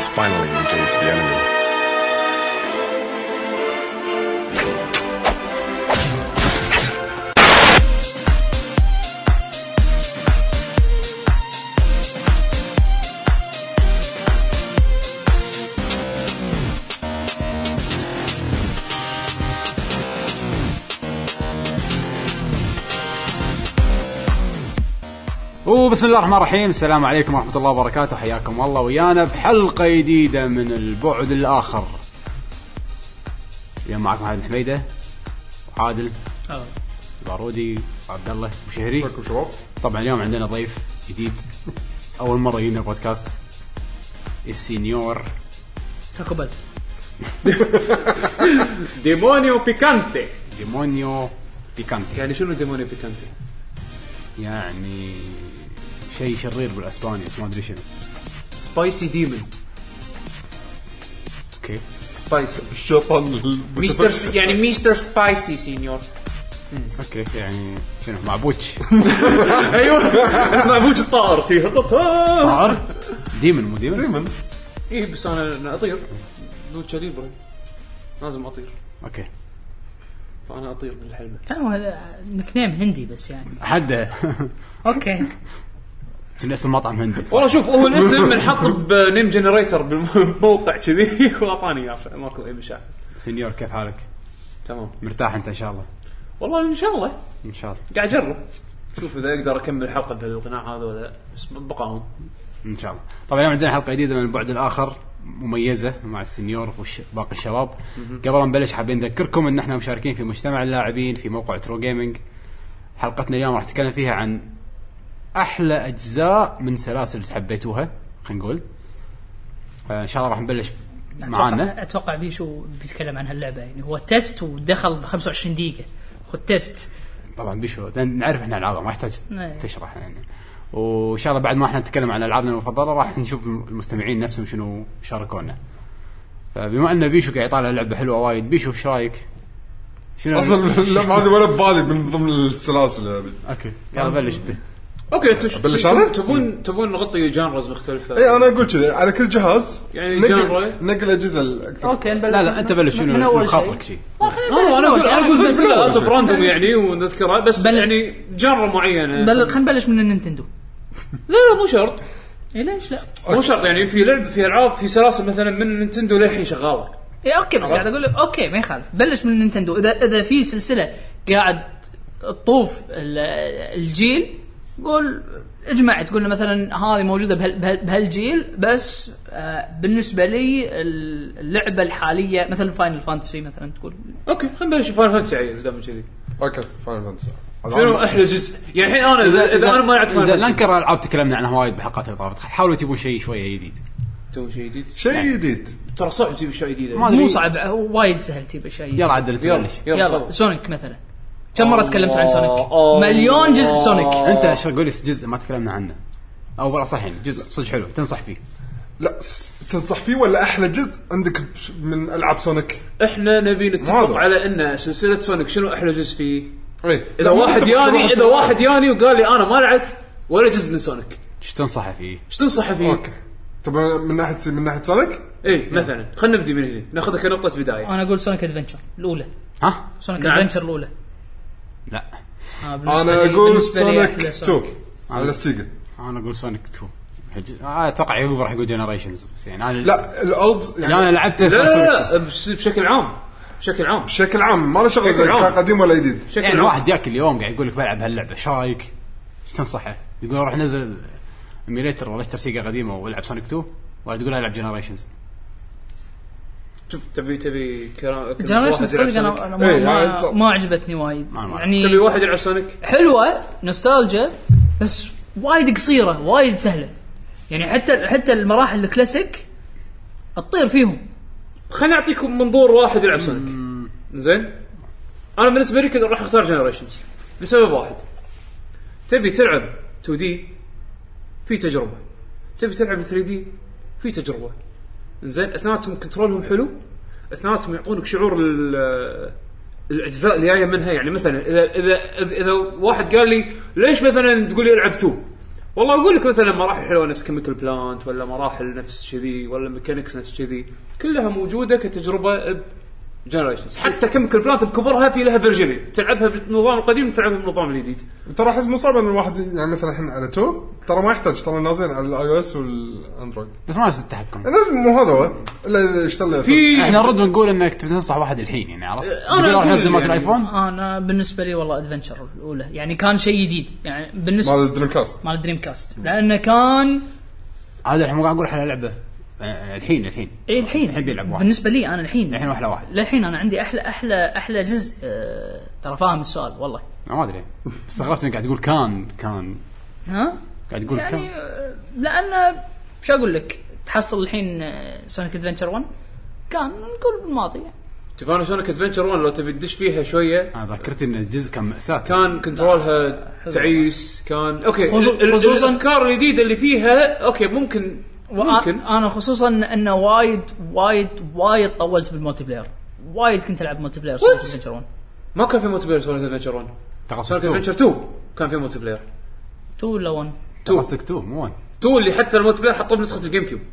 has finally engaged the enemy. وبسم الله الرحمن الرحيم. السلام عليكم ورحمة الله وبركاته. حياكم الله ويانا بحلقة جديدة من البعد الآخر. اليوم معكم عادل حميدة وعادل بارودي وعبد الله وشهري. طبعا اليوم عندنا ضيف جديد أول مرة يجينا بودكاست، السينيور تاكوبل ديمونيو بيكانتي. ديمونيو بيكانتي يعني شنو ديمونيو بيكانتي؟ يعني شيء شرير بالاسباني، ما ادري شنو. سبايسي ديمون. اوكي سبايسي الشيطان ميستر، يعني ميستر سبايسي سينيور. اوكي يعني شنو معبوتش؟ ايوه معبوتش الطائر فيه طائر ديمون. مو ديمون ايه، بس انا اطير دوتشا ليبرا، لازم اطير. اوكي فانا اطير من الحلمه. هذا نكنيم هندي بس يعني حده. اوكي شنو اسم مطعم هندي؟ والله شوف، هو الاسم منحط بنيم جنريتر بالموقع كذي واعطاني اياه، ماكو اي مشاكل. سينيور كيف حالك؟ تمام مرتاح انت ان شاء الله؟ والله ان شاء الله ان شاء الله قاعد اجرب شوف اذا اقدر اكمل الحلقه بهالقناع هذا ولا لا، بس بقاوم ان شاء الله. طبعا اليوم عندنا حلقه جديده من البعد الاخر مميزه مع السينيور وباقي الشباب. قبل ما نبلش حابين نذكركم ان احنا مشاركين في مجتمع اللاعبين في موقع ترو جيمنج. حلقتنا اليوم راح نتكلم فيها عن احلى اجزاء من سلاسل حبيتوها، خلينا نقول. ان شاء الله راح نبلش معانا. اتوقع بيشو بيتكلم عن هاللعبه، يعني هو تيست ودخل ب 25 دقيقه خذ تيست. طبعا بيشو نعرف احنا العابها ما يحتاج تشرح يعني. وان شاء الله بعد ما احنا نتكلم عن العابنا المفضله راح نشوف المستمعين نفسهم شنو شاركونا. فبما ان بيشو قاعد يطالع لعبه حلوه وايد، بيشو ايش رايك؟ شنو اصلا اللعبه هذه ولا ببالي من ضمن السلاسل هذه. اوكي يلا بلش انت. اوكي بلش انا. تبون نغطي جانرز مختلفه؟ اي انا اقول كذا على كل جهاز يعني جانرا نقل اجهزه الاكثر. اوكي نبلش. لا انت بلش شنو خاطرك شيء. انا اقول سلسله براندوم يعني ونذكرها بس يعني جانرا معينه. خلينا نبلش من النينتندو. لا مو شرط. اي ليش لا؟ مو شرط يعني في لعب في العاب في سلاسل مثلا من نينتندو للحين شغاله. اي اوكي بس قاعد اقول اوكي ما يخالف بلش من نينتندو. اذا في سلسله قاعد تطوف الجيل قول اجمع تقول مثلا هذه موجوده بهالجيل بس. بالنسبه لي اللعبه الحاليه مثلا فاينل فانتسي مثلا تقول اوكي خلينا نبلش فاينل فانتسي عيل دام كذي. اوكي فاينل فانتسي شنو احلى جزء يعني الحين انا اذا انا ما اعرف فاينل فانتسي. ننكر العاب تكلمنا عنها وايد بحلقات الطافت، حاولوا تجيبون شيء شويه جديد. تو شيء جديد شيء جديد ترى صعب تجيب شيء جديد. مو صعب وايد سهل تجيب شيء. يلا عدل تبلش. يلا سونيك مثلا كم مرة تكلمت عن سونيك؟ مليون جزء سونيك. انت ايش تقول لي جزء ما تكلمنا عنه او بلا صحين جزء صدق حلو تنصح فيه؟ لا تنصح فيه ولا احلى جزء عندك من العاب سونيك؟ احنا نبي نتفق على ان سلسله سونيك شنو احلى جزء فيه. ايه اذا واحد ياني وقال لي انا ما لعبت ولا جزء من سونيك ايش تنصحه فيه؟ اوكي طب من ناحيه سونيك ايه مثلا خلينا نبدي من هنا ناخذها كنقطه بدايه. انا اقول سونيك ادفنتشر الاولى. ها سونيك ادفنتشر الاولى. لا انا اقول سونيك 2 على السيجا. انا اقول سونيك 2. اتوقع يقول راح يقول جنريشنز بس يعني انا لا الأولد يعني انا لعبته. لا بشكل عام ما له شغل كان قديم ولا جديد. يعني واحد ياكل اليوم قاعد يقول لك بلعب هاللعبه ايش رايك؟ ايش تنصحه؟ يقول روح نزل ايميليتر ولا اشتري سيجا قديمه والعب سونيك 2 ولا تقول العب جنريشنز؟ شوف تبي جنريشنز صدق انا ما عجبتني وايد يعني. تبي واحد يلعب سونيك حلوه نوستالجيا بس وايد قصيره وايد سهله يعني. حتى المراحل الكلاسيك تطير فيهم. خليني اعطيكم منظور واحد يلعب سونيك. زين انا بالنسبه لي كذا راح اختار جنريشنز لسبب واحد. تبي تلعب 2D في تجربه، تبي تلعب 3D في تجربه. زين اثنيناتهم كنترولهم حلو، اثنيناتهم يعطونك شعور الاجزاء اللي جايه منها. يعني مثلا اذا واحد قال لي ليش مثلا تقول لي العب 2 والله اقول لك مثلا مراحل حلوه نفس كيميكال بلانت ولا مراحل نفس كذي ولا ميكانكس نفس كذي كلها موجوده كتجربه جنريشنز. حتى كيميكال بلانت بكبرها في لها فيرجنين تلعبها بالنظام القديم تلعبها بالنظام الجديد. ترى احس مو صعب ان الواحد يعني مثلا الحين على 2 ترى ما يحتاج ترى نازلين على الاي او اس والاندرويد بس ما نفس التحكم. مو هذا هو الا اذا اشتغل في احنا نرد ونقول انك تبي تنصح واحد الحين يعني عرفت أنا راح أقول ننزل مال يعني الايفون. انا بالنسبه لي والله ادفنتشر الاولى يعني كان شيء جديد يعني بالنسبه مال الدريم كاست مال دريم كاست لانه كان هذا الحين مو قاعد اقول على لعبه الحين ايه الحين بيلعب واحد. بالنسبه لي انا الحين احلى واحد للحين انا عندي احلى جزء ترى فاهم السؤال والله ما ادري استغربت انك قاعد تقول كان ها قاعد تقول يعني كان لان شو اقول لك تحصل الحين سونيك ادفنتشر 1 كان نقول بالماضي يعني. تفهم سونيك ادفنتشر 1 لو تبي تدش فيها شويه انا ذكرت ان الجزء كان مأساة كان كنترولها تعيس كان اوكي خصوصاً الافكار الجديده اللي فيها اوكي ممكن انا خصوصا انه وايد طولت بالمالتي بلاير وايد كنت العب مالتي بلاير سونيك ادفنتشر 1 ما كان في مالتي بلاير سونيك ادفنتشر 1 سونيك ادفنتشر 2 كان في مالتي بلاير 2 ولا 1 قصدك 2 مو 1 2 اللي حتى المالتي بلاير حطوه بنسخه الجيم كيوب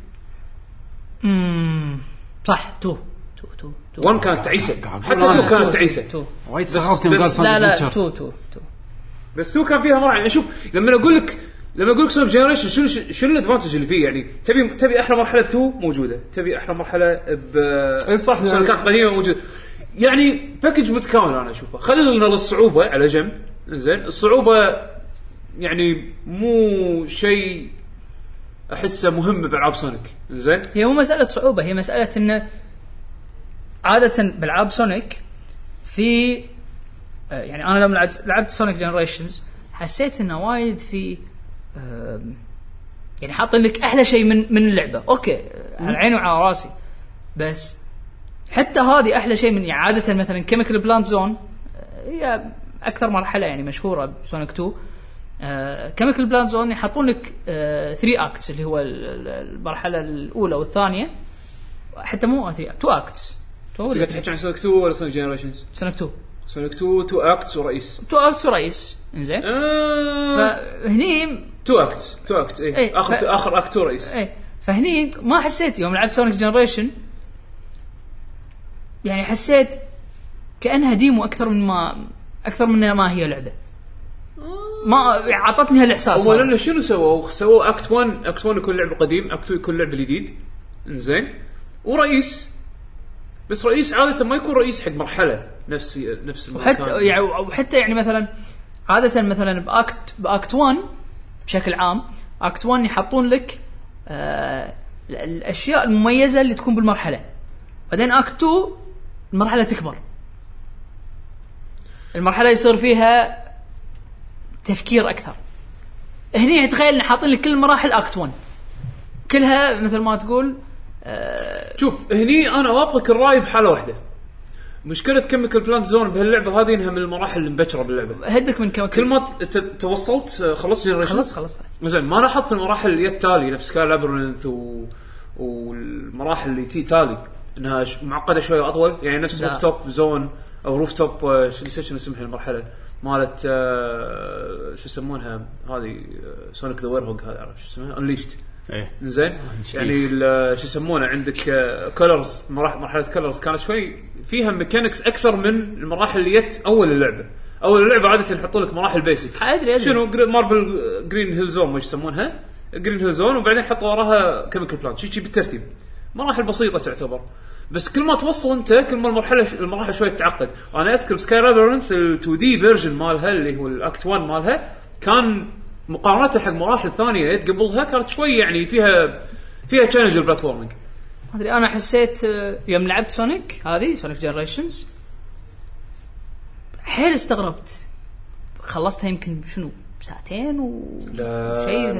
صح 2 1 كانت تعيسه حتى 2 كانت تعيسه وايد استغربت من قال لا لا سونيك 2 بس 2 كان فيها مراحل. شوف لما اقول لك سونيك جنريشن شنو الادفانتج اللي فيه يعني تبي احلى مرحله 2 موجوده تبي احلى مرحله اي صح سونيك يعني قديمه موجوده يعني باكج متكامل انا اشوفه. خلينا الصعوبه على جنب زين الصعوبه يعني مو شيء احسه مهم بالعاب سونيك زين. هي مو مساله صعوبه هي مساله انه عاده بالعاب سونيك في يعني انا لما لعبت سونيك جنريشنز حسيت انه وايد في يعني حاطين لك احلى شيء من اللعبه اوكي على عيني وعلى راسي بس حتى هذه احلى شيء من عاده مثلا كيميكال بلانت زون هي اكثر مرحله يعني مشهوره بسونيك 2 كيميكال بلانت زون يحطون لك 3 اكتس اللي هو المرحله الاولى والثانيه حتى مو 3 2 اكتس. تقدر تحكي عن سونيك 2 ولا سونيك جنريشنز؟ سونيك 2 2 اكتس ورئيس 2 اكتس ورئيس انزين فهني 2 اكت اي اخر اكت ورئيس اي فهني ما حسيت يوم لعبت سونيك جنريشن يعني حسيت كأنها ديمو اكثر من ما هي لعبه ما عطتني هالاحساس. اولا شنو سووا اكت 1 يكون لعبه قديم اكت 2 يكون لعبه جديد انزين ورئيس بس رئيس عاده ما يكون رئيس حق مرحله نفس المكان وحتى يعني مثلا عاده مثلا باكت 1 بشكل عام اكت 1 يحطون لك الاشياء المميزه اللي تكون بالمرحله بعدين اكت 2 المرحله تكبر المرحله يصير فيها تفكير اكثر. هني تخيل ان حاطين لك كل مراحل اكت 1 كلها مثل ما تقول شوف هني انا وافقك الراي بحاله واحده. مشكله كيميكال بلانت زون بهاللعبه هذه انها من المراحل المبكره باللعبه. هدك من كل ما توصلت خلصت جنريشن خلص زين ما لاحظت المراحل اللي التالي نفس سكاي لابرنث والمراحل اللي تالي انها معقده شويه اطول يعني نفس روف توب زون او روف توب شو اسمها المرحله مالت شو يسمونها هذه سونيك ذا ويرهوج هذا عرفت شو اسمها انليشت زين يعني شو يسمونه عندك كولرز مرحله كولرز كانت شوي فيها ميكانكس اكثر من المراحل اللي اول اللعبه عاده يحطوا لك مراحل بيسك ادري شنو ماربل جرين هيل زون وش يسمونها جرين هيل زون وبعدين حطوا وراها كيميكال بلانت شي بالترتيب مراحل بسيطه تعتبر بس كل ما توصل انت كل ما المراحل شوي تتعقد. انا اذكر سكاي لابرنث ال2 دي فيرجن مالها اللي هو الاكت 1 مالها كان مقارنه حق مراحل ثانيه قبلها كانت شوي يعني فيها تشالنج البلاتفورمينج. ما ادري انا حسيت يوم لعبت سونيك جنريشنز حيل استغربت خلصتها يمكن شنو ساعتين وشيء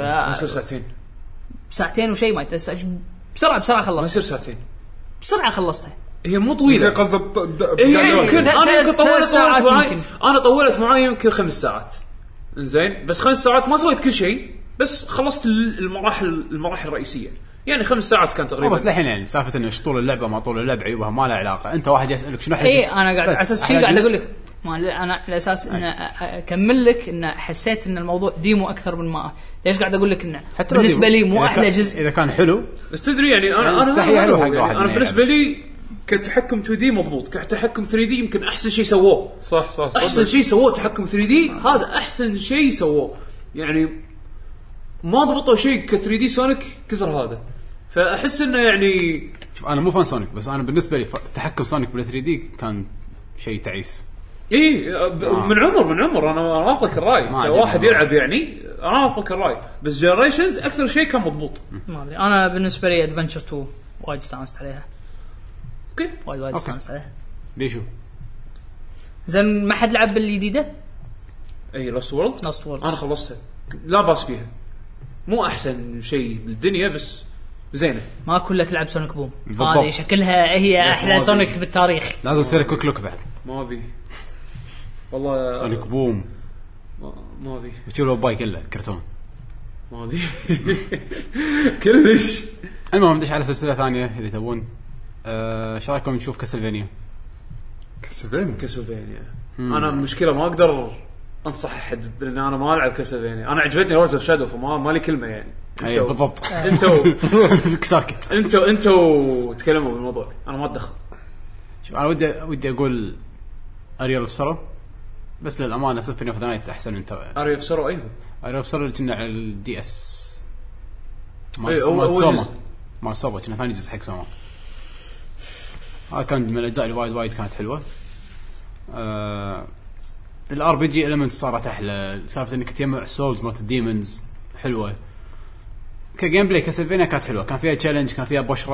ساعتين وشيء ما يتسع بسرعه خلصت ما يصير ساعتين بسرعه خلصتها. هي مو طويله يمكن انا طولت معي يمكن 5 ساعات زين بس 5 ساعات ما سويت كل شيء بس خلصت المراحل الرئيسيه يعني 5 ساعات كان تقريبا. بس الحين يعني سالفه انه طول اللعبه ما طول اللعبه عيوبها ما لها علاقه. انت واحد يسالك شنو حل اي انا قاعد على اساس شيء قاعد اقول لك ما انا على اساس ان اكمل لك ان حسيت ان الموضوع ديمو اكثر من ما ليش قاعد اقول لك انه حتى بالنسبه لي مو احلى جزء. اذا كان حلو بس تدري يعني انا حلو حق يعني واحد انا بالنسبه لي كتحكم 2 دي مضبوط، كتحكم 3 دي يمكن احسن شيء سووه. صح احسن شيء سووه تحكم 3 دي، هذا احسن شيء سووه. يعني ما ضبطوا شيء ك 3 دي سونيك كثر هذا، فاحس انه يعني شوف انا مو فان سونيك، بس انا بالنسبه لي تحكم سونيك بال 3 دي كان شيء تعيس. اي من عمر انا اخذك الراي كواحد يلعب، يعني انا اخذك الراي، بس جنريشنز اكثر شيء كان مضبوط. ما ادري انا بالنسبه لي ادفنتشر 2 وايد استانست عليها. اوكي وايد استانست عليها. ليشو زين ما حد لعب بالجديده؟ اي لاست وورلد انا خلصتها، لا باس فيها، مو احسن شيء بالدنيا بس زينه. ما كلها تلعب سونيك بوم، هذه شكلها هي احلى سونيك بالتاريخ. لازم يصير كوك لوك بعد. ما ابي والله سونيك بوم ما ابي بتشوف له باي كله كرتون ما ابي كلش. المهم ندش على سلسله ثانيه اذا تبون. ايش رايكم نشوف كاسلفينيا؟ كاسلفينيا انا المشكله ما اقدر انصح احد لان انا ما العب كاسلفينيا. انا عجبتني روز اوف شادو فما لي كلمه يعني. ايوه بالضبط. انتوا ساكت. انتوا تكلموا بالموضوع، انا ما اتدخل. شوف انا ودي اقول اريال اوف سرو، بس للامانه سيمفوني اوف ذا نايت احسن من اريال اوف سرو. ايوه اريال اوف سرو اللي كنا على الدي اس مال سوما، مال سوما كنا ثاني جزء حق سوما. كان من الاجزاء اللي وايد كانت حلوه. الار بي جي المنتس صارت احلى، سالفه انك تجمع سولز مالت الديمونز حلوه. كجيم بلاي كاسلفينيا كانت حلوه، كان فيها تشالنج، كان فيها بوش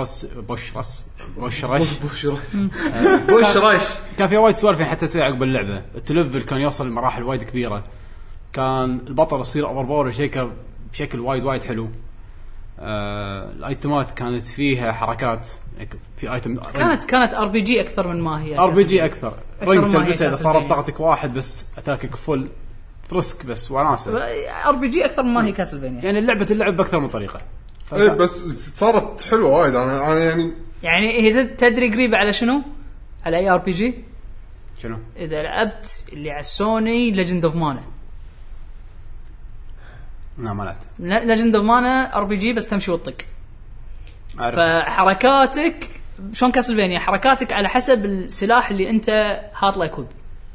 رش كان فيها وايد سوالف حتى تصير عقب اللعبه. التلفل كان يوصل لمراحل وايد كبيره، كان البطل يصير اوفر باور بشكل وايد حلو. الايتمات كانت فيها حركات، في ايتم كانت ار بي جي اكثر من ما هي ار بي جي اكثر. رنج تلبسها اذا صارت ضغطك واحد بس اتاكك فل فرسك بس وناسه. ار بي جي اكثر من ما هي كاسلفينيا، يعني اللعب باكثر من طريقه. اي بس صارت حلوه وايد. انا يعني هي تدري قريبه على شنو؟ على اي ار بي جي. شنو اذا لعبت اللي على السوني ليجند اوف مانا؟ لا ما لعبت ليجند اوف مانا ار بي جي بس تمشي وتطق. فحركاتك شلون كاسلفينيا، حركاتك على حسب السلاح اللي انت حاط له كود.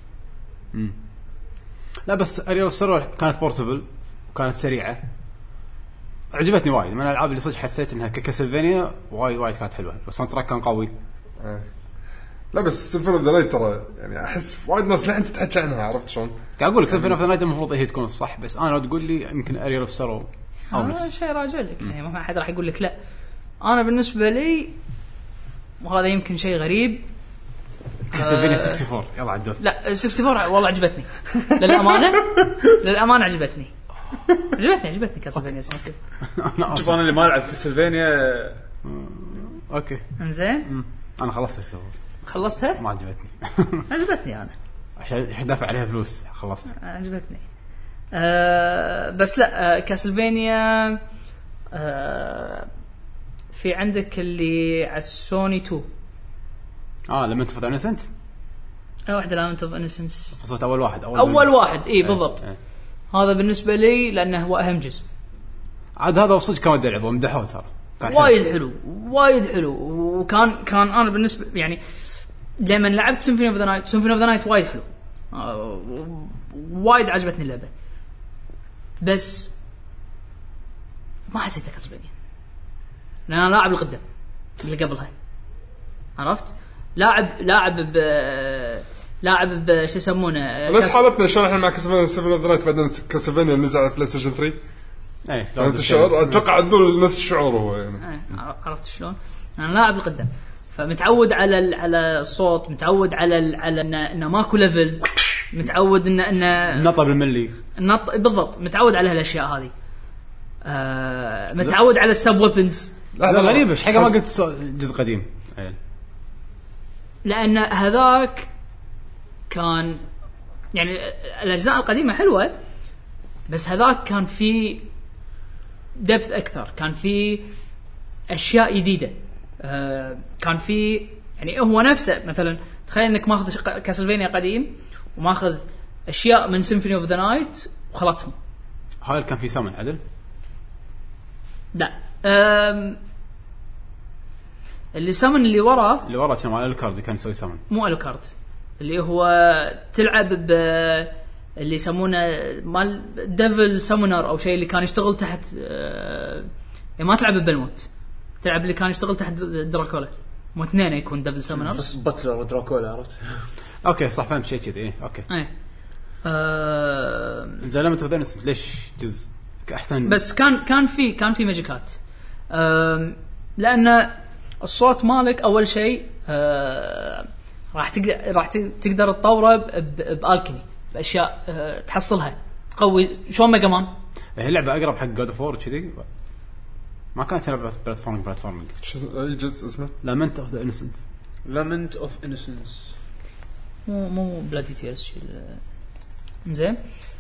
لا بس اريال سرو كانت بورتبل وكانت سريعه، عجبتني وايد. من الالعاب اللي صدق حسيت انها كاسلفينيا وايد كانت حلوه، بس الساوند تراك كان قوي. لا بس سيمفوني اوف ذا نايت ترى يعني احس وايد ناس لحين تتحكي عنها، عرفت شلون؟ قاعد اقول لك سيمفوني اوف ذا نايت المفروض هي تكون الصح، بس انا لو تقول لي يمكن اريال اوف سرو او شيء راجع لك يعني، ما حد راح يقول لك لا. انا بالنسبه لي وهذا يمكن شيء غريب، كاسلفينيا 64 يلا عدل. لا 64 والله عجبتني للامانه عجبتني كاسلفينيا 64. شوف انا اللي ما العب كاسلفينيا. اوكي انزين انا خلصت خلصتها ما عجبتني. عجبتني انا عشان دافع عليها فلوس خلصت. عجبتني بس لا كاسلفينيا في عندك اللي على السوني 2 لما تفوت على انسنت واحده لامنت اوف انسنس خلصت اول واحد اي بالضبط. هذا بالنسبه لي لانه هو اهم جزء. عاد هذا وصدق كان ودي العبه ومدحوه ترى وايد حلو وكان انا بالنسبه يعني لما لعبت سيمفوني اوف ذا نايت وايد حلو. وايد عجبتني اللعبه، بس ما حسيتها كاسلفينيا لأن أنا لاعب القدام اللي قبلها، عرفت؟ لاعب شو يسمونه بس حالتنا شلون احنا مع كاسلفينيا ذا بعدين كاسلفينيا نزل على بلاي ستيشن 3. انت الشعور اتوقع عندنا نفس الشعور هو يعني. عرفت شلون؟ انا لاعب القدام فمتعود على الصوت، متعود على انه ماكو ليفل، متعود انه النط بالملي بالضبط، متعود على هالاشياء هذه. متعود على السب ويبنز. لا غريب ايش حاجه ما قلت جزء قديم لان هذاك كان يعني الاجزاء القديمه حلوه بس هذاك كان في دبث اكثر، كان في اشياء جديده. كان في يعني هو نفسه مثلا تخيل انك ماخذ كاسلفينيا قديم وماخذ اشياء من سيمفوني اوف ذا نايت وخلطهم. هاي كان في سمن عدل؟ لا اللي سمن اللي ورا كان مال الكارد كان يسوي سمن، مو الكارد اللي هو تلعب ب اللي يسمونه مال ديفل سامونر او شيء اللي كان يشتغل تحت يعني ما تلعب ببلموت، تلعب اللي كان يشتغل تحت دراكولا، مو اثنين يكون ديفل سامونرز بس باتلر ودراكولا عرفت. اوكي صح فهمت شيء كذي. اوكي زين لما تفضل ليش جزء احسن؟ بس كان في ماجيكات لان الصوت مالك اول شيء راح تقدر تطوره بالكيمي باشياء تحصلها تقوي شلون ميجا مان. هي اللعبه اقرب حق جود اوف وور كذي، ما كانت لعبه بلاتفورمينج. اي جزء اسمه لامنت اوف ذا انسنس. لامنت اوف انسنس مو بلادي تيرز زين.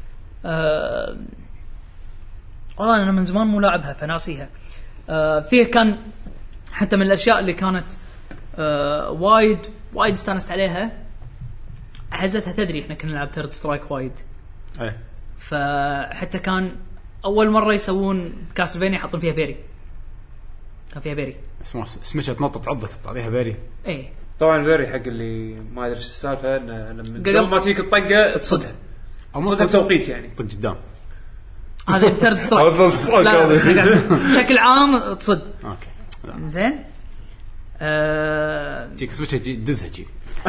والله انا من زمان مو لاعبها فناسيها. فيه كان حتى من الاشياء اللي كانت وايد استانست عليها، احزتها تدري احنا كنا نلعب ثيرد سترايك وايد اي، فحتى كان اول مره يسوون كاسلفينيا يحطون فيها بيري، كان فيها بيري اسمها تنطط عضك تعطيها بيري. اي طبعا بيري حق اللي ما ادري ايش السالفه لما قبل ما تيك الطقه تصدها تصدها بتوقيت يعني طق قدام. هذا ثيرد سترايك بشكل عام تصد. اوكي زين جيك سويتش دزها جي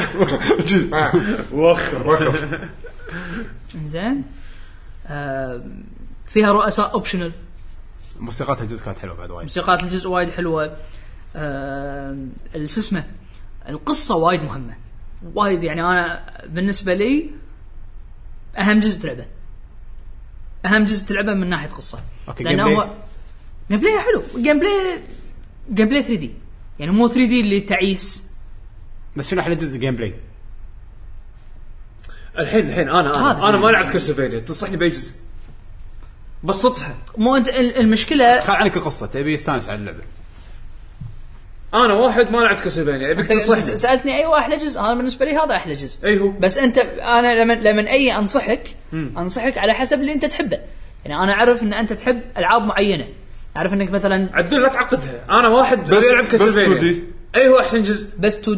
وخر زين. فيها رؤساء اوبشنال. موسيقات الجزء كانت حلوه بعد وايد، موسيقات الجزء وايد حلوه. السسمه القصه وايد مهمه وايد، يعني انا بالنسبه لي اهم جزء تلعبه من ناحيه قصه. لانه هو جيم بلاي حلو، جيم بلاي 3D يعني مو 3D اللي تعيس. بس شنو احلى جزء جيم بلاي الحين انا ما لعبت كاسلفينيا، تنصحني باي جزء بسطها؟ مو انت المشكله خل عنك القصه، تبي يستانس على اللعبه. انا واحد ما لعبت كاسلفينيا ابيك تنصحني. سالتني ايوه احلى جزء، انا بالنسبه لي هذا احلى جزء. ايوه بس انت انا لما اي انصحك على حسب اللي انت تحبه. يعني انا اعرف ان انت تحب العاب معينه، اعرف انك مثلا عدول لا تعقدها. انا واحد يلعب كاسلفينيا ايوه احسن جزء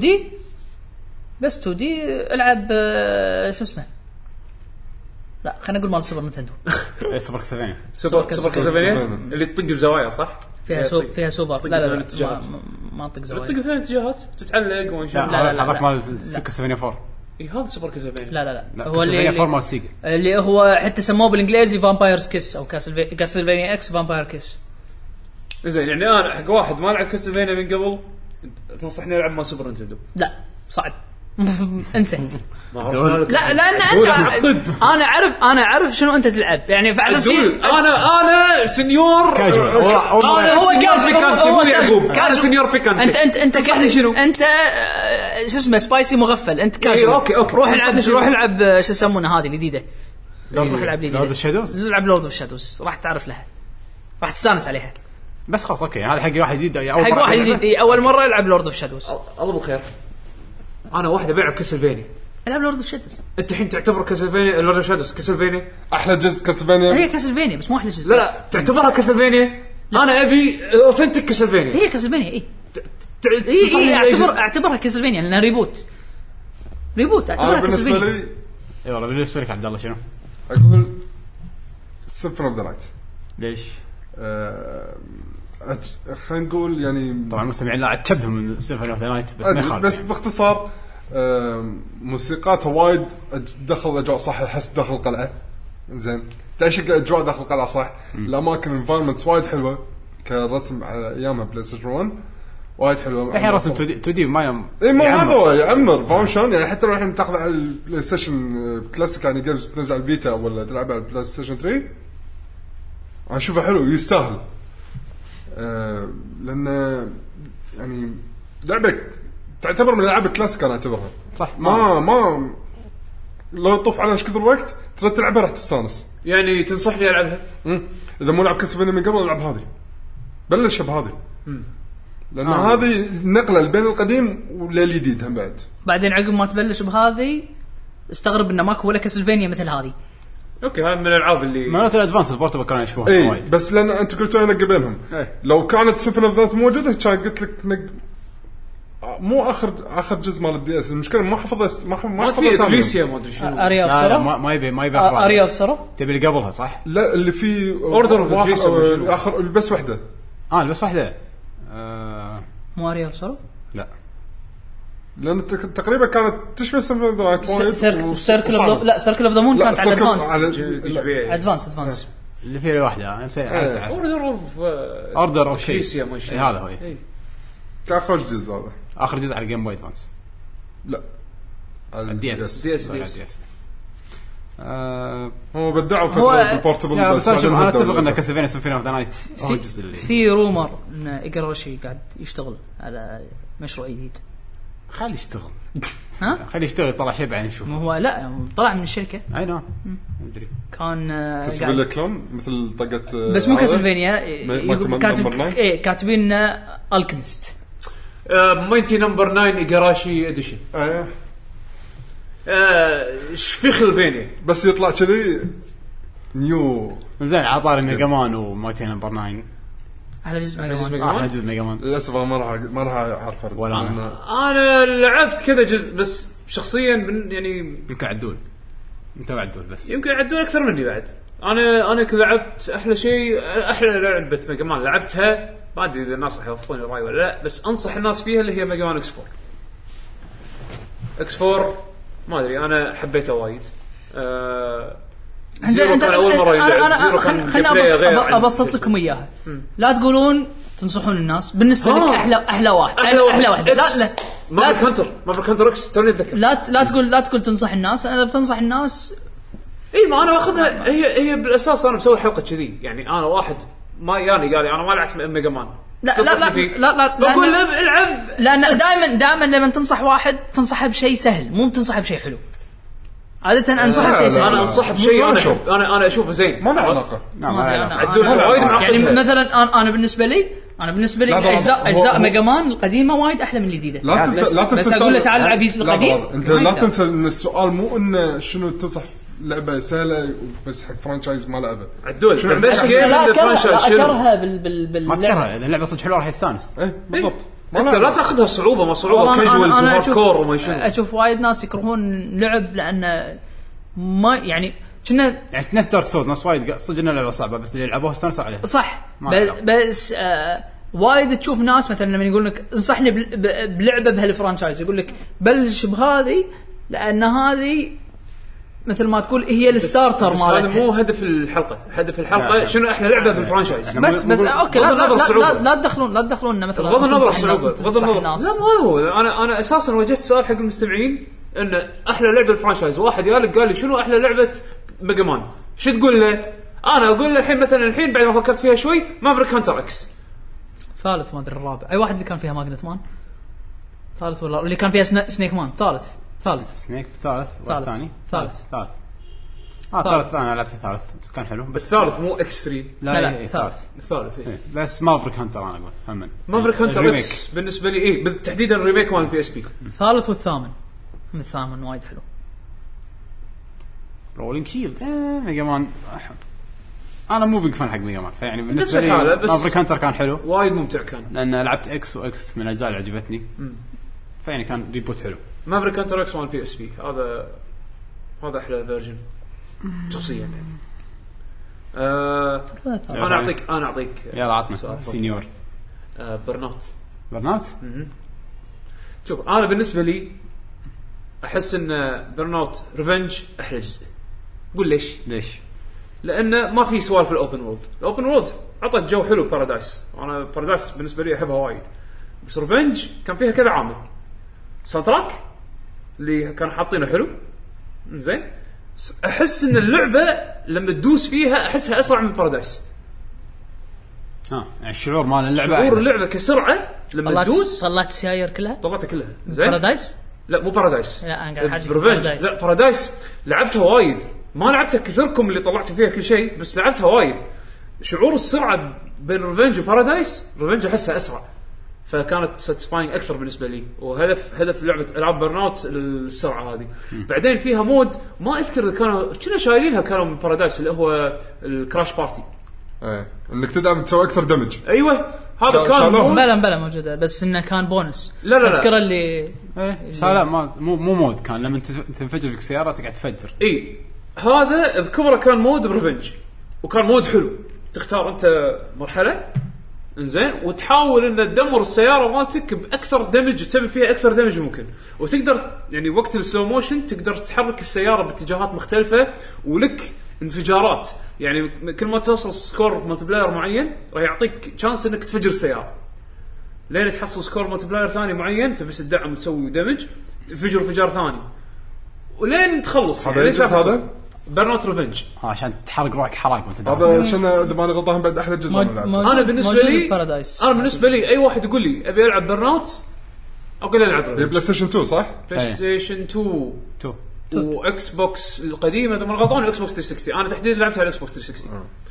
بس 2D العب شو اسمه، لا خلينا نقول مال سوبر نينتندو. سوبر كاسلفينيا اللي تطق بزوايا صح؟ فيها سوبر. لا ما تطق زوايا، تطق ثلاث اتجاهات تتعلق وان شاء الله. لا هذاك مال كاسلفينيا 4. اي هذا سوبر كاسلفينيا. لا هو اللي 4 مال سيجا، اللي هو حتى سموه بالانجليزي فامبايرز كيس او كاسلفينيا اكس فامباير كيس. زين يعني انا حق واحد ما لعب كاسلفينيا من قبل تنصحني العب مال سوبر نينتندو؟ لا صعب انسى. لا لان انت انا عارف شنو انت تلعب يعني فعشان انا سنيور هو بيكانتي مو يعقوب. انا سنيور بيكانتي. انت شنو انت شو اسمه سبايسي مغفل. انت كاجوال. اوكي روح العب شو يسمونها هذه الجديده. روح العب لورد اوف شادوز. العب لورد اوف شادوز راح تعرف لها، راح تستانس عليها. بس خلاص اوكي هذا حق واحد جديد اول مره يلعب لورد اوف شادوز. الله بالخير. انا واحد ابيع كاسلفينيا العب لورد اوف شادوز. انت الحين تعتبر كاسلفينيا لورد اوف شادوز كاسلفينيا احلى جزء كاسلفينيا؟ هي كاسلفينيا بس مو احلى جزء. لا تعتبرها كاسلفينيا؟ انا ابي اوثنتيك كاسلفينيا. هي كاسلفينيا اعتبرها كاسلفينيا لأنها ريبوت اعتبرها كاسلفينيا. اي والله بالنسبه لك عبد الله شنو اقول؟ سيمفوني اوف ذا نايت. ليش؟ خلينا نقول يعني طبعا المستمعين لا عتبهم من سيمفوني اوف ذا نايت بس باختصار موسيقاتها وايد دخل اجواء صح، احس داخل قلعه. زين تعيش اجواء داخل قلعه صح. الاماكن انفايرمنتس وايد حلوه كرسم على ايامها بلاي ستيشن 1 وايد حلوه. الحين رسم 2 دي ما هذا يعمر فاهم شلون يعني. حتى لو الحين تاخذ على البلاي ستيشن كلاسيك يعني جيمز تنزل على الفيتا ولا تلعب على البلاي ستيشن 3 انا اشوفه حلو يستاهل. لأن يعني لعبة تعتبر من الألعاب الكلاسيك أنا أعتبرها صح. ما لو يطوف على كثر وقت ترى تلعبها راح تستانس. يعني تنصحني ألعبها؟ إذا مو لعب كاسلفينيا من قبل ألعب هذه، بلش بهذه لأن هذه نقلة بين القديم والجديد هم بعد. بعدين عقب ما تبلش بهذه استغرب انه ماكو ولا كاسلفينيا مثل هذه. اوكي هاي من الالعاب اللي مالت الادفانس البورتبل كانوا يشبهون اي وايد. بس لان انت قلتوا انا قبلهم إيه. لو كانت سفن اوف ذات موجوده كان قلت لك مو اخر جزء مال الدي اس. المشكله ما حفظ ما في اكليسيا ما ادري شنو. اريا اوف لا لا سورو. ما يبي اخر اريا اوف سورو تبي اللي قبلها صح؟ لا اللي في Order of Ecclesia وشنو؟ اخر بس واحده بس واحده. مو اريا اوف سورو. لا لان تقريبا كانت تشبه سفن اوف ذات سيركل اوف لا سيركل اوف ذا مون كانت على ادفانس. ادفانس اللي فيه واحده انا نسيت. اوردر اوف شيء هذا هو كان خوش جزء هذا اخر جزء على الجيم بوي ادفانس. لا الدي اس هو بدعوا فتره بالبورتبل بس انا اتفق ان كاسلفينيا سيمفوني اوف ذا نايت هو الجزء اللي في رومر ان ايجاروشي قاعد يشتغل على مشروع جديد. خليه يشتغل ها خليه يشتغل طلع شيء بعدين نشوفه. هو لا طلع من الشركه. اي نعم ادري كان كاسلفينيا كلون مثل طقه بس مو كاسلفينيا كاتبين الكيمست ماينتي نمبر 9 ايجاراشي اديشن. ايش في خلفينيا بس يطلع كذي نيو زين عطاري ميجا مان ومايتي نمبر 9 على جزء ميجا مان. للاسف ما راح اعرف ولا انا لعبت كذا جزء بس شخصيا يعني يمكن عدول انت عدول بس يمكن عدول اكثر مني بعد. انا كذا لعبت احلى لعبه ميجا مان لعبتها. ما ادري اذا الناس راح يوافقون الراي ولا لا بس انصح الناس فيها اللي هي ميجا مان اكس 4 ما ادري انا حبيتها وايد. انت اول مره انا خليني ابسط لكم اياها. لا تقولون تنصحون الناس بالنسبه لك احلى واحد لا مافريك هانتر اكس توني اتذكر. لا تقول تنصح الناس. انا بتنصح الناس ما انا باخذها هي بالاساس. انا مسوي حلقه كذي يعني انا واحد ما قال لي انا ما لعبت ميجا مان. لا بقول له العب. لان دائما لما تنصح واحد تنصحه بشيء سهل مو تنصحه بشيء حلو. عادة أنصح بشيء سهل. أنا أنصح بشيء أنا أشوفه زين ما له علاقة. عدول وايد يعني مثلا أنا بالنسبة لي أجزاء ميجا مان القديمة وايد أحلى من الجديدة. لا تنسى بس أقول له تعال العب القديم. أنت لا تنسى إن السؤال مو إن شنو تنصح لعبة سهلة بس حق فرانشايز ما لعبه. عدول بس جيم الفرانشايز أكرهها ما تكرهها إذا اللعبة صدق حلوة راح يستانس. بالضبط. انت لا تاخذها صعوبه ما صعوبه كاجوال هارد كور وما شنو. اشوف وايد ناس يكرهون لعب لانه ما يعني كنا يعني ناس دارك سولز ناس وايد صدق انها لعبه صعبه بس اللي يلعبوها استانسوا عليها صح. بس وايد تشوف ناس مثلا لما يقول لك انصحني بلعبه بهالفرانشايز يقول لك بلش بهذه لان هذه مثل ما تقول هي الستارتر مالتها. هذا مو هدف الحلقه شنو احنا لعبه بالفرانشايز بس اوكي لا تدخلون مثلا بغض النظر الصعوبه بغض النظر. لا هو انا اساسا وجهت سؤال حق المستمعين ان احلى لعبه الفرانشايز. واحد قال لي شنو احلى لعبه ميجا مان شو تقول له. انا اقول له الحين مثلا بعد ما فكرت فيها شوي مافريك هانتر اكس ثالث ما ادري الرابع. اي واحد اللي كان فيها ماجنت مان ثالث ولا اللي كان فيها سنيك مان ثالث سنيك والثاني ثالث انا لعبت الثالث كان حلو بس ثالث مو اكستريم. لا ثالث بس مافريك هانتر انا اقول هم مافريك هانتر اكس بالنسبه لي بالتحديد الريميك مال بي اس بي الثالث والثامن من الثامن وايد حلو. رولينج شيلد ميجا مان انا مو بيج فان حق ميجا مان فيعني بالنسبه لي مافريك هانتر كان حلو وايد ممتع كان لان لعبت اكس واكس من الاجزاء اللي عجبتني فيعني كان ريبوت حلو. مافريك هانتر اكس مال بي اس بي هذا احلى فيرجن شخصيا يعني. انا اعطيك يلا عطنا سينيور. برناوت شوف انا بالنسبه لي احس ان برناوت ريفنج احلى جزء. قول ليش لانه ما في سوالف الاوبن وورلد عطت جو حلو. بارادايس انا بارادايس بالنسبه لي احبها وايد بس ريفنج كان فيها كذا عامل. ساوند تراك اللي كانوا حاطينه حلو زين. احس ان اللعبه لما تدوس فيها احسها اسرع من بارادايس. يعني الشعور مال اللعبه شعور اللعبه كسرعه لما تدوس. طلعت السيايير كلها طلعتها كلها زين. بارادايس لا مو بارادايس. لا انا قاعد احكي بارادايس. لا بارادايس لعبتها وايد ما لعبتها كثركم اللي طلعت فيها كل شيء بس لعبتها وايد. شعور السرعه بين ريفنج وبارادايس ريفنج احسها اسرع فكانت ساتسفاينج اكثر بالنسبه لي. وهدف لعبه العاب برناوت السرعه هذه. بعدين فيها مود ما اذكر كنا شايلينها كانوا من بارادايس اللي هو الكراش بارتي. انك تدعم تسوي اكثر دمج. ايوه هذا كان بلا موجوده بس انه كان بونس. لا اذكر اللي لا مو مود كان لما تنفجر فيك سياره تقعد تفجر. هذا بكبره كان مود بريفنج وكان مود حلو. تختار انت مرحله انزين وتحاول ان تدمر السياره مالتك باكثر دمج وتسوي فيها اكثر دمج ممكن. وتقدر يعني وقت السلو موشن تقدر تحرك السياره باتجاهات مختلفه ولك انفجارات. يعني كل ما توصل سكور ملتي بلاير معين راح يعطيك شانس انك تفجر السياره لين تحصل سكور ملتي بلاير ثاني معين تبي تدعم وتسوي دمج تفجر انفجار ثاني ولين تخلص. هذا برنوت ريفنج عشان تحرق روحك حراق وانت داخل. هذا عشان اذا ماني غلطان بعد احلى جزء من اللعبه. انا بالنسبه لي اي واحد يقول لي ابي العب برنوت اقول له العب بلاي ستيشن 2 صح؟ بلاي ستيشن 2 واكس بوكس القديمه اذا ما غلطان اكس بوكس 360. انا تحديدا لعبتها على اكس بوكس 360.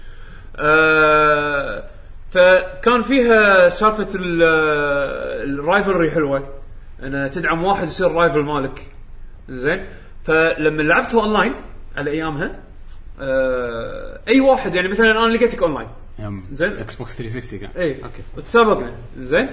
فكان فيها سالفه الرايفلري حلوه انا تدعم واحد يصير رايفل مالك زين. فلما لعبتها اونلاين على ايامها اي واحد يعني مثلا انا لقيتك اونلاين زين اكس بوكس 360 كان اوكي وتسابقنا زين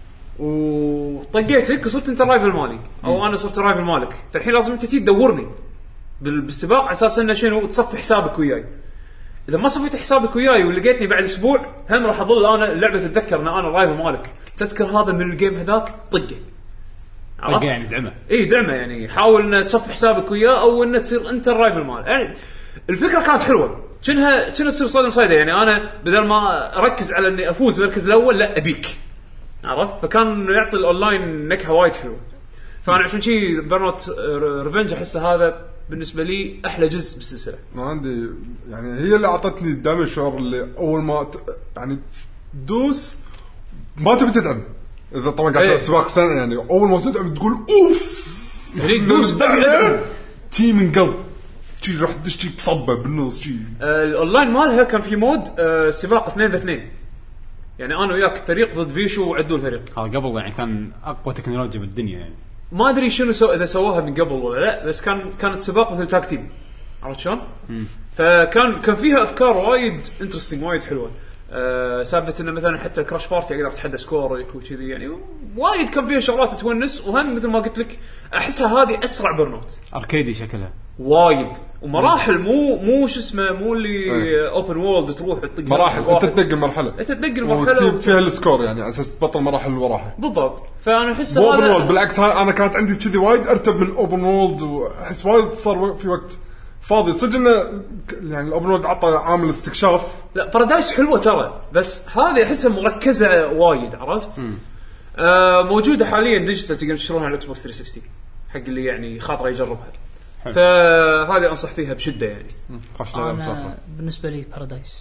وطقيتك وصرت انت رايفل مالي او انا صرت رايفل مالك. فالحين لازم انت تيجي تدورني بالسباق على اساس انه شنو تصفي حسابك وياي. اذا ما صفيت حسابك وياي ولقيتني بعد اسبوع هم راح اظل انا اللعبه تتذكر ان انا رايفل مالك. تذكر هذا من الجيم هذاك طقه يعني دعمه دعمه يعني حاول ان تصفي حسابك وياه او ان تصير انت الرايفل مال. يعني الفكره كانت حلوه كأنها تصير صيدة صيدة. يعني انا بدل ما اركز على اني افوز المركز الاول لا ابيك عرفت. فكان يعطي الاونلاين نكهه وايد حلوه. فانا عشان شيء برنوت ريفنج احسه هذا بالنسبه لي احلى جزء بالسلسله. ما عندي يعني هي اللي اعطتني دائما الشعور اللي اول ما يعني دوس ما تبي تدعم. اذا طبعا قاعد سباق سنه يعني اول ما تدعم تقول اوف هنيك دوس بقى تي من قلب تي راح تدش بصبه بالنص شيء. الاونلاين مالها كان في مود سباق 2-2 يعني انا وياك فريق ضد بيشو وعدوا الفريق. هذا قبل يعني كان اقوى تكنولوجيا بالدنيا يعني ما ادري شنو اذا سووها من قبل ولا لا بس كانت سباق مثل تاك تيم عرفت شلون. فكان فيها افكار وايد انترستينج وايد حلوه. سالفه انه مثلا حتى الكراش بارتي اقدر اتحدى سكورك وكذي يعني وايد كان فيها شغلات تونس. وهم مثل ما قلت لك احسها هذه اسرع برنوت اركيدي شكلها وايد ومراحل مو شو اسمه مو اللي اوبن وورلد تروح تطق مراحل انت تدق المرحله وتجيب فيها السكور يعني على اساس تبطل مراحل اللي وراها بالضبط. فانا احس هذا بالعكس انا كانت عندي كذي وايد ارتب من اوبن وورلد واحس وايد صار في وقت فاضي صدق انه يعني الاوبن وورلد عطى عامل استكشاف. لا بارادايس حلوه ترى بس هذه احسها مركزه وايد عرفت. موجوده حاليا ديجيتال تقدر تشتريها على الاكس بوكس 360 حق اللي يعني خاطره يجربها. فهذه انصح فيها بشده يعني. أنا بالنسبه لي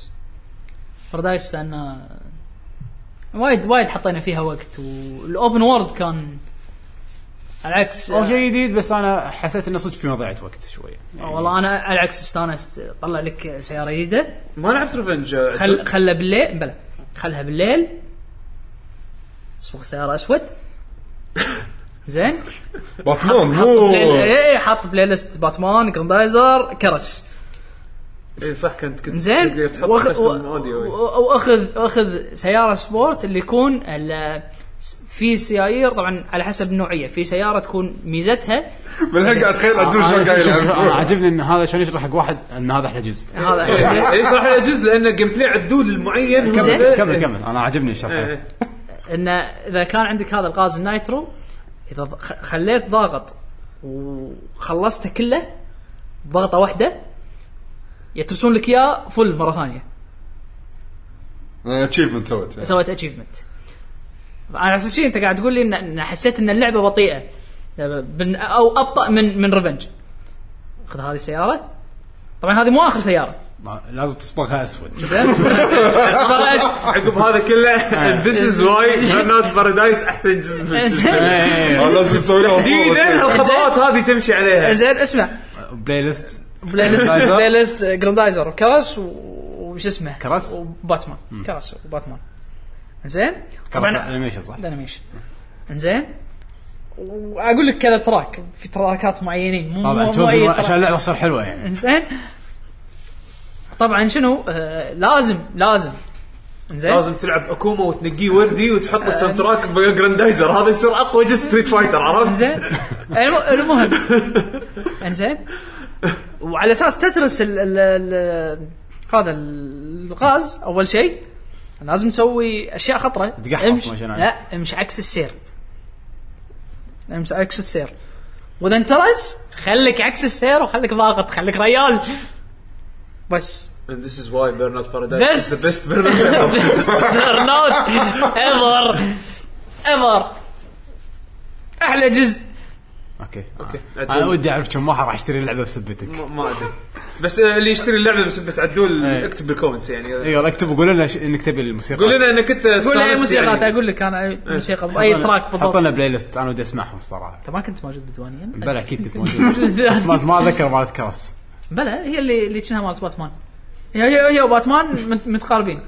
بارادايس لان وايد حطينا فيها وقت والاوبن وورلد كان على العكس او شيء جديد بس انا حسيت انه صدق في مضيعه وقت شويه يعني. والله انا على العكس استانست طلع لك سياره جديده ما لعبت ريفنج خلها بالليل بلا خلها بالليل سوق سياره اسود زين باتمان مو حاط بلاي ليست باتمان جراندايزر كرس صح كنت زين واخذ سياره سبورت اللي يكون في سيايير طبعا على حسب النوعيه. في سياره تكون ميزتها بالحق اتخيل عدول شلون قاعد يلعب. عجبني ان هذا شلون يشرح حق واحد ان هذا احلى جزء. هذا يشرح له جزء لان جيم بلاي عدول المعين. كمل انا عجبني الشرح. ان اذا كان عندك هذا الغاز النايترو اذا خليت ضاغط وخلصته كله ضغطه واحده يترسون لك اياه فل مره ثانيه. اتشيفمنت سويت اتشيفمنت. على اساس شيء انت قاعد تقول لي ان حسيت ان اللعبه بطيئه او ابطا من ريفنج. خذ هذه السياره طبعا هذه مو اخر سياره لازم تصبغها اسود زين عقب هذا كله this is why Burnout Paradise احسن جزء في السلسله. لازم تسوي لها تحديدا الخطوات هذه تمشي عليها. زين اسمع بلاي ليست جراندايزر وكراس وش اسمه كراس وباتمان كراس وباتمان زين طبعا انيميشن صح الانيميشن زين واقول لك كذا تراك في تراكات معينين طبعا مو عشان اللعبه تصير حلوه يعني زين طبعا شنو لازم زين لازم تلعب اكوما وتنقيه وردي وتحط له ساوند تراك بجراندايزر هذا يصير اقوى جزء ستريت فايتر عرفت زين المهم انزين وعلى اساس تترس هذا الغاز اول شيء لازم تسوي اشياء خطره امشي عكس السير واذا انترس خليك عكس السير وخليك ضاغط خليك ريال بس. And this is why Burnout Paradise is the best Burnout ever. احلى جزء. اوكي انا ودي اعرف كم واحد راح يشتري اللعبه بسبتك. ما ادري بس اللي يشتري اللعبه بسبت عدول اكتب بالكومنتس يعني ايوه اكتب وقول لنا انك تبي الموسيقى قول لنا انك انت قول لي موسيقى اقول لك انا موسيقى باي تراك بالضبط حط لنا بلاي ليست انا ودي اسمعهم صراحه. انت ما كنت موجود بالديوانيه؟ بلا اكيد كنت موجود بس ما اذكر مالت كراس. بلا هي اللي كانها مالت باتمان هي وباتمان متقاربين.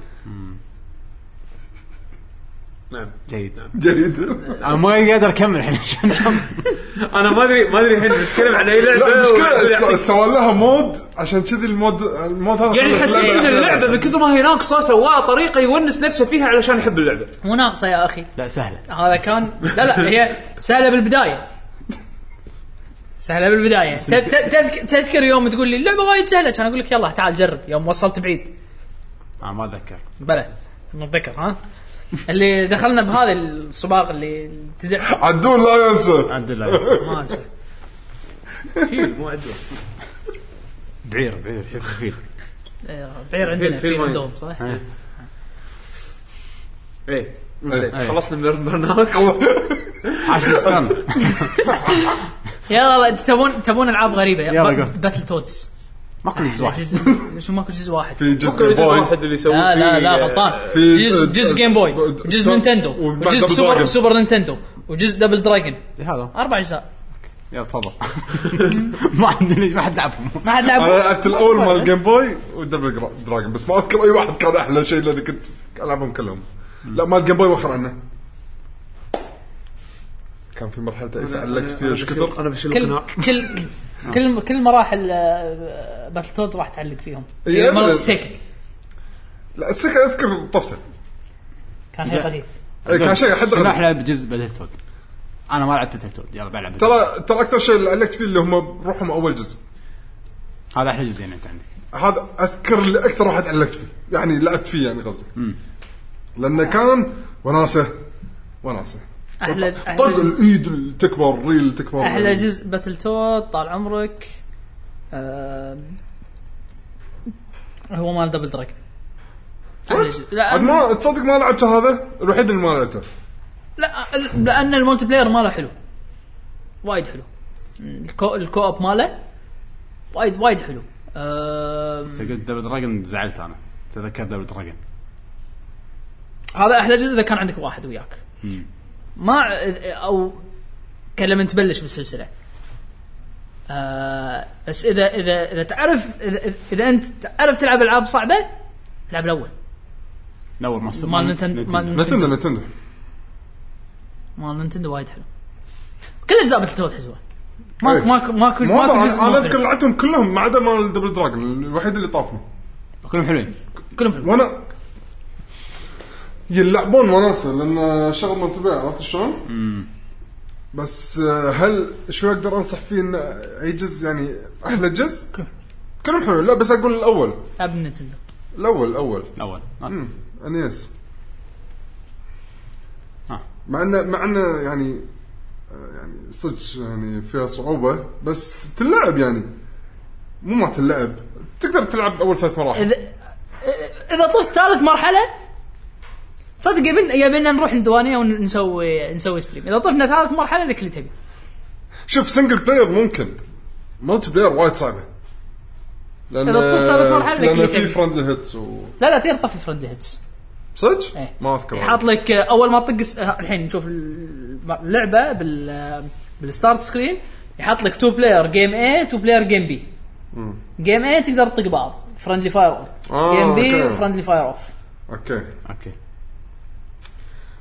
نعم جيد انا ما قادر اكمل الحين انا ما ادري الحين نتكلم عن اي لعبه مشكله سوى لها مود عشان كذي المود هذا يعني حسيت ان اللعبه من كثر ما هي ناقصه سواها طريقه يونس نفسه فيها علشان يحب اللعبه. مو ناقصه يا اخي لا سهله هذا كان لا هي سهله بالبدايه تذكر يوم تقول لي اللعبه وايد سهله كان اقول لك يلا تعال جرب يوم وصلت بعيد ما اتذكر بلا نتذكر ها اللي دخلنا بهذا الصباغ اللي عدول لا ينسى ما انسى فيل مو عدول بعير شوف فيل بعير عندنا فيل عندهم صح ايه خلصنا من البرنامج عشان السنة يلا تبون العاب غريبه يلا باتل تودز ماكو جزء واحد شو ماكو جزء واحد في جزء واحد اللي يسوي لا غلطان جزء جيم بوي جزء نينتندو وجزء سوبر نينتندو وجزء دبل دراجون هذا 4 أجزاء. يلا تفضل ما عندنا ما حد لعبهم انا لعبت الاول مال الجيم بوي ودبل دراجون بس ما اذكر اي واحد كان احلى شيء لاني كنت العبهم كلهم. لا مال الجيم بوي وخر عنه كان في مرحله تأسيس علقت فيها ايش كثر انا بشيل كل مراحل باتل تودز راح تعلق فيهم مرة السكة لا السكة اذكر طفته كان شيء غريب كان شيء حد غريب احلى بجزء باتل تود انا ما لعبت باتل تود يلا بلعب ترى اكثر شيء اللي علقت فيه اللي هم روحهم اول جزء هذا احلى جزء انت عندك هذا اذكر اللي اكثر واحد علقت فيه يعني لعبت فيه يعني قصدي لانه كان وناسه احلى طق الايد اللي تكبر الريل تكبر احلى جزء باتل تود طال عمرك هو مال دبل دراجون. لا ما تصدق ما لعبت هذا الوحيد اللي ما لعبته لا لان المولتي بلاير ماله حلو وايد حلو الكوب ماله وايد حلو. تقول دبل دراجون زعلت انا تذكر دبل دراجون هذا احلى جزء اذا كان عندك واحد وياك ما او كلمه تبلش بالسلسله بس اذا تعرف اذا انت تعرف تلعب العاب صعبه العب الاول مال نينتندو وايد حلو كل اجزاء بتلتوت حلوه ماكو جزء انا اذكر لعبتهم كلهم ما عدا مال دبل دراجون الوحيد اللي طافني كلهم حلوين وانا يلعبون وناسه لان شغل منتبه عرفت شلون بس هل شو اقدر انصح فيه ان اي جزء يعني احلى جزء كلهم حلو لا بس اقول الاول لعب نينتندو الاول انيس مع انه يعني صدق يعني فيها صعوبه بس تلعب يعني مو ما تلعب تقدر تلعب اول 3 مراحل اذا طفت ثالث مرحله صدق يبينا نروح الديوانيه ونسوي ستريم اذا طفنا ثالث مرحله لك اللي تبي. شوف سنجل بلاير ممكن مالتي بلاير وايد صعبه لان في فرندلي هيتس لا تقدر تطفي فرندلي هيتس صدق ما اذكر يحط لك اول ما تطق الحين نشوف اللعبه بالستارت سكرين يحط لك 2 بلاير جيم A 2 بلاير جيم B جيم A تقدر تطق بعض فرندلي فاير اون جيم B فرندلي فاير اوف اوكي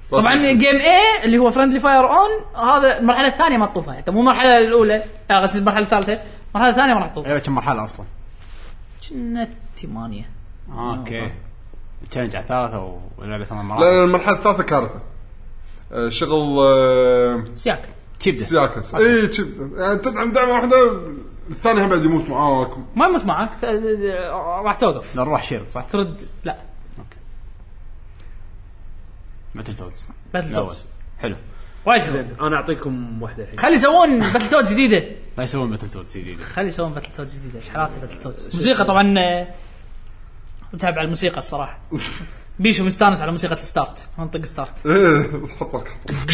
طبعا جيم اي اللي هو فريندلي فاير اون هذا المرحله الثانيه ما تطوفها انت مو المرحله الاولى قصدي المرحله الثالثه المرحله الثانيه ما راح تطوف ايوه كم مرحله اصلا كنا 8 اوكي تشالنج على 3 ولعبه 8 مرات لا المرحله الثالثه كارثه شغل سياك كبده سياكس اي يعني تدعم دعمه واحده الثاني هم بعد يموت معاك ما يموت معك راح توقف نروح شيرد صح ترد لا باتل تودز باتل تودز حلو وايد حلو. زين انا اعطيكم واحده الحين خلي يسوون باتل تودز جديده لا يسوون باتل تودز جديده خلي يسوون باتل تودز جديده ايش حالات باتل تودز موسيقى طبعا متابع الموسيقى الصراحه بيشو مستانس على موسيقى الستارت منطق ستارت حطك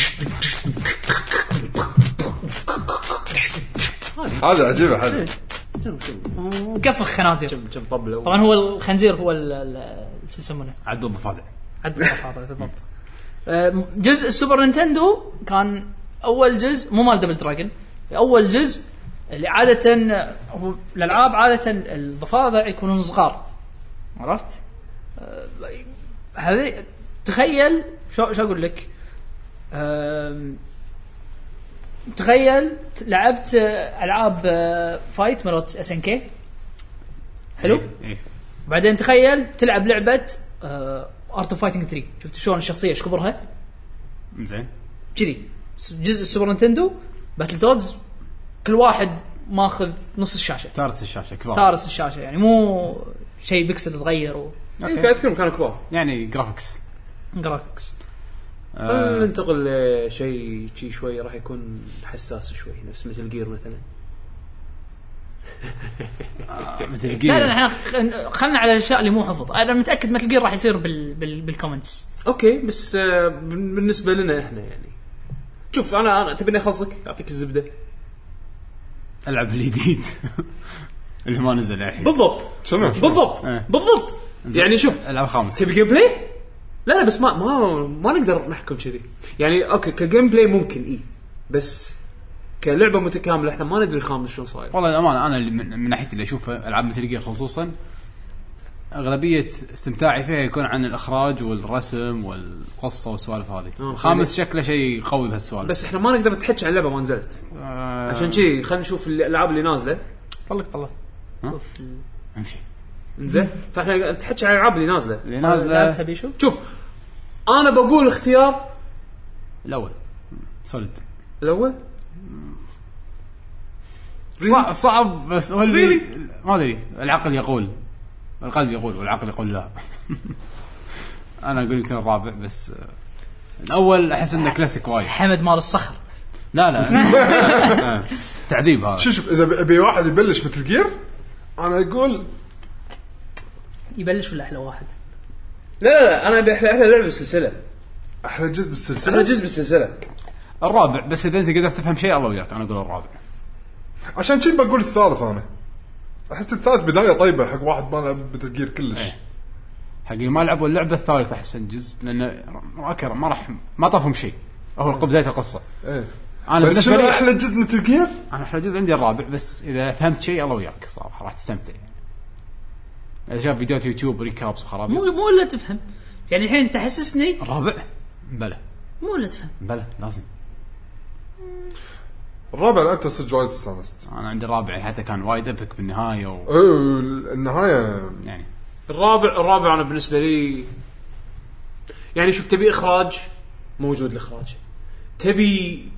هذا عجيبه حلو وكفخ خنازير كم طبله طبعا هو الخنزير هو شو يسمونه عد الضفادع عد الضفادع بالضبط جزء السوبر نينتندو كان اول جزء مو مال دبل دراجون اول جزء اللي عاده هو الالعاب عاده الضفادع يكونون صغار عرفت هذه تخيل شو اقول لك تخيل لعبت العاب فايت مالت اس ان كي حلو إيه. بعدين تخيل تلعب لعبه ارت اوف فايتنج 3 شفت شلون الشخصيه ايش كبرها زين كذي جزء السوبر نينتندو باتل تودز كل واحد ماخذ نص الشاشه تارس الشاشه كبار تارس الشاشه يعني مو شيء بيكسل صغير إيه اذكرهم كانوا كبار يعني جرافيكس جرافيكس ننتقل لشيء شوي راح يكون حساس شوي نفس مثل جير مثلا مثل جير لا احنا خلنا على الاشياء اللي مو حفظ انا متاكد مثل جير راح يصير بالكومنتس اوكي بس بالنسبه لنا احنا يعني شوف انا تبيني اخلصك اعطيك الزبده العب الجديد اللي ما نزل الحين بالضبط شنو بالضبط بالضبط يعني شوف العاب خامس تبي جيم بلاي لا بس ما نقدر نحكم كذي يعني اوكي كجيم بلاي ممكن بس كلعبه متكامله احنا ما ندري خامس شلون صاير والله الامانه انا اللي من ناحيه اللي اشوفه العاب مثل جير خصوصا اغلبيه استمتاعي فيها يكون عن الاخراج والرسم والقصه والسوالف هذه الخامس شكله شيء قوي بهالسوالف بس احنا ما نقدر نتحكي عن اللعبه ما نزلت عشان شيء خلينا نشوف الالعاب اللي نازله طلع امشي انزين فاحنا نتحكي عن الالعاب اللي نازله تبي شو شوف انا بقول اختيار الاول سوليد الاول صعب بس هو اللي ما ادري العقل يقول القلب يقول والعقل يقول لا انا اقول يمكن الرابع بس الاول احس انه كلاسيك وايد حمد مال الصخر لا تعذيب هذا شوف اذا ابي واحد يبلش مثل جير انا اقول يبلش ولا احلى واحد لا انا احلى لعبه بالسلسله احلى جزء بالسلسله احلى جزء بالسلسله الرابع بس اذا انت قدرت تفهم شيء الله وياك انا اقول الرابع عشان شي بقول الثالث انا احس الثالث بدايه طيبه حق واحد ما لعب مثل جير كلش حق ما لعبوا اللعبه الثالثه احسن جزء لانه اكثر ما راح ما طافهم شيء هو بدايه القصه انا بس شنو احلى جزء مثل جير انا احلى جزء عندي الرابع بس اذا فهمت شيء الله وياك صراحه راح تستمتع اذا شاف فيديوهات يوتيوب ريكابس وخرابيط مو الا تفهم يعني الحين تحسسني الرابع بلا مو الا تفهم بلا لازم الرابع لعبته صدق وايد استانست انا عندي الرابع حتى كان وايد ابك بالنهايه النهايه يعني الرابع انا بالنسبه لي يعني شوف تبي اخراج موجود الاخراج تبي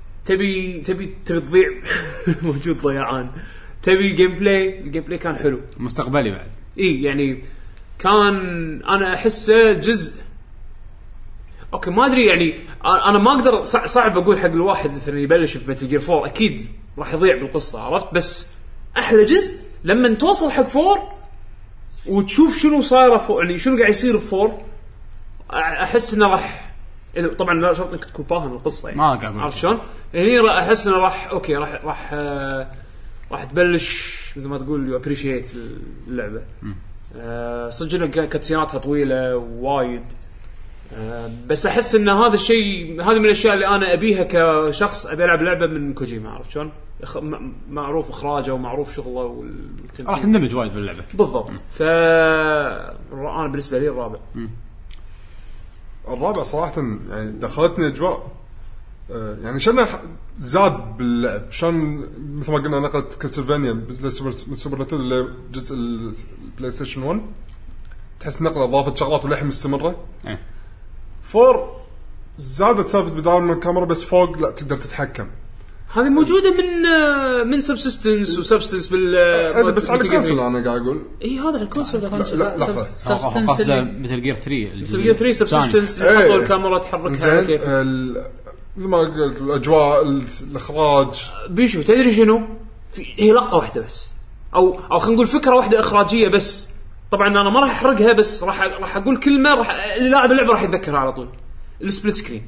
تضيع موجود ضيعان تبي جيم بلاي الجيم بلاي كان حلو مستقبلي بعد يعني كان انا احسه جزء اوكي ما ادري يعني انا ما اقدر صعب اقول حق الواحد مثلا يبلش بمثل جير 4 اكيد راح يضيع بالقصه عرفت بس احلى جزء لما توصل حق 4 وتشوف شنو صايره فوق يعني شنو قاعد يصير ب4 احس انه راح طبعا لا شرط انك تكون فاهم القصه يعني ما قاعد اقول عرفت شلون هني احس انه راح اوكي راح تبلش مثل ما تقول يو ابريشيت اللعبه صدق كاتسيناتها طويله وايد بس احس ان هذا الشيء هذا من الاشياء اللي انا ابيها كشخص ابي العب لعبه من كوجيما عرفت شلون معروف اخراجه ومعروف شغله راح تندمج وايد باللعبه بالضبط انا بالنسبه لي الرابع الرابع صراحه يعني دخلتني اجواء يعني شنو زاد باللعب شلون مثل ما قلنا نقلت كاسلفانيا بالسوبر نتندو اللي جزء البلاي ستيشن 1 تحس نقله اضافت شغلات ولحم مستمره. فور زادت سالفه بدال من الكاميرا بس فوق لا تقدر تتحكم. هذه موجوده من سبسيستنس وسبستنس بال بس على الكونسول انا قاعد اقول اي هذا الكونسول لا سبستنس مثل جير 3 مثل جير 3 سبسيستنس يحطوا الكاميرا تحركها كيف مثل ما قلت الاجواء الاخراج بيشو تدري شنو هي لقطه واحده بس او خلينا نقول فكره واحده اخراجيه بس. طبعا انا ما راح احرقها بس راح اقول كلمه راح لاعب اللعبه راح يتذكرها على طول. السبليت سكرين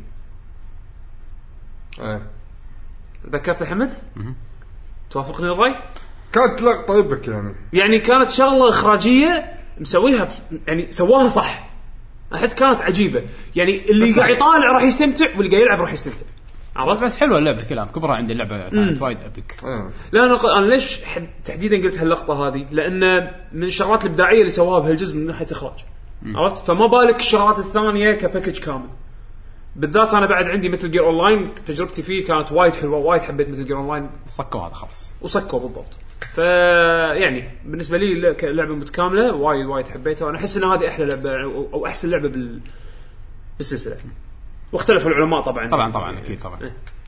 ذكرت حمد توافقني الرأي كانت لقطه يبك يعني كانت شغله اخراجيه مسويها يعني سواها صح. احس كانت عجيبه يعني اللي قاعد يطالع راح يستمتع واللي قاعد يلعب راح يستمتع. عرفت بس حلوه اللعبه كلام كبرها عند اللعبه كانت وايد ابيك. لا انا ليش تحديدا قلت هاللقطه هذه لان من الشغلات الابداعيه اللي سواها بهالجزء من ناحيه اخراج. عرفت فما بالك الشغلات الثانيه كباكج كامل. بالذات انا بعد عندي مثل جير اونلاين تجربتي فيه كانت وايد حلوه وايد حبيت مثل جير اونلاين صكوا هذا خلاص وصكوا بالضبط. فيعني بالنسبه لي لعبه متكامله وايد حبيتها وانا احس ان هذه احلى لعبه او احسن لعبه بالسلسله. واختلف العلماء طبعا اكيد طبعا.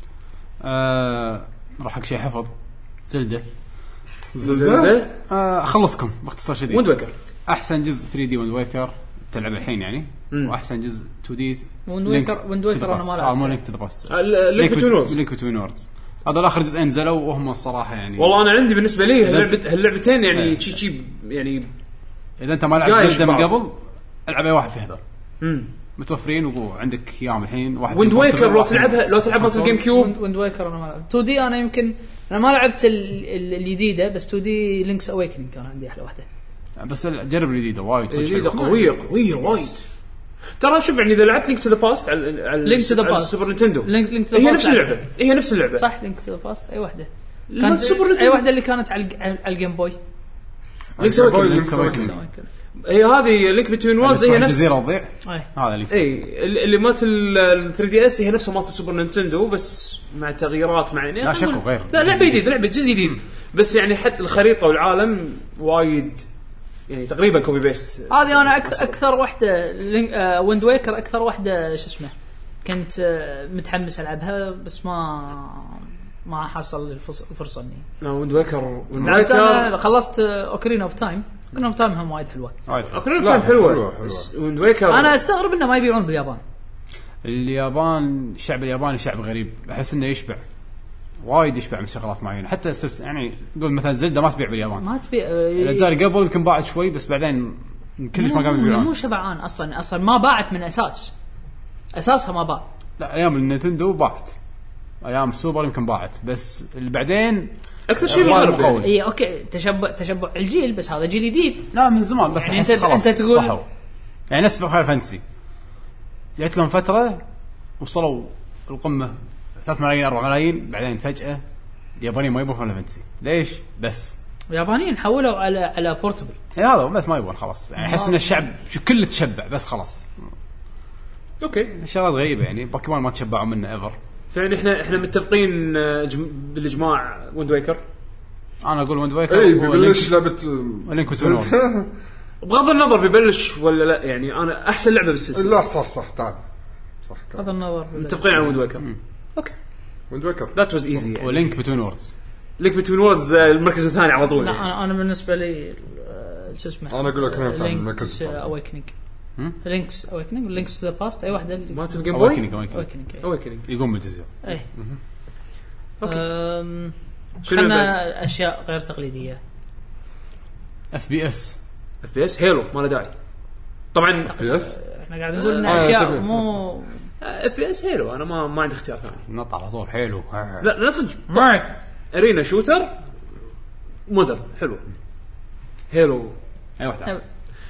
راح حق شيء حفظ زلدة اخلصكم باختصار شديد. ويند ويكر احسن جزء 3 دي ويند ويكر تلعب الحين يعني واحسن جزء 2 دي ويند ويكر انا ما لعبت لينك تو ذا باست لينك بتوين ووردز هذا الاخر جزئين نزلوا وهم الصراحه يعني والله انا عندي بالنسبه لي هاللعبتين يعني شي يعني اذا انت ما لعبت زلدة من قبل العب اي واحد في هذول متوفرين وعندك ايام الحين واحد. ويند ويكر لو تلعب مثل جيم كيوب ويند ويكر انا ما لعبت 2 دي. انا يمكن انا ما لعبت الجديده بس 2 دي لينكس اويكنينج كان عندي احلى واحده. بس جرب الجديده وايد قويه وايد ترى. شوف يعني اذا لعبت لينك تو ذا باست على السوبر نينتندو هي نفس اللعبه صح. لينك تو ذا باست اي واحده كانت اي واحده اللي كانت على الجيم بوي لينكس اويكنينج هي هذه لينك بتوين وورلدز هي نفس جزيره تضيع هذا اللي مات ال 3 دي اس هي نفسها مات السوبر نينتندو بس مع تغييرات مع لا شكو غير لا لعبه جديده لعبه جزء جديد بس يعني حتى الخريطه والعالم وايد يعني تقريبا كوبي بيست. هذه انا اكثر واحده ويند ويكر اكثر واحده شو اسمه كنت متحمس العبها بس ما حصل الفرصه اني ويند ويكر انا خلصت اوكرين اوف تايم. اوكرين اوف تايم هم وايد حلوه. اوكرين اوف تايم حلوه. ويند ويكر انا استغرب انه ما يبيعون باليابان. الشعب الياباني شعب غريب احس انه يشبع وايد يشبع من شغلات معينه حتى يعني نقول مثلا زلدة ما تبيع باليابان ما تبيع الاجزاء قبل يمكن باعت شوي بس بعدين كلش ما قاموا يبيعون. مو شبعان اصلا ما باعت من اساسها ما باع. لا ايام النينتندو باعت ايام السوبر يمكن باعت بس اللي بعدين اكثر شيء بالغرب اي اوكي تشبع الجيل بس هذا جيل جديد. لا من زمان بس يعني انت تقول صحوا. يعني نفس فاينل فانتسي جت لهم فتره وصلوا القمه 3 ملايين 4 ملايين بعدين فجاه اليابانيين ما يبون فاينل فانتسي. ليش بس اليابانيين حولوا على بورتبل هذا بس ما يبون خلاص يعني احس ان الشعب شو كله تشبع بس خلاص. اوكي الشغلات غريبه يعني بوكيمون ما تشبعوا منه ايفر. فيعني احنا متفقين بالاجماع ويند ويكر. انا اقول ويند ويكر ببلش لعبه لينك بتوين ووردز بغض النظر ببلش ولا لا يعني انا احسن لعبه بالسلسله. لا صح تعال صح بغض النظر متفقين على ويند ويكر. اوكي ويند ويكر ذات واز ايزي. ولينك بتوين ووردز المركز الثاني على طول. لا انا بالنسبه لي شو اسمه انا اقول لك انا المركز اويكنينج لينكس اويكنينج ولينكس تو ذا باست اي واحده اللي ما تلقى بوي اويكنينج يقوم بالجزء اي خلنا اشياء غير تقليديه. اف بي اس هيلو ما له داعي طبعا. احنا قاعد نقول ان اشياء مو اف بي اس هيلو. انا ما عندي اختيار ثاني. نط على طول حلو. لا صدق ارينا شوتر مودرن حلو. هيلو اي واحده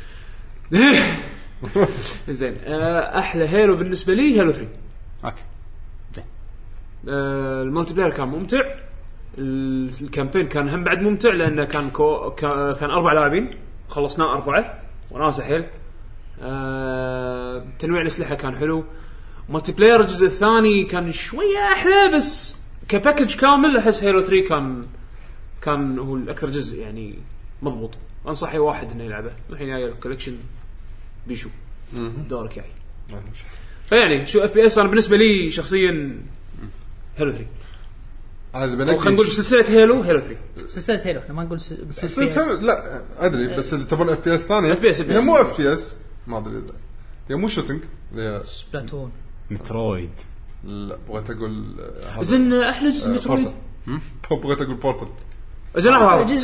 زين. احلى هيلو بالنسبه لي هيلو 3. اوكي زين. المالتي بلاير كان ممتع. الكامبين كان هم بعد ممتع لانه كان 4 لاعبين خلصناه 4 وناسه حيل. تنويع الاسلحه كان حلو. مالتي بلاير الجزء الثاني كان شويه احلى، بس كباكج كامل احس هيلو 3 كان هو الاكثر جزء يعني مضبوط. انصح اي واحد انه يلعبه. الحين جاي الكولكشن بيشو دورك يعني. فيعني شو اف بي اس انا بالنسبه لي شخصيا هيلو 3 هذا خلينا نقول سلسله هيلو 3 سلسله هيلو احنا ما نقول سلسله لا ادري بس اللي تبون اف بي اس ثانيه FPS. هي مو اف بي اس ما ادري اذا هي مو شوتنج هي سبلاتون مترويد. لا بغيت اقول زين احلى جزء مترويد. بغيت اقول بورتل. زين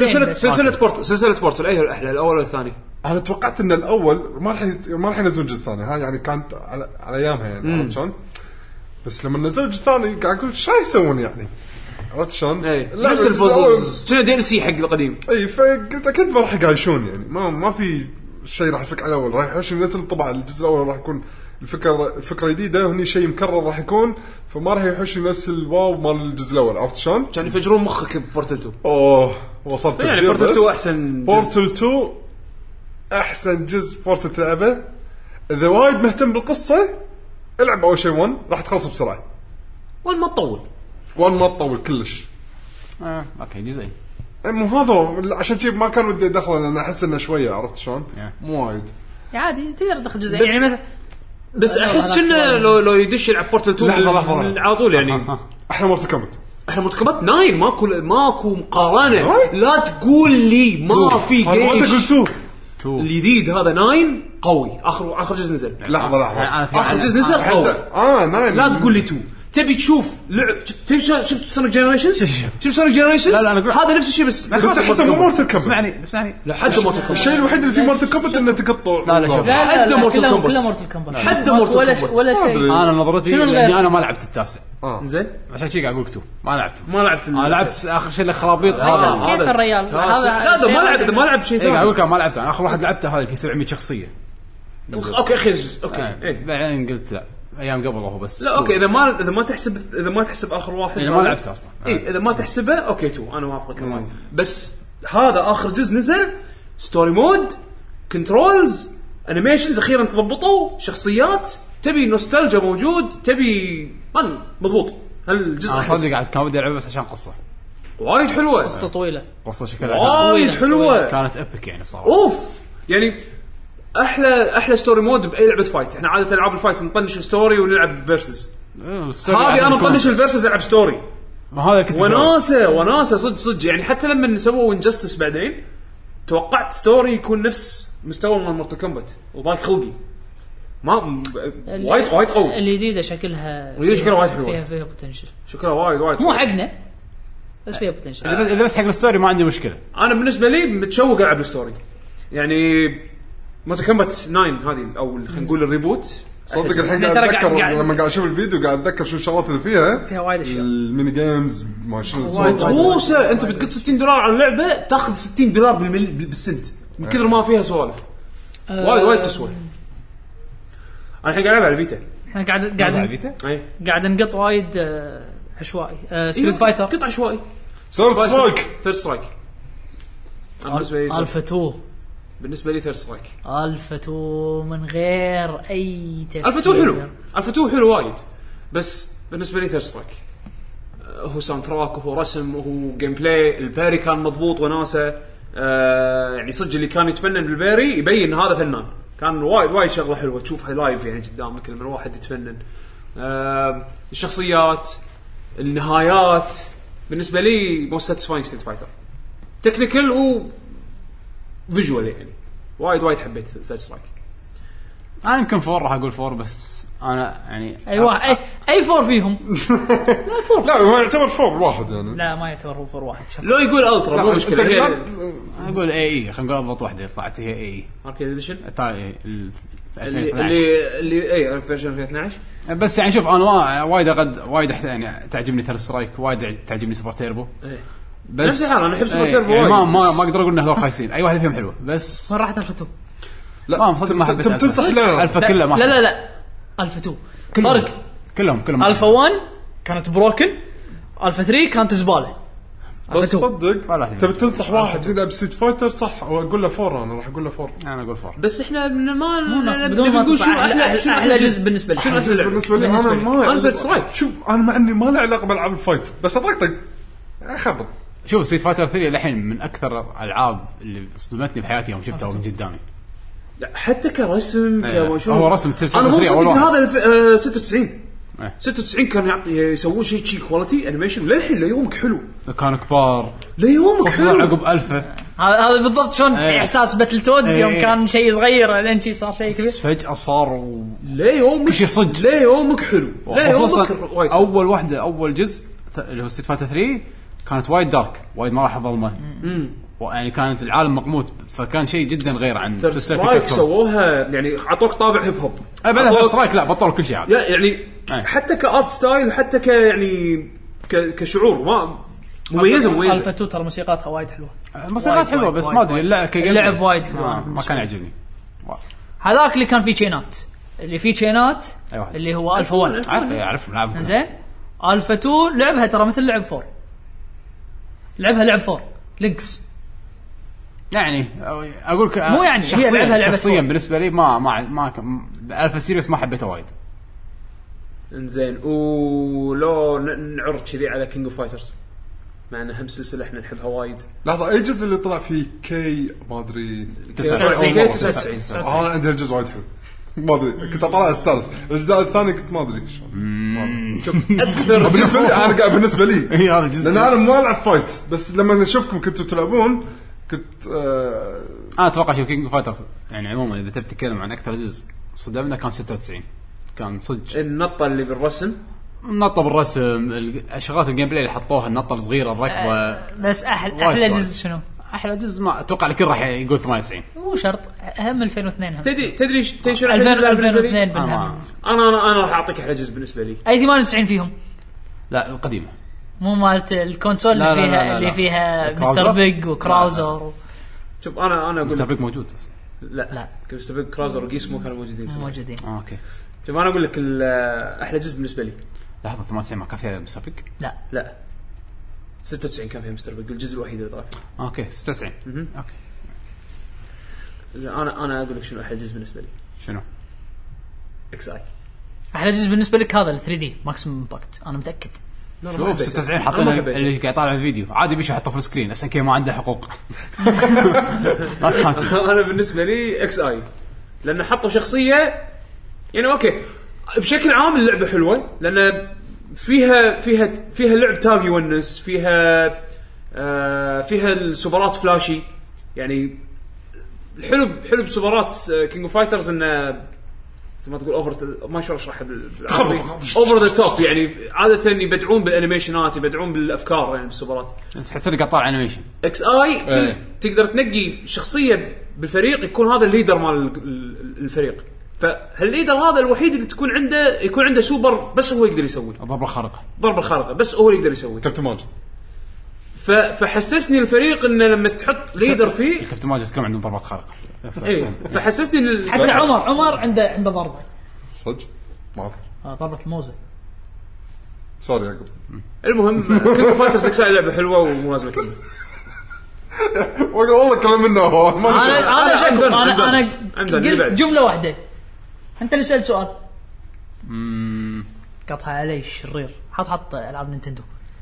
سلسله بورتل اي الاحلى الاول ولا الثاني؟ انا توقعت ان الاول ما راح ينزلون جزء ثاني ها يعني كانت على ايامها يعني عرفت شلون. بس لما نزلوا جزء ثاني قاعد اقول شو يسوون يعني عرفت شلون. نفس البوزز كنا دي ال سي حق القديم. اي فقلت اكيد ما راح يقايشون يعني ما في شيء راح يسك على الاول. راح يحوش ينزل الطبعه الجزء الاول راح يكون الفكره جديده هني شيء مكرر راح يكون فما راح يحوش نفس الواو مال الجزء الاول عرفت شلون. كان يفجرون مخك ببورتل 2. وصلت يعني بورتل 2 احسن بورتل 2 احسن جزء بورتل تلعبه. اذا وايد مهتم بالقصه العب اول شيء 1 راح تخلص بسرعه. وين ما تطول 1 ما تطول كلش. اوكي جزئين مو هذا عشان شيء ما كان ودي ادخله لان احس انه شويه عرفت شلون مو وايد عادي تقدر تدخل جزئين يعني مثلا. بس احس كنا لو يدش يلعب بورتل 2 على طول يعني احنا مرتكبت 9 ماكو مقارنه. لا تقول لي ما في جيش الجديد هذا 9 قوي. اخر جزء نزل لحظه اخر جزء نزل قوي 9 لا تقول لي 2 تبي تشوف شفت سونيك جنريشنز شفت سونيك جنريشنز هذا نفس الشيء بس حسب مرتكب اسمعني لحد مرتكب الشيء الوحيد اللي في مرتكب انه تقطع لا شوف حد مرتكب كله مرتل كومبات حد مرتكب ولا شيء. انا نظرتي اني انا ما لعبت التاسع زين عشان شيء قاعد اقول لك ما لعبت انا لعبت اخر شيء الخرابيط هذا كيف الريال هذا ما لعب شيء ثاني اقول لك ما لعبت. انا اخر واحد لعبته هذا في 700 شخصيه اوكي اخي اوكي بعدين قلت لا ايام قبل هو بس لا اوكي اذا ما تحسب اخر واحد ما لعبت اصلا اذا ما تحسبه اوكي 2 انا موافقك الراي. بس هذا اخر جزء نزل ستوري مود كنترولز انيميشنز اخيرا تضبطوا شخصيات تبي نوستالجيا موجود تبي مضبوط. هالجزء صدق قاعد كان بدي العب بس عشان قصه وايد حلوه قصه طويله قصه شكلها وايد حلوه كانت ابيك يعني صراحه اوف يعني احلى ستوري مود باي لعبه فايت. احنا عاده العاب الفايت نطنش الستوري ونلعب فيرسز. هذه انا نطنش الفيرسز العب ستوري هذا كنت وناسه صدق يعني. حتى لما نسووا انجستس بعدين توقعت ستوري يكون نفس مستوى مال مورتال كومبات وضايق خلقي ما وايد قوي. الجديده شكلها وايد حلوه فيها بوتنشل شكلها وايد مو حقنا بس فيها بوتنشل. اذا بس حق الستوري ما عندي مشكله. انا بالنسبه لي متشوق العب الستوري يعني. مورتال كومبات 9 هذه او خلينا نقول الريبوت صدق الحين قاعد اتذكر لما قاعد اشوف الفيديو قاعد اتذكر شو الشغلات اللي فيها وايد اشياء الميني جيمز ما شنو مدروسه. انت بتقط $60 على اللعبه تاخذ $60 بالسنت من كثر ما فيها سوالف وايد تسوى. انا الحين قاعد العب على الفيتا. احنا قاعد على الفيتا قاعد نقط وايد عشوائي. ستريت فايتر قطع عشوائي. ثيرد سترايك الفا 2 بالنسبه لي ثيرد سترايك الفا 2 من غير اي تفكير. الفا 2 حلو وايد بس بالنسبه لي ثيرد سترايك هو ساوند تراك وهو رسم وهو جيم بلاي. الباري كان مضبوط وناسه يعني صدق اللي كان يتفنن بالباري يبين هذا فنان. كان وايد شغله حلوه تشوفها لايف يعني قدامك لما الواحد يتفنن. الشخصيات النهايات بالنسبه لي مو ساتسفاينج ستريت فايتر تكنيكال و فيجوال يعني وايد حبيت ثيرد سترايك. انا يمكن 4 راح اقول 4 بس انا يعني اي 4 فيهم لا هو يعتبر 4 واحد يعني. لا ما يعتبر هو 4 واحد. لو يقول الترا مو مشكله اقول اي خلينا نقول اضبط واحده طلعت هي اي اركيد اديشن اللي اي فيرجن 2012. بس يعني شوف انا وايد يعني تعجبني ثيرد سترايك وايد تعجبني سوبر تيربو بس نفس الحال انا احب سوبر تيربو يعني ما اقدر اقول ان هذول خايسين. اي واحد فيهم حلوه بس وين راحت الفا 2؟ لا صدق ما حبيت تنصح لا الفا كلها ما لا الفا 2 فرق كلهم الفا 1 كانت بروكن الفا 3 كانت زباله بس صدق ولا تبي تنصح واحد يلعب ستريت فايتر صح واقول له 4 انا راح اقول له 4 انا اقول 4 بس احنا ما بدون ما نقول تنصح شنو احلى جزء بالنسبه لي. شنو أحلى بالنسبه لي بالنسبة انا لي. ما أنا سترايك. شوف انا مع اني ما له علاقه بالعاب الفايت بس اطقطق اخبط. شوف ستريت فايتر 3 الحين من اكثر الالعاب اللي صدمتني بحياتي يوم شفتها من قدامي. لا حتى كرسم كوشو هو رسم انا مو 3 صدق أول واحد. هذا 96 إيه. 96 كان يعطي يسوون شيء كواليتي انيميشن للحين ليومك حلو كانوا كبار ليومك خصوصا حلو عقب الفا هذا بالضبط شلون إيه. احساس باتل تودز يوم إيه. كان شيء صغير لين شي صار شيء كبير. فجاه صار ليومك كل شيء صج. ليومك حلو خصوصا ليومك وايد اول واحده اول جزء اللي هو ستريت فايتر 3 كانت وايد دارك وايد ما راح ظلمه يعني كانت العالم مقموت فكان شيء جدا غير عن سلسله سترايك كابكوم. بعدها يعني عطوك طابع هيب هوب بعدها سترايك لا بطلوا كل شيء عاد يعني أي. حتى كارت ستايل حتى يعني كشعور ما مميزه الفا 2 ترى موسيقاتها وايد حلوه. الموسيقات وايد حلوه وايد بس وايد ما ادري وايد. لا اللعب وايد حلو. ما كان يعجبني. هذاك اللي كان فيه تشينات اللي فيه تشينات أي واحد. اللي هو الفا 1 اعرف لعبهم زين. الفا 2 لعبها ترى مثل لعب 4 لعبها لعب 4 لينكس يعني اقول لك مو يعني هي لعبها لعبه شخصيا 4. بالنسبه لي ما الفا سيريس ما حبيته وايد. انزين ولو نعرض كذي على كينج اوف فايترز مع انها هم سلسله احنا نحبها وايد. لحظه اي جزء اللي طلع فيه كي ما ادري 99 انا عندي الجزء وايد حلو ما ادري كنت اطلع استانس الجزء الثاني كنت ما ادري شوف اكثر بالنسبه لي انا قاعد بالنسبه لي اي هذا الجزء لان انا ما العب فايت بس لما اشوفكم كنتوا تلعبون كنت انا اتوقع شوف كينج فايترز يعني عموما اذا تبي تتكلم عن اكثر جزء صدمنا كان 96 كان صدق النطه اللي بالرسم النطه بالرسم الشغلات الجيم بلاي اللي حطوها النطه الصغيره الركبه بس احلى جزء شنو احلى جزء ما اتوقع الكل راح يقول 98 مو شرط هم 2002 هم تدري شنو 2002 بالهم. انا راح اعطيك احلى جزء بالنسبه لي اي 98 فيهم لا القديمه مو مالت الكونسول اللي فيها اللي فيها مستر بيج وكراوزر. شوف انا اقول مستر بيج موجود لا مستر بيج كراوزر وجيسمو كانوا موجودين اوكي. شوف انا اقول لك احلى جزء بالنسبه لي لحظه 98 ما كان فيها مستر بيج لا 96 كان فيها مستر بيج الجزء الوحيد اللي طلع فيه. اوكي 96 اوكي. اذا انا اقول لك شنو احلى جزء بالنسبه لي شنو اكس اي احلى جزء بالنسبه لك هذا ال 3 دي ماكسيمم امباكت انا متاكد. شوف 96 حاطين اللي قاعد يطالع الفيديو عادي بيشو حطه في السكرين اصلا كي ما عنده حقوق. انا بالنسبه لي اكس اي لان حطوا شخصيه يعني اوكي بشكل عام اللعبه حلوه لان فيها لعب تاغي يونس فيها السوبرات فلاشي يعني الحلو بسوبرات كينج اوف فايترز انه ما تقول اوفر ما شو اشرح بالعربي اوفر ذا توب يعني عاده يبدعون بالانيميشنات يبدعون بالافكار يعني بالسوبرات تحس انك قاطع انيميشن. اكس اي تقدر تنقي شخصيه بالفريق يكون هذا الليدر مال الفريق فهالليدر هذا الوحيد اللي يكون عنده سوبر بس هو يقدر يسوي ضربه خارقه بس هو يقدر يسوي كابتن ماجد. فحسسني الفريق انه لما تحط ليدر فيه الكابتن ماجد كم عندهم ضربات خارقه ايه فحسسني حتى عمر عنده ضربه صدق ما اذكر ضربه الموزه سوري يا قبل. المهم كينج اوف فايترز اكس اي لعبه حلوه ومناسبه كذا والله كلام منه هو انا قلت جمله واحده انت اللي سألت سؤال قطها علي الشرير حط العاب نينتندو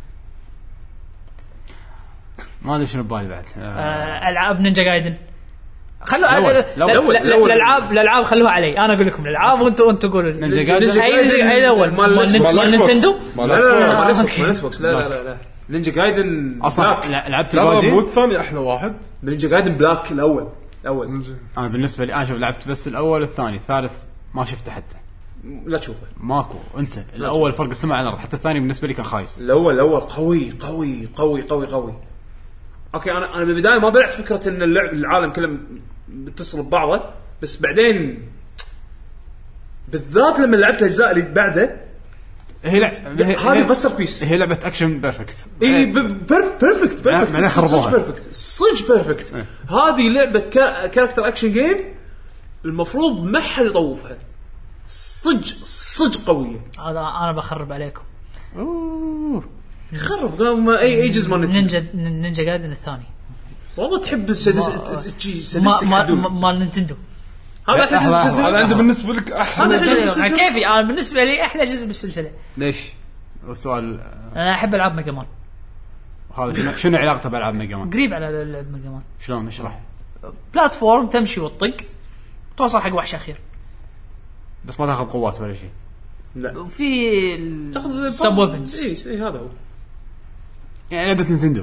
ما ادري شنو ببالي بعد العاب نينجا جايدن خلوا الالعاب خلوها علي انا اقول لكم الالعاب وانتوا قولوا نينجا جايدن اي الاول مال نينتندو مال اكس بوكس لا نينجا جايدن اصلا لعبت الباجي مو الثاني احلى واحد نينجا جايدن بلاك الاول انا بالنسبه لي انا شوف لعبت بس الاول الثاني الثالث ما شفته حتى لا تشوفه ماكو انسى الاول فرق السماء على الارض حتى الثاني بالنسبه لي كان خايس الاول قوي قوي قوي قوي قوي اوكي انا بالبدايه ما بلعت فكره ان العالم كله بتصل ببعضه بس بعدين بالذات لما لعبت الاجزاء اللي بعده هذه ماستر بيس هي لعبه اكشن بيرفكت اي بيرفكت صدق بيرفكت هذه لعبه كاركتر اكشن جيم المفروض ما حد يطوفها صدق قويه هذا انا بخرب عليكم خرب قام اي جزء ما نينجا جايدن الثاني والله تحب سادستك مال نينتندو. هذا عنده بالنسبه لك احلى كيفي انا بالنسبه لي احلى جزء بالسلسله. ليش السؤال؟ انا احب العاب ميجا مان. هذا شنو علاقته بالعاب ميجا مان؟ قريب على لعب ميجا مان. شلون اشرح؟ بلاتفورم تمشي وتطق توصل حق وحش اخير بس ما تاخذ قوات ولا شيء. لا وفي تاخذ سب ويبنز. اي هذا هو يعني لعبه نينتندو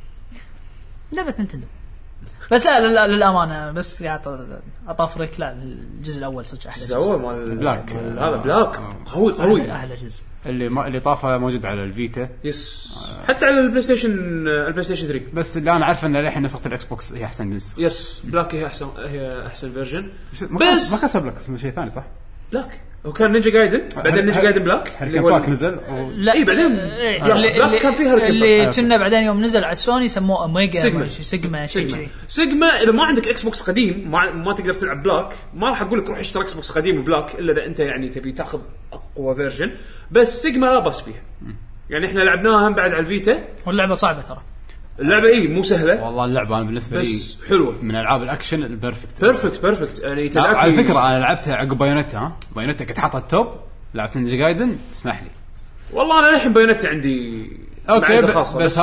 بس لا للامانه بس اطفرك لا الجزء الاول صدق احلى جزء مال بلاك. هذا بلاك قوي احلى جزء اللي طافه موجود على الفيتا يس حتى على البلاي ستيشن 3. بس اللي انا عارفه ان الحين نسخه الاكس بوكس هي احسن نسخه. يس بلاك هي احسن فيرجن. بس ما كسب لك اسمه شيء ثاني صح؟ بلاك وكان نينجا جايدن بعدين نينجا جايدن بلاك اللي هو نزل لا اي بعدين بلاك كان فيها اللي كنا بعدين يوم نزل على السوني سموه اوميجا سيجما. اذا ما عندك اكس بوكس قديم ما تقدر تلعب بلاك ما راح اقول لك روح اشتري اكس بوكس قديم وبلاك الا اذا انت يعني تبي تاخذ اقوى فيرجن. بس سيجما لا بس فيها يعني احنا لعبناها هم بعد على الفيتا واللعبه صعبه ترى اللعبه مو سهله والله. اللعبه انا بالنسبه لي بس حلوه من العاب الاكشن البيرفكت يعني على فكره انا لعبتها عقب بايونيتا كنت حاطها التوب لعبت نينجا جايدن اسمح لي والله انا الحين بايونيتا عندي اوكي بس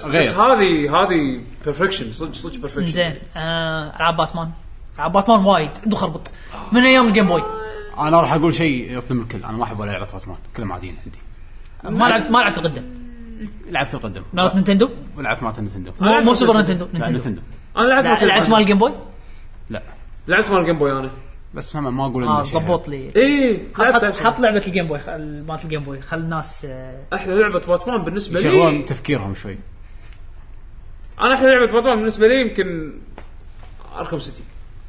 هذه بيرفكشن صدق بيرفكشن زين. العاب باتمان وايد عنده خربط من ايام الجيم بوي. انا راح اقول شيء يصدم الكل انا ما احب ولا لعبه باتمان كلهم عاديين عندي. ما لعبت القدم لعبت القدم مالت نينتندو ولعبت مالت نينتندو مو سوبر نينتندو انا لعبت مال الجيم بوي. لا لعبت مال الجيم بوي انا بس ما اقول انه ضبط لي حط لعبه الجيم بوي مالت الجيم بوي خل الناس احلى لعبه باتمان بالنسبه لي يشغلون تفكيرهم شوي. انا احلى لعبه باتمان بالنسبه لي يمكن اركم سيتي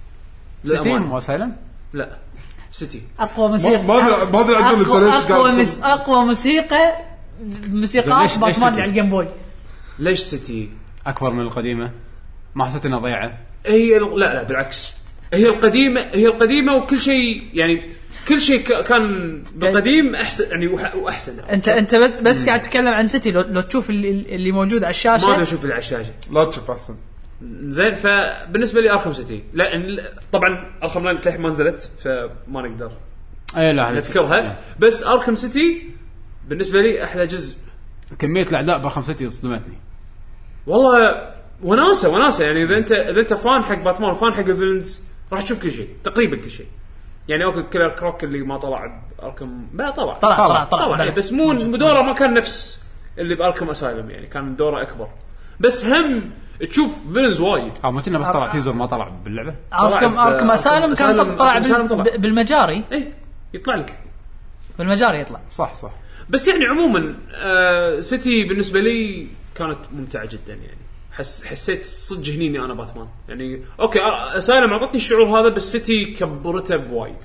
مو سايلم لا سيتي اقوى موسيقى ما ادري عدول انت ليش اقوى موسيقى باتمان على الجيم بوي. ليش سيتي اكبر من القديمه ما حسيت انها ضيعه. هي لا بالعكس هي القديمه وكل شيء يعني كل شيء كان بالقديم احسن يعني واحسن. انت بس قاعد تتكلم عن سيتي لو تشوف اللي موجود على الشاشه ما اشوف اللي على الشاشه لا تشوف احسن زين. فبالنسبه لي اركم سيتي لا طبعا اركم لاين ما نزلت فما نقدر لا نذكرها بس اركم سيتي بالنسبه لي احلى جزء. كميه الاعداء باركم سيتي صدمتني والله وناسه يعني اذا انت فان حق باتمان فان حق الفيلنز راح تشوف كل شيء تقريبا كل شيء يعني اوكي كيلر كروك اللي ما طلع باركم طلع بس مو دوره ما كان نفس اللي باركم اسايلم يعني كان دوره اكبر بس هم تشوف فيلنز وايد. ما كنا بس طلع تيزر ما طلع باللعبه. اركم اسايلم كان طلع بالمجاري يطلع لك بالمجاري يطلع صح بس يعني عموما سيتي بالنسبه لي كانت ممتعه جدا يعني حسيت صدق هنيني انا باتمان يعني اوكي اسايلم اعطتني الشعور هذا بس سيتي كبرته بوايد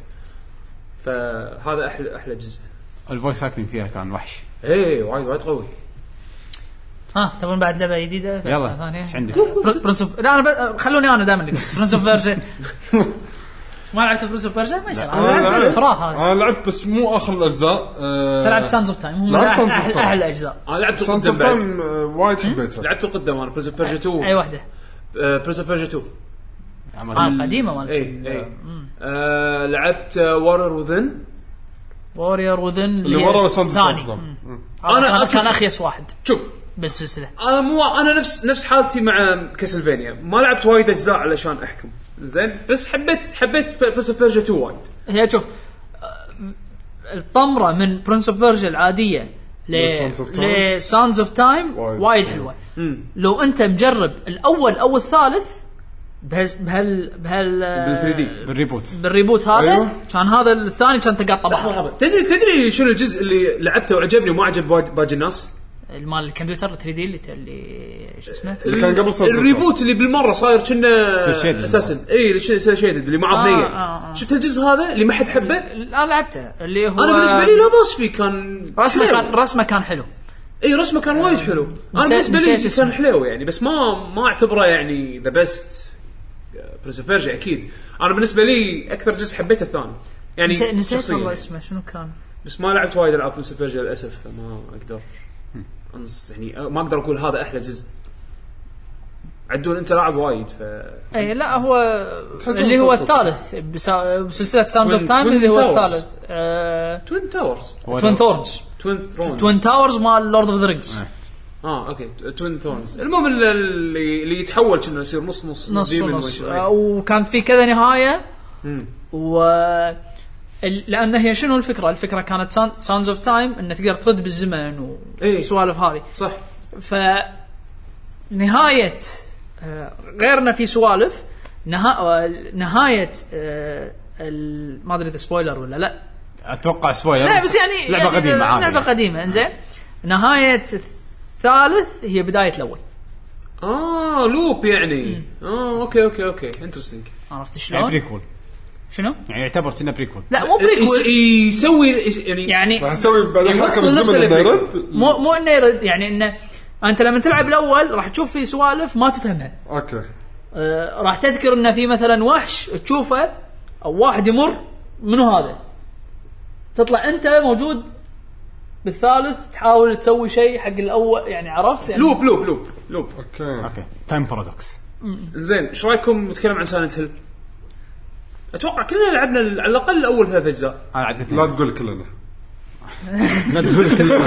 فهذا احلى جزء. الفويس اكتنج فيها كان وحش وايد قوي. تبون بعد لعبه جديده يلا ايش عندك؟ لا انا خلوني انا دائما برنس اوف فيرجن ما لعبت برنس اوف فيرجن ما شاء الله انا لعبت بس مو اخر الاجزاء. لعبت سانز اوف تايم احلى الاجزاء. انا لعبت سانز اوف تايم وايد حبيتها. لعبت القدم انا برنس اوف فيرجن 2 اي واحده برنس اوف فيرجن 2 قديمه مالت لعبت وورير وذن اللي ورا سانز اوف تايم. انا كان اخيس واحد شوف بالسلسله. انا نفس حالتي مع كاسلفينيا ما لعبت وايد اجزاء علشان احكم زين بس حبيت برنس اوف بيرجا 2 وايد. هي شوف الطمره من برنس اوف بيرجا العاديه لسانز اوف تايم وايد حلوه. لو انت مجرب الاول او الثالث بالريبوت هذا أيوه. كان هذا الثاني كان تقطع بحر. تدري شنو الجزء اللي لعبته وعجبني وما عجب باقي الناس؟ المال الكمبيوتر 3 دي اللي شو اسمه اللي كان قبل الريبوت اللي بالمره صاير كنا اساسا اللي شيء اللي مع بنيه. شفت الجزء هذا اللي ما حد حبه؟ لا لعبته اللي هو انا بالنسبه لي لا باس فيه كان رسمه كان حلو. رسمه كان وايد حلو. انا بالنسبه لي كان حلو يعني بس ما اعتبره يعني ذا بيست برنس اوف بيرجا اكيد. انا بالنسبه لي اكثر جزء حبيته الثاني يعني نسيت والله اسمه شنو كان بس ما لعبت وايد العاب برنس اوف بيرجا للاسف فما اقدر يعني ما اقدر اقول هذا احلى جزء. عدول انت لاعب وايد اي لا هو اللي هو الثالث بسلسله ساوندز اوف تايم اللي هو الثالث توين تاورز توين تاورز مال لورد اوف ذا رينجز. اوكي توين تاورز المهم اللي يتحول كأنه يصير نص وكانت في كذا نهايه و لأن هي شنو الفكرة كانت ساوندز اوف تايم ان تقدر ترد بالزمن وسوالف هذه صح. فنهاية غيرنا في سوالف نهاية ما ادري اذا سبويلر ولا لا اتوقع سبويلر لا بس يعني لعبة قديمة انزين. نهاية الثالث هي بداية الاول لوب يعني اوكي انترستينج. عرفت شلون يعني بريكول شنو يعني يعتبر كنا بريكول لا مو بريكول يسوي يعني راح يسوي بعد حكم الزمن انه يرد مو انه يرد يعني انه انت لما تلعب الاول راح تشوف في سوالف ما تفهمها اوكي راح تذكر انه في مثلا وحش تشوفه او واحد يمر منو هذا تطلع انت موجود بالثالث تحاول تسوي شيء حق الاول يعني عرفت يعني لوب اوكي تايم بارادوكس. زين ايش رايكم نتكلم عن سايلنت هيل؟ اتوقع كلنا لعبنا على الاقل اول 3 اجزاء. لا تقول كلنا لا تقول كلنا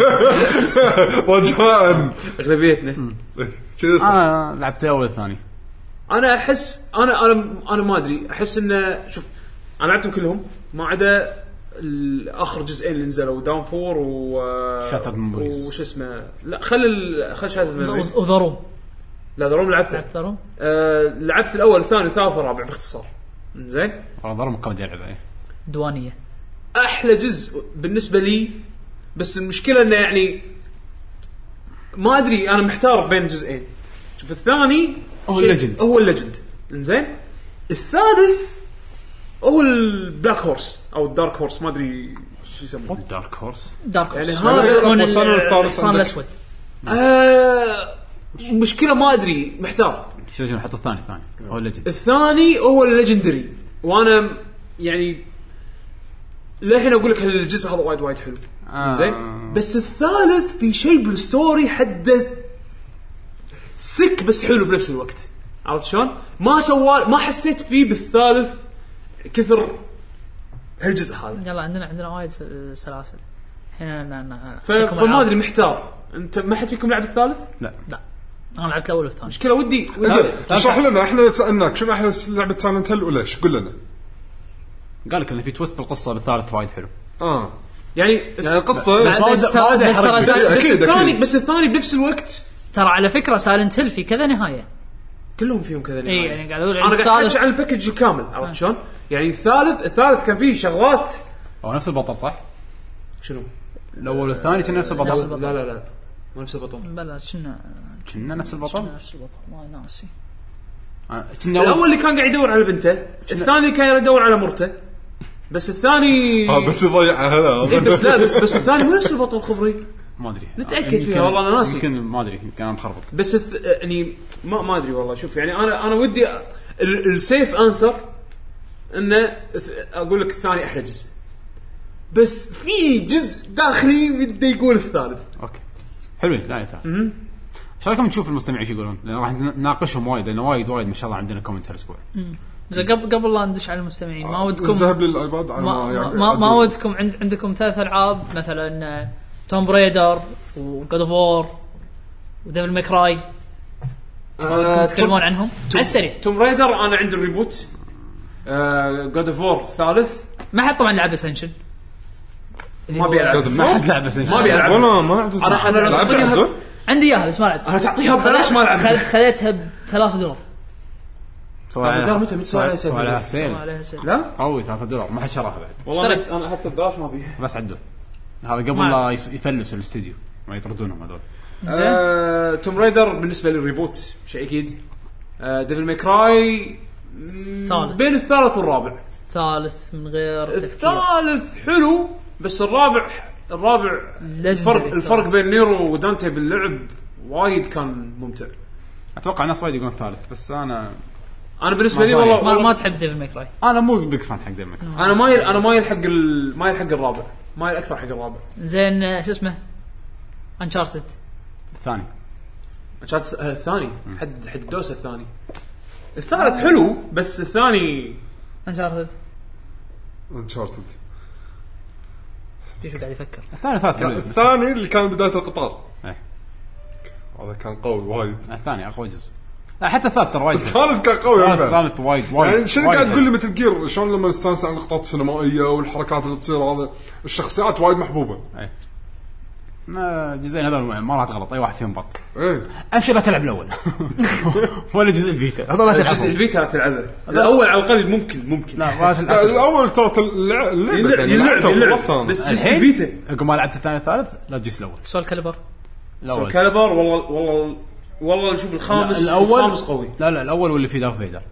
رجاء اغلبيتنا لعبت اول الثاني. انا احس انا ما ادري احس انه شوف انا لعبتهم كلهم ما عدا الاخر جزئين اللي نزلوا داونبور شاتر ميموريز وش اسمه لا خل شاتر ميموريز وضروم. لا ضروم لعبت لعبت الاول الثاني الثالث الرابع باختصار. زين ضروم كوميدي لعبه دوانيه احلى جزء بالنسبه لي بس المشكله انه يعني ما ادري انا محتار بين جزئين. شوف الثاني هو الليجند زين الثالث هو البلاك هورس او الدارك هورس ما ادري شو يسمونه دارك هورس يعني هذا الحصان الاسود. مشكله ما ادري محتار شو نحط الثاني هو الليجند. الثاني هو الليجندري وانا يعني للحين اقول لك الجزء هذا وايد حلو زين بس الثالث في شيء بالستوري حده سك بس حلو بنفس الوقت. عرفت شلون ما حسيت فيه بالثالث كثر هالجزء هذا. يلا عندنا وايد سلاسل هنا فما ادري محتار. انت ما حد فيكم لعب الثالث؟ لا انا لعبت الاول والثاني. مشكله ودي اشرح لنا احنا سالناك شنو احلى لعبه سايلنت هيل وليش قول لنا. قال لك انه في تويست بالقصه بالثالث وايد حلو يعني القصه بس الثاني بنفس الوقت ترى على فكره سايلنت هيل في كذا نهايه كلهم فيهم كذا نهايه. يعني قاعد اقول انا قاعد احكي عن الباكج الكامل. عرفت شلون يعني الثالث كان فيه شغلات هو نفس البطل صح شنو الاول والثاني كان نفس البطل لا ما نفس البطل بلا كنا نفس البطل ما ناسي الاول اللي كان قاعد يدور على بنته الثاني كان يدور على مرته بس الثاني بس يضيعها هلا بس لا بس الثاني مو نفس البطل خبري ما ادري نتاكد فيها والله انا ناسي يمكن ما ادري كان مخربط بس يعني ما ادري والله. شوف يعني انا ودي السيف انسر انه اقول لك الثاني احلى جزء بس في جزء داخلي بدي يقول الثالث. اوكي حلوين لا ثاني. ايش رايكم نشوف المستمعين ايش يقولون لان راح نناقشهم وايد لان وايد ما شاء الله عندنا كومنتس هالاسبوع. اذا قبل لا ندش على المستمعين ما ودكم ذهب للايباد ما ودكم عندكم 3 العاب مثلا توم بريدر وجود اوف وور وديفل ماكراي تتكلمون عنهم على السريع؟ توم رايدر انا عندي الريبوت جود اوف وور ثالث ما حد طبعا لعب اسنشن ما بيلعب ما حد لعب اسنشن ما بيلعب انا لعبت عندي اياها بس ما لعبت. انا تعطيها ببلاش ما لعب خذيتها $3 على سيل لا قوي $3 ما حد شراها بعد والله انا حتى ببلاش ما بيه بس عدوا هذا قبل لا يفلس الاستديو ما يطردونهم هذول. توم رايدر بالنسبه للريبوت شيء اكيد. ديفل ماكراي بين الثالث والرابع. ثالث من غير تفكير. الثالث حلو بس الرابع الفرق بين نيرو ودانتي باللعب وايد كان ممتع. اتوقع الناس وايد يقولون ثالث بس انا بالنسبه لي والله ما تحب ديفل ماكراي. انا مو بيج فان حق ديفل ماكراي. انا مايل حق الرابع مايل اكثر حق الرابع. زين شو اسمه انشارتد الثاني شات الثاني حد الدوسه الثاني. الثالث حلو بس الثاني انشارتد انشارتد شو قاعد يفكر. الثاني اللي كان بداية القطار إيه. هذا كان قوي وايد. الثاني اقوى جزء. حتى الثالث ترى وايد الثالث كان قوي. الثالث وايد يعني شنو قاعد تقول لي مثل جير شلون لما نستانس على اللقطات السينمائيه والحركات اللي تصير هذا الشخصيات وايد محبوبه. ايه ما جزئين هذول ما راح تغلط اي واحد فيهم بط. ايه امشي لا تلعب الاول ولا جزء الفيتا هذول لا تلعب. جزء الفيتا تلعبه الاول على الاقل ممكن لا ما تلعب الاول ترى اللعبه بس جزء الفيتا عقب ما لعبت الثاني الثالث لا تجلس الاول. سول كاليبر والله نشوف الخامس قوي. لا الاول واللي فيه دارث فيدر.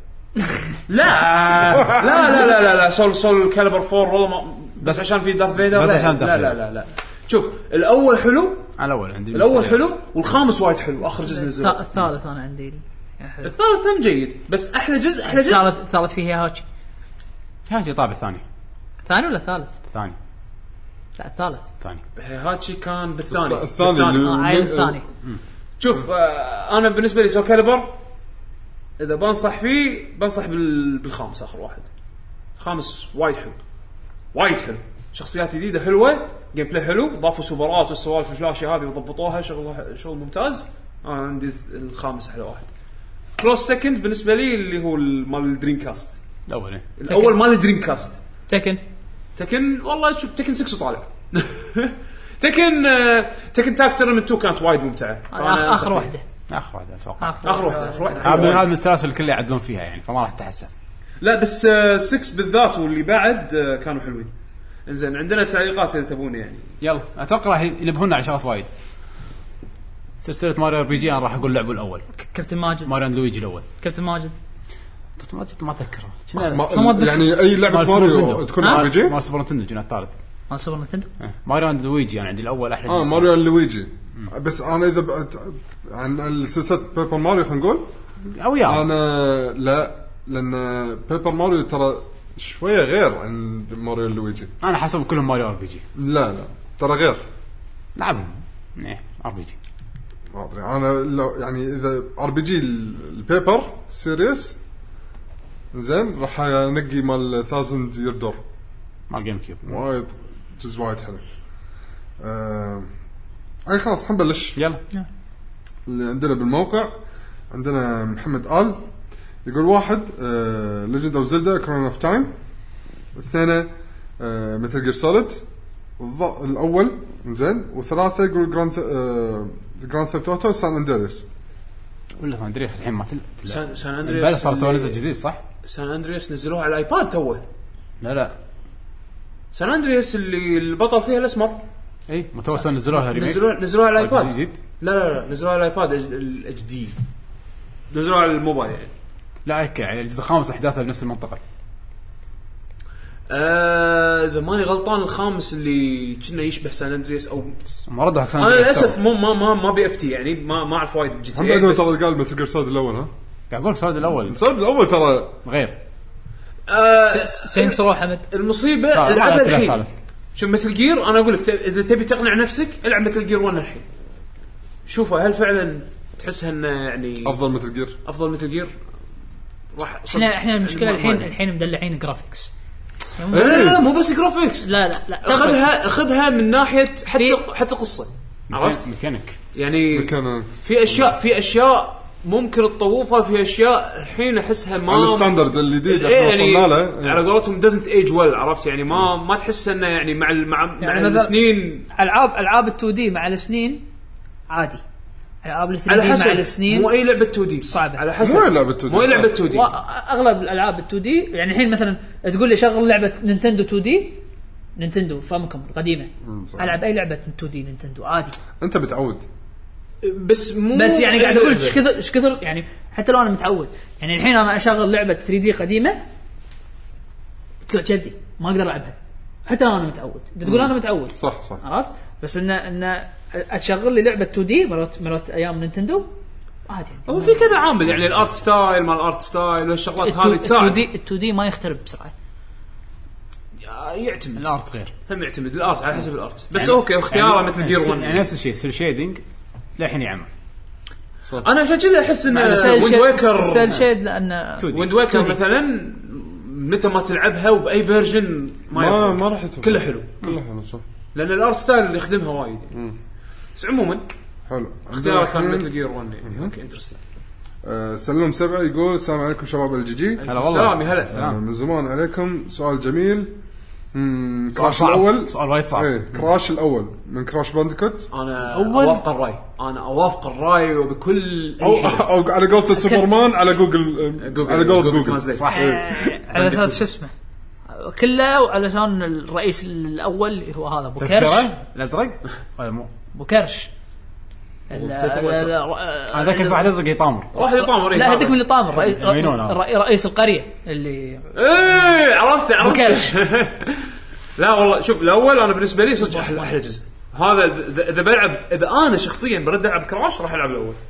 لا سول كاليبر 4 والله بس عشان في دارث فيدر. لا شوف الاول حلو. الاول عندي الاول حلو والخامس وايد حلو اخر جزء نزل. الثالث انا عندي الثالث هم جيد بس احلى جزء الثالث فيه هاتشي طابع الثاني ولا الثالث؟ الثاني. لا الثالث. هاتشي كان بالثاني. الثاني. شوف انا بالنسبه لي سول كاليبر اذا بنصح فيه بنصح بالخامس اخر واحد. الخامس وايد حلو شخصيات جديده حلوه جيم بلاي حلو ضافوا سوبرات والسوالف الفلاشي هذه وضبطوها شغل ممتاز. انا عندي الخامس احلى واحد. كلوز سكند بالنسبه لي اللي هو مال الدريم كاست الاول مال الدريم كاست. تكن والله شوف تكن 6 وطالع تكن تاك تورنمنت 2 كانت وايد ممتعه. اخر واحده اتوقع اخر واحده هذا من السلاسل الكل يعدلون فيها يعني فما راح تحسن. لا بس 6 بالذات واللي بعد كانوا حلوين. انزين عندنا تعليقات اذا تبون يعني. يلا اتوقع راح ينبهونا على شغلات وايد. سلسله ماريو ار بي جي انا راح اقول لعبه الاول كابتن ماجد ماريو لويجي الاول. كابتن ماجد ما اذكره يعني اي لعبه ماريو تكون ار بي جي. مال سوبر نتندو جنا الثالث مال سوبر نتندو. ماريو لويجي انا عندي الاول احلى جزء. ماريو لويجي بس انا اذا عن السلسله بيبر ماريو خلينا نقول او يا انا لا لان بيبر ماريو ترى شويه غير عن ماريو لويجي. انا حسب كلهم ماريو ار بي جي. لا ترى غير لعبهم ار بي جي ما ادري انا لو يعني اذا ار بي جي البيبر سيريس زين راح انقي مال 1000 يير دور مال جيم كيوب وايد جزء وايد حلو. اي خلاص نبلش. يلا اللي عندنا بالموقع عندنا محمد آل يقول واحد ليجند اوف زلدا كرون اوف تايم. الثاني مثل جير سوليد الاول زين. وثلاثه يقول جراند ثيفت اوتو سان اندريس. ولا سان اندريس الحين ما سان اندريس صار تو نزل جديد صح. سان اندريس نزلوها على الايباد توه. لا سان اندريس اللي البطل فيها الاسمر اي متوسط نزلوها ريميك. نزلوها على الايباد. لا نزلوها على الايباد الجديد. نزلوها على الموبايل يعني. لا هيك يعني الجزء الخامس احداثه بنفس المنطقه. اذا ماني غلطان الخامس اللي كنا يشبه سان اندريس او مرده انا للاسف ما بيفتي يعني ما اعرف وايد جي تي اي. بس ترى قال مثل جير الاول ها قاعد اقول سوليد الاول ترى غير سينس روح حمد. المصيبه العبها الحين. شو مثل جير انا اقول لك اذا تبي تقنع نفسك العب مثل جير 1 الحين. شوفها هل فعلا تحسها انه يعني افضل مثل جير راح احنا المشكله الحين مدلعين جرافيكس يعني لا مو بس جرافيكس. لا اخذها من ناحيه حتى قصه عرفت ميكانيك يعني في اشياء ممكن تطوفها. في اشياء الحين احسها ما الستاندرد الجديد احنا وصلنا له على قولتهم doesn't age well عرفت يعني ما تحس انه يعني مع السنين. العاب ال2D مع السنين عادي. العاب ال3D مع السنين مو اي لعبه 2D صعبه على حسب. مو لعبه 2D اغلب الالعاب ال2D يعني الحين مثلا تقول لي شغل لعبه نينتندو 2D نينتندو فامكم القديمه العب اي لعبه 2D نينتندو عادي انت بتعود. بس يعني قاعد اقول ايش كثر يعني حتى لو انا متعود يعني الحين انا اشغل لعبه 3D قديمه تطلع جلدي ما اقدر العبها حتى لو انا متعود. تقول انا متعود صح عرفت بس ان اتشغل لي لعبه 2D مرات ايام نينتندو عادي يعني. هو في كذا عامل يعني الارت ستايل مال الارت ستايل والشغلات هذه تساعد. ال2D ما يخترب بسرعه. يعتمد الارت غير هم يعتمد الارت على حسب الارت بس يعني اوكي اختياره مثل جير 1 يعني نفس الشيء سيل شيدنج للحين يعمل انا عشان كذا احس ان ويند ويكر سيل شيد لان ويند ويكر مثلا متى ما تلعبها وباي فيرجن ما راح كله حلو صح لان الارت ستايل اللي يخدمها وايد بس عموما حلو اختياره كان مثل جير 1 يعني اوكي انترستنج. سلم 7 يقول السلام عليكم شباب الجي هلا والله سلام يا هلا من زمان عليكم سؤال جميل كراش صعب. الاول سؤال وايد صعب كراش الاول من كراش بانديكوت انا اوافق الراي وبكل او على قولة سوبرمان على جوجل على قولة جوجل صح على اساس شو اسمه كله وعلشان الرئيس الاول اللي هو هذا بوكرش الازرق هذا مو بوكرش هذا كان واحد ازرق يطامر واحد يطامر لا هذيك من اللي طامر رئيس القريه اللي ايه عرفت بوكرش لا والله شوف الاول انا بالنسبه لي صدق احلى جزء هذا اذا بلعب اذا انا شخصيا برد العب كراش راح العب الاول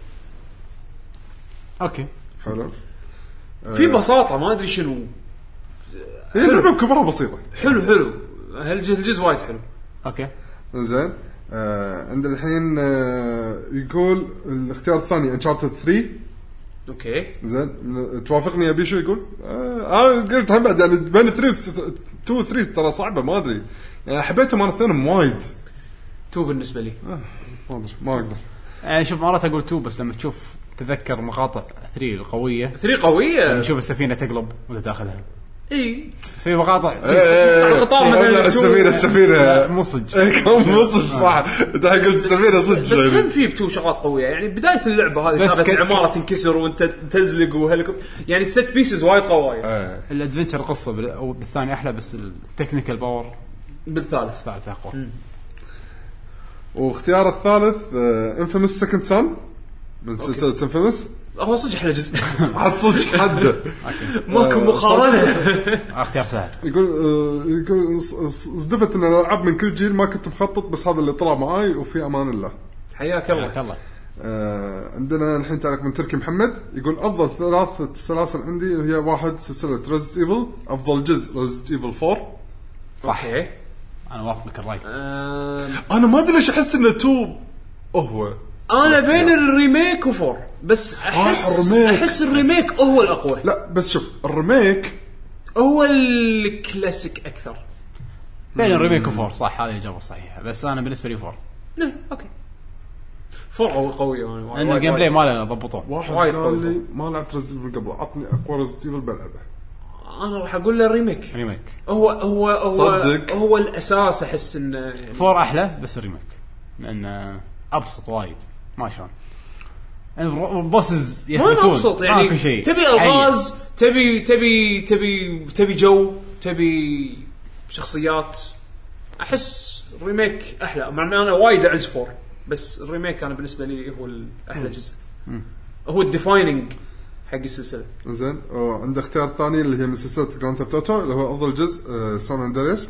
اوكي حلو في بساطه ما ادري شنو هي لعبه كبرها بسيطه حلو هالجزء وايد حلو اوكي زين عند الحين يقول الاختيار الثاني انشارتد 3 اوكي زين توافقني يا بيشو يقول انا قلت هم بعد يعني بين 3 2 3 ترى صعبه ما ادري يعني حبيتهم انا اثنين وايد 2 بالنسبه لي ما ادري ما اقدر يعني شوف مرات اقول 2 بس لما تشوف تذكر مقاطع 3 القويه 3 قويه نشوف السفينه تقلب ولا داخلها اي في مقاطع القطار من السفينه مو صج كم مو صج صح انت قلت السفينه صج بس هم في بتو شغلات قويه يعني بداية اللعبه هذه صارت العماره تنكسر وانت تزلق يعني الست بيسز وايد قويه الادفنتشر قصه بالثاني احلى بس التكنيكال باور بالثالث اقوى واختيار الثالث انفيمس سكند سان من سلسله انفيمس هو صدق احلى جزء حد صدق حد ماكو مقارنه اختيار سهل يقول صدفت ان الالعاب من كل جيل ما كنت مخطط بس هذا اللي طلع معاي وفي امان الله حياك الله عندنا الحين تعليق من تركي محمد يقول افضل 3 سلاسل عندي هي واحد سلسله ريزيدنت ايفل افضل جزء ريزيدنت ايفل 4 صح انا وافقك الراي انا ما ادري ليش احس انه 2 هو انا بين الريميك و4 بس احس الريميك هو الاقوى لا بس شوف الريميك هو الكلاسيك اكثر بين الريميك و4 صح هذه الاجابه الصحيحه بس انا بالنسبه لي 4 اوكي 4 قويه يعني لان الجيم بلاي ماله ضبطوه واحد قال لي ما لعبت ريزيدنت ايفل قبل عطني اقوى ريزيدنت ايفل بلعبه انا راح اقول له الريميك هو الاساس احس انه يعني 4 احلى بس الريميك لانه ابسط وايد ما شلون البوسز يثبتون ابسط يعني تبي الغاز تبي جو تبي شخصيات احس الريميك احلى مع ان انا وايد اعز 4 بس الريميك انا بالنسبه لي هو الاحلى جزء هو الديفايننج حق السلسله. زين عند اختيار ثاني اللي هي من سلسله جراند ثيفت اوتو اللي هو افضل جزء سان اندرياس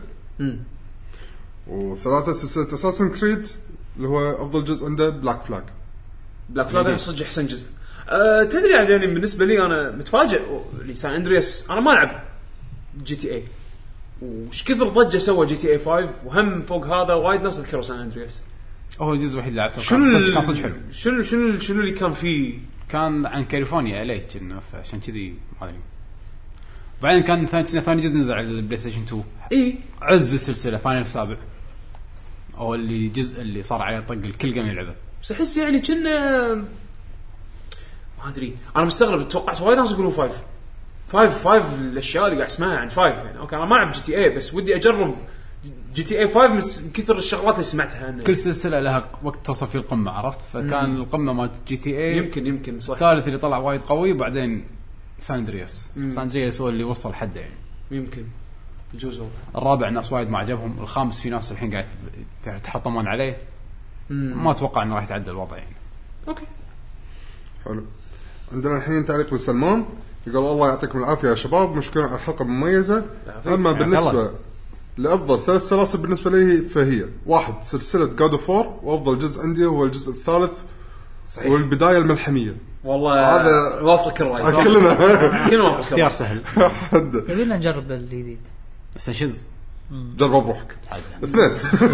وثلاثه سلسله اساسن كريد اللي هو افضل جزء عنده بلاك فلاج صدق احسن جزء. تدري يعني بالنسبه لي انا متفاجئ لسان اندرياس انا ما لعب جي تي اي وش كثر ضجه سوى جي تي اي 5 وهم فوق هذا وايد ناس ذكروا سان اندرياس هو الجزء الوحيد اللي لعبته كان صدق حلو. شنو اللي كان فيه كان عن كاليفورنيا ليش كنا عشان كذي ما ادري. بعدين كان ثاني جزء نزل على البلاي ستيشن 2 عز السلسله فاينل السابع او اللي جزء اللي صار عليه طق الكل قام يلعبه بس احس يعني كنا ما ادري انا مستغرب توقعت وايد ناس يقولوا 5 الاشياء اللي قاعد اسمعها عن 5 يعني اوكي انا ما العب جي تي اي بس ودي اجرب جي تي اي 5 من كثر الشغلات اللي سمعتها عنها. كل سلسله لها وقت توصل فيه القمه عرفت فكان القمه مال جي تي اي يمكن صح الثالث اللي طلع وايد قوي وبعدين ساندرياس هو اللي وصل حده يعني يمكن الجزء الرابع الناس وايد ما عجبهم الخامس في ناس الحين قاعد تحطمون عليه ما اتوقع انه راح يتعدل الوضع يعني. اوكي حلو. عندنا الحين تعليق من سلمان يقول الله يعطيكم العافيه يا شباب مشكورين على الحلقه المميزه. اما بالنسبه لافضل 3 سلاسل بالنسبه لي فهي واحد سلسله جاد اوف وور وافضل جزء عندي هو الجزء الثالث صحيح. والبدايه الملحميه والله هذا وافق الراي كلنا اختيار سهل خلينا نجرب الجديد استنشز جرب بروحك. 2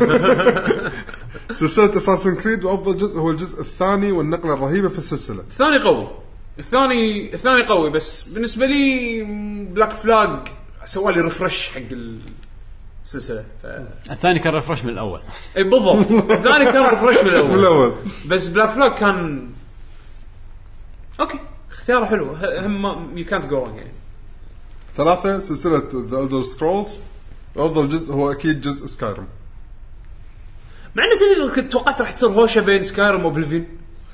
سلسلة اساسن كريد وافضل جزء هو الجزء الثاني والنقلة الرهيبة في السلسلة. الثاني قوي، الثاني قوي، بس بالنسبه لي بلاك فلاج سوى لي ريفرش حق السلسله. الثاني كان ريفرش من الاول. اي بالضبط، الثاني كان ريفرش من الاول بس بلاك فلاج كان اوكي، اختياره حلو، هم يو كانت جو يعني. 3 سلسلة ذا إلدر سكرولز وافضل جزء هو اكيد جزء سكايرم. مع ان تدري كنت توقعت راح تصير هوشه بين سكايرم وبلفين،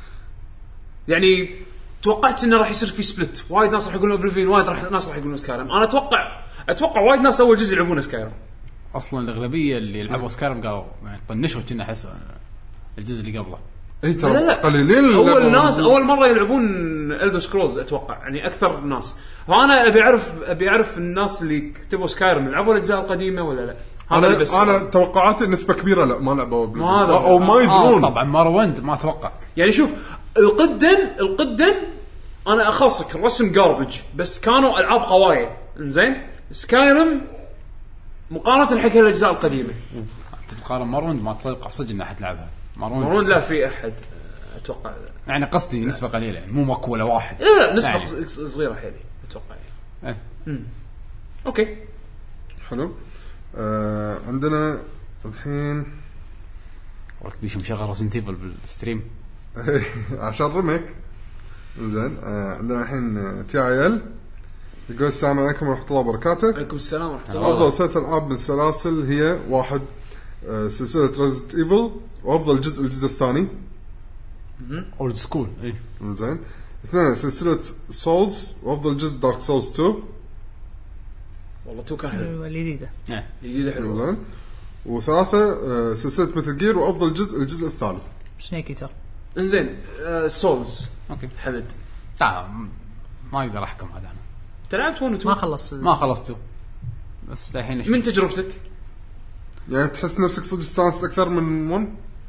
يعني توقعت انه راح يصير في سبلت، وايد ناس راح يقولون بلفين، وايد ناس راح يقولون سكايرم. انا اتوقع وايد ناس اول جزء يلعبون سكايرم. اصلا الاغلبيه اللي يلعبوا سكايرم قالوا يعني طنشوا كنا احس الجزء اللي قبله. اي ترى قليلين اول مره يلعبون إلدر سكرولز اتوقع، يعني اكثر ناس. فانا ابي اعرف الناس اللي كتبوا سكايرم لعبوا الاجزاء القديمه ولا لا. انا توقعاتي نسبه كبيره لا ما لعبوا او ما يدرون. طبعا ماروند ما اتوقع. يعني شوف القدم انا اخصك الرسم جاربج، بس كانوا العاب قوايه. انزين سكايرم مقارنه حق الاجزاء القديمه انت بتقارن ماروند ما تتوقع صدق انها حتلعبها. ماروند لا في احد اتوقع، يعني قصدي نسبه قليله يعني مو ماكو ولا واحد. لا نسبه يعني صغيره حيلي اتوقع يعني. اوكي حلو. عندنا الحين ورك بيش مشغل ريزنت ايفل بالستريم عشان ريميك. زين عندنا الحين تي اي ال يقول السلام عليكم ورحمه الله وبركاته. عليكم السلام ورحمه الله. افضل 3 العاب من السلاسل هي 1 سلسله ريزنت ايفل وافضل الجزء الثاني اولد سكول. اي زين. 2 سلسله سولز وافضل جزء دارك سولز 2. والله 2 كان حلو، الجديده حلو. زين. و3 سلسله متل جير وافضل الجزء الثالث سنيك ايتر. انزين سولز اوكي حمد ما اقدر احكم هذا. انا تلعبت 1 و 2 ما خلصته بس الحين من تجربتك يعني تحس نفسك صدق استانست اكثر من 1؟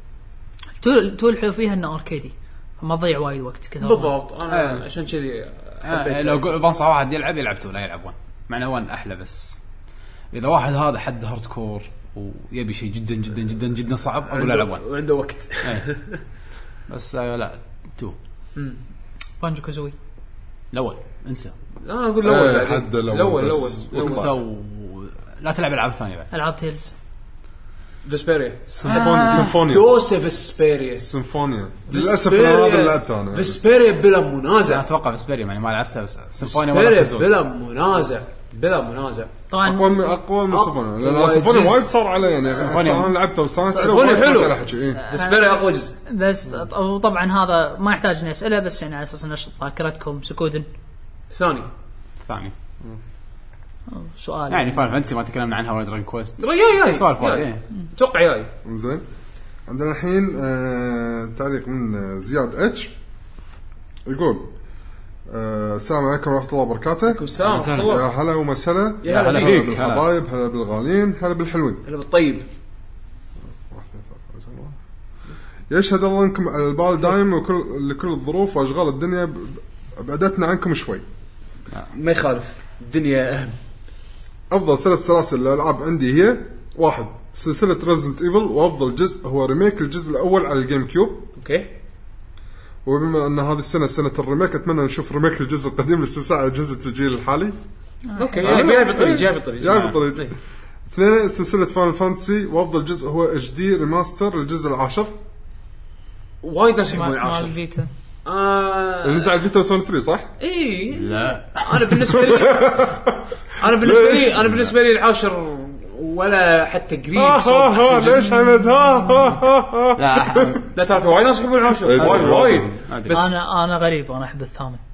تو الحلو فيها انه اركيدي فما تضيع وايد وقت كذا. بالضبط انا عشان كذي حبيت. لو بنصح واحد يلعب 2 لا يلعب 1 معناه 1 احلى. بس اذا واحد هذا حد هارد كور ويبي شيء جدا جدا جدا جدا صعب اقول العب 1 وعنده وقت. بس لا 2 بانجو كازوي الاول انسى. انا اقول الاول حد الاول لا تلعب العاب ثانيه بعد. العاب تيلز فيسبيريا سيمفونيا دوسة فيسبيريا سيمفونيا للاسف هذا اللي لعبته انا. فيسبيريا بلا منازع. انا اتوقع فيسبيريا يعني ما لعبتها بس سيمفونيا بلا منازع طبعا اقوى من سيمفونيا لان سيمفونيا وايد صار عليه يعني انا لعبته وسانس سيمفونيا حلو. فيسبيريا اقوى جزء بس طبعا هذا ما يحتاج اني اساله بس يعني على اساس نشط ذاكرتكم سكودن ثاني سؤال يعني فاين فانتسي ما تكلمنا عنها ولا دراجون كويست رياي سؤال فاضي اتوقع جاي. زين عندنا الحين تعليق من زياد اتش يقول السلام عليكم ورحمه الله وبركاته. السلام يا هلا ومسهلا. يا هلا بيك بالحبايب هلا بالغالين هلا بالحلوين هلا بالطيب. يشهد الله انكم على البال دايم لكل الظروف واشغال الدنيا بعدتنا عنكم شوي ما يخالف الدنيا اهم. افضل 3 سلاسل الالعاب عندي هي 1 سلسله ريزنت ايفل وافضل جزء هو ريميك الجزء الاول على الجيم كيوب. اوكي. وبما ان هذه السنه سنه الريميك اتمنى نشوف ريميك الجزء القديم للسلسله على جزء الجيل الحالي. اوكي يعني جاي بالطريق. 2 سلسله فاينل فانتسي وافضل جزء هو اتش دي ريماستر الجزء العاشر. وايد ناس يحبون العاشر. نزل على الفيتا وسون 3 صح؟ اي لا انا بالنسبه لي العاشر ولا حتى قريب. ليش حمد لا تعرف وايد ناس يحبون العاشر وايد. بس انا غريب انا احب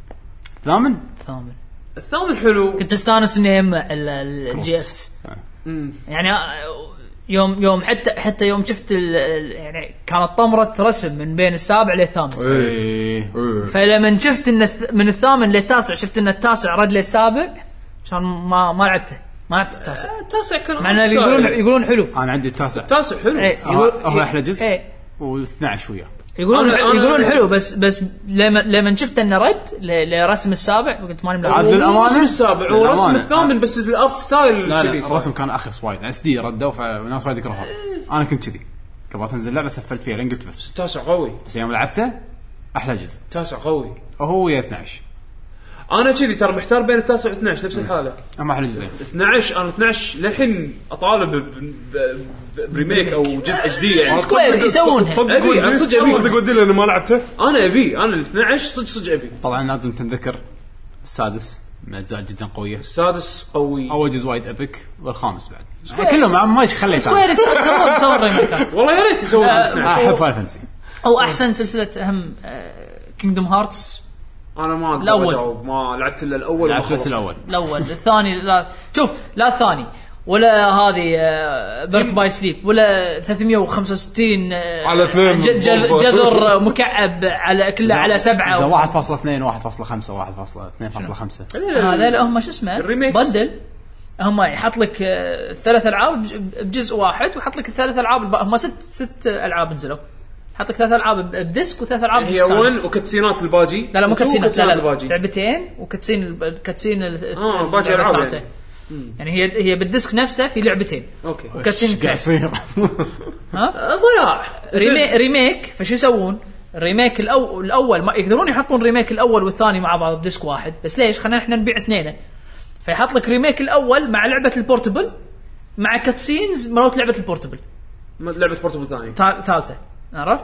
الثامن حلو. كنت استانس اني اجمع الجي اف يعني يوم حتى يوم شفت يعني كانت طمرة رسم من بين السابع للثامن. فلما شفت ان من الثامن للتاسع شفت ان التاسع رد للسابع عشان ما لعبت التاسع كان مع يقولون حلو. انا عندي التاسع حلو. هو احلى جزء و12 وياه يقولون حلو بس لما شفت انه رد لرسم السابع قلت ماني ملاحظ. الرسم السابع ورسم الثامن بس الارت ستايل كذي. الرسم كان اخس وايد اس دي ردوا فالناس وايد يكرهوه. انا كنت كذي قبل تنزل اللعبه سفلت فيها لين قلت بس تاسع قوي. بس يوم لعبته احلى جزء تاسع قوي. هو يا 12 انا كذي ترى محتار بين التاسع و12 نفس الحاله. اما احلى جزء 12 انا 12 للحين اطالب بريميك او جزء جديد يعني. سكوير يسوونها. صدق ودي لانه ما لعبته. انا ابي انا ال 12 صدق ابي. طبعا لازم تنذكر السادس من اجزاء جدا قويه. السادس قوي. اول جزء وايد ابيك والخامس بعد يعني كلهم ما يخلي سكوير يسوون ريميكات. والله يا ريت يسوون. احب فاينل فانتسي او احسن سلسله اهم كينجدوم هارتس. انا ما اقدر اجاوب ما لعبت الا الاول. لعبت الاول الثاني لا شوف لا الثاني ولا هذه بيرث باي سليب ولا 365 على 2 جذر مكعب على كله على 7 1.2 1.5 1.2.5 هذا هم شو اسمه بدل هم يحط لك 3 ألعاب بجزء واحد ويحط لك الثلاث ألعاب هم 6 ألعاب نزلوا حط لك 3 ألعاب بديسك و3 ألعاب هي 1 وكاتسينات الباجي. لا مو كاتسينات لعبتين وكاتسين باجي ألعاب يعني هي بالديسك نفسه في لعبتين. اوكي وكاتسين قصير ضياع ريميك. فشو يسوون الريميك الاول ما يقدرون يحطون ريميك الاول والثاني مع بعض بديسك واحد بس ليش خلينا احنا نبيع اثنين فيحط لك ريميك الاول مع لعبه البورتبل مع كاتسينز مرات لعبه البورتبل لعبه بورتبل ثانيه ثالثه عرفت.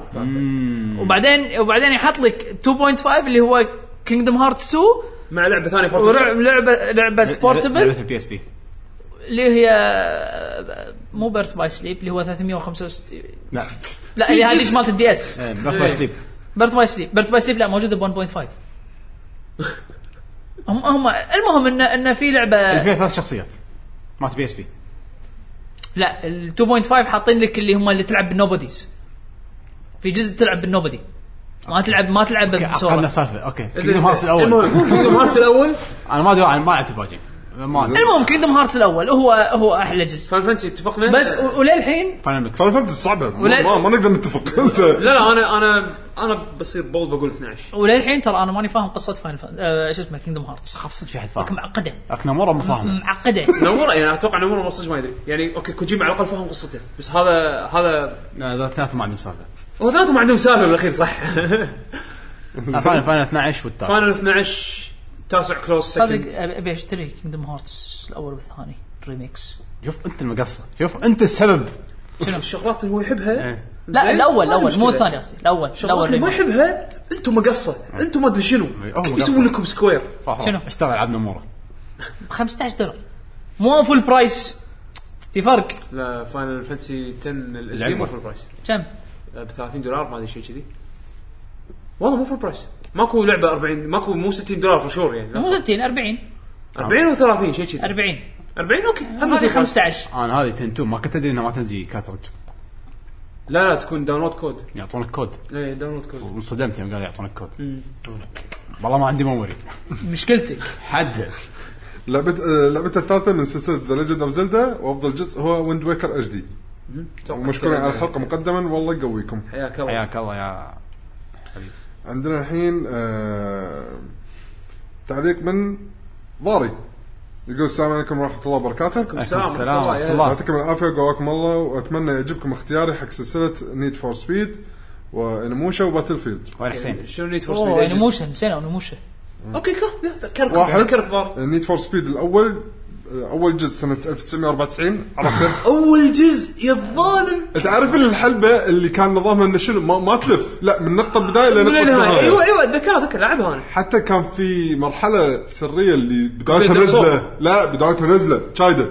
وبعدين يحط لك 2.5 اللي هو كينجدوم هارتس 2 مع لعبه ثانيه بورتبل لعبه بورتبل لعبه البي اس بي اللي هي مو بيرث باي سليب اللي هو 365 لا اللي هذه مالت الدي اس. بيرث باي سليب لا موجوده ب 1.5. هم المهم ان في لعبه اللي فيها 3 شخصيات مالت بي اس بي. لا ال 2.5 حاطين لك اللي هم اللي تلعب بالنوبوديز في جزء تلعب بالنوبودي ما تلعب بسورة. عندنا سالفه اوكي كينجدوم هارتس الاول كينجدوم هارتس الاول انا ما ادري ما لعبت باجي. المهم كينجدوم هارتس الاول هو احلى جزء. فاينل فانتسي اتفقنا بس وللحين فاينل فانتسي صعبه ما نقدر نتفق. لا انا بصير بول بقول 12 وللحين ترى انا ماني فاهم قصه فاينل شو اسمه كينجدوم هارتس. خفصت في حد فاهم معقده نمورة ما فاهم معقده نمورة يعني اتوقع نمورة ما صدق ما يدري يعني اوكي كوجيما على الاقل فاهم قصته بس هذا لا ثلاثه ما عندهم سالفه وثلاثه ما عندهم سالفه بالاخير صح. فاينل 12 والتاسع فاينل 12 تاسع كلوز سكند. صدق ابي اشتري كينجدوم هارتس الاول والثاني ريميكس. شوف انت المقصه شوف انت السبب شنو الشغلات اللي هو يحبها. لا الاول مو الثاني قصدي الاول ما يحبها انتم مقصه انتم ما ادري شنو يسوون لكم سكوير. شنو اشتغل العاب نموره $15 مو فول برايس في فرق. لا فاينل فانتسي 10 الاسبوع مو فول برايس كم ب $30 ما ادري شيء كذي والله مو فول برايس ماكو لعبه 40 ماكو مو $60 في شهور يعني مو 60 40 و30 شيء كذي 40 اوكي هذه 15. انا هذه تنتو ما كنت ادري انها ما تنزل كاترج. لا تكون داونلود كود يعطونك كود. ايه داونلود كود وانصدمت يوم قال يعطونك كود. والله ما عندي ميموري مشكلتي حد لعبة الثالثة من سلسلة The Legend of Zelda وأفضل جزء هو Wind Waker HD. ومشكورين على الحلقة مقدما والله يقويكم. حياك الله يا حبيبي. عندنا الحين تعليق من ضاري يقول السلام عليكم ورحمة الله وبركاته. السلام ورحمة الله. يعطيكم العافية وقواكم الله وأتمنى يعجبكم اختياري حق سلسلة Need for Speed وإنموشا وباتل فيلد. وين حسين؟ شنو نيد فور سبيد؟ انيموشن نسينا انيموشا. اوكي ذكرك نيد فور سبيد الاول اول جزء سنه 1994 عرفت اول جزء يا الظالم. تعرف الحلبه اللي كان نظامها انه شنو ما تلف لا من نقطه البدايه لنقطه النهايه. ايوه اتذكر لعبها انا. حتى كان في مرحله سريه اللي بدايتها نزله بدايتها نزله شايده.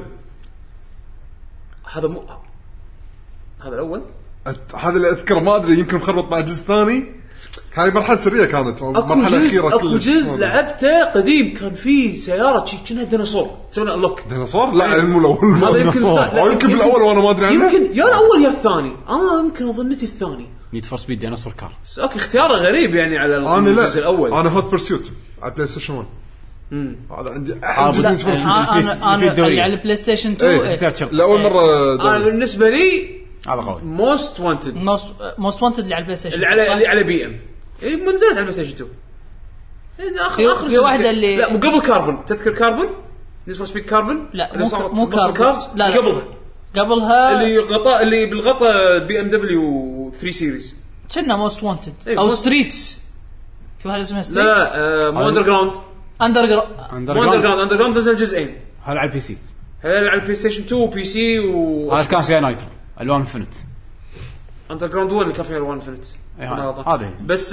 هذا هذا الاول هذا اللي اذكر ما ادري يمكن مخربط مع الجزء الثاني. هاي مرحله سريه كانت مرحله اخيره. اكو جزء لعبته قديم كان فيه سياره كأنها ديناصور تسوي انلوك. ديناصور لا مو الاول يمكن بالاول وانا ما ادري عنه. يمكن يا الاول يا الثاني انا يمكن ظنيتي الثاني. نيد فور سبيد ديناصور كار. اوكي اختياره غريب يعني على الجزء الاول. انا هوت برسيوت على بلاي ستيشن 1. هذا عندي انا على البلاي ستيشن 2 لاول مره انا بالنسبه لي هذا قوي. موست وانتد موست وانتد اللي على البلاي ستيشن اللي على بي ام منزلت على البلاي ستيشن 2. في واحده اللي لا مو قبل كاربون. تذكر كاربون؟ نيد فور سبيد كاربون؟ لا اللي مو كاربون. لا قبلها اللي غطاء اللي بالغطاء بي ام دبليو 3 سيريز كنا موست وانتد او ستريتس. في واحده اسمها ستريتس. لا مو اندر جراوند. اندر جراوند نزل جزئين. هذا على البي سي. هذا على البلاي ستيشن 2 وبي سي هذا كان فيها نايترو الوان انفنت. اندر جراوند 1 اللي كان فيها الوان انفنت هذا بس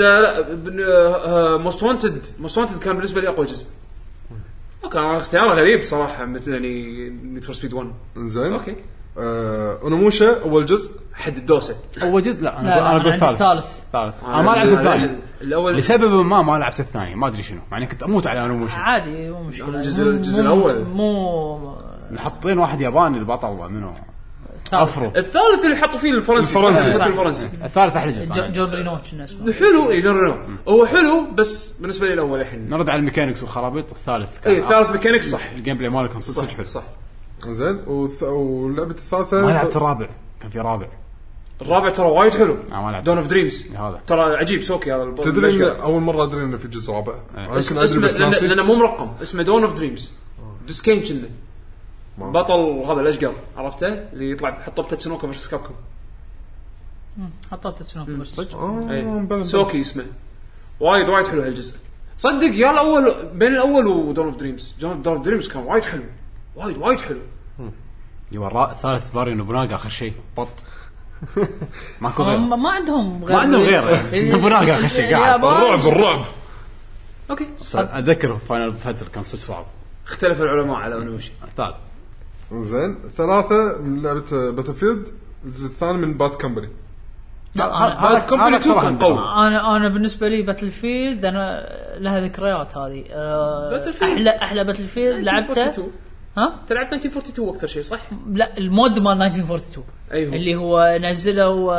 موست وانتد كان بالنسبه لي اقوى جزء. كان اختيار غريب صراحه مثل يعني نيد فور سبيد 1. زين اوكي اونموشا اول جزء حد الدوسه. اول جزء لا انا اقول ثالث. انا ما لعبت الثاني الاول لسبب ما لعبت الثاني ما ادري شنو يعني كنت اموت على اونموشا عادي مو مشكله. الجزء الاول مو محطين واحد ياباني البطل منو افرو. الثالث اللي حطوا فيه الفرنسي الثالث احلى جزء. جون رينو كنا اسمه حلو. جون رينو هو حلو بس بالنسبه لي الاول الحين نرد على الميكانيكس والخرابيط. الثالث كان الثالث ميكانيكس صح. الجيم بلاي ماله كان صدق حلو صح. زين ولعبه الثالثه ما لعبت الرابع. كان في رابع. الرابع ترى وايد حلو. دون اوف دريمز هذا ترى عجيب سوكي هذا. تدري اول مره ادري انه في جزء رابع. يمكن ادري بس ناسي لانه مو مرقم. اسمه دون اوف دريمز. ديسكين كنا بطل هذا الاشقر عرفته اللي يطلع حطه بتاتسونوكا فيرسس كابكوم. حطه بتاتسونوكا فيرسس سوكي اسمه. وايد حلو هالجزء صدق. يا الاول بين الاول ودون اوف دريمز. دون اوف دريمز كان وايد حلو. وايد حلو. يورا ثالث باري نوبوناغا اخر شيء بط ماكو غير. ما عندهم غير نوبوناغا اخر شيء قاعد الرعب. اوكي اتذكر فاينل فاتر كان صدق صعب. اختلف العلماء على انه وش ثالث. زين ثلاثة من لعبة باتلفيلد الجزء الثاني من باد كمباني. هذا كومباني 2 كان قوي. انا بالنسبه لي باتلفيلد انا لها ذكريات هذه. احلى باتلفيلد لعبته. ها تلعب 1942 اكثر شيء صح؟ لا المود مال 1942 أيوه. اللي هو نزله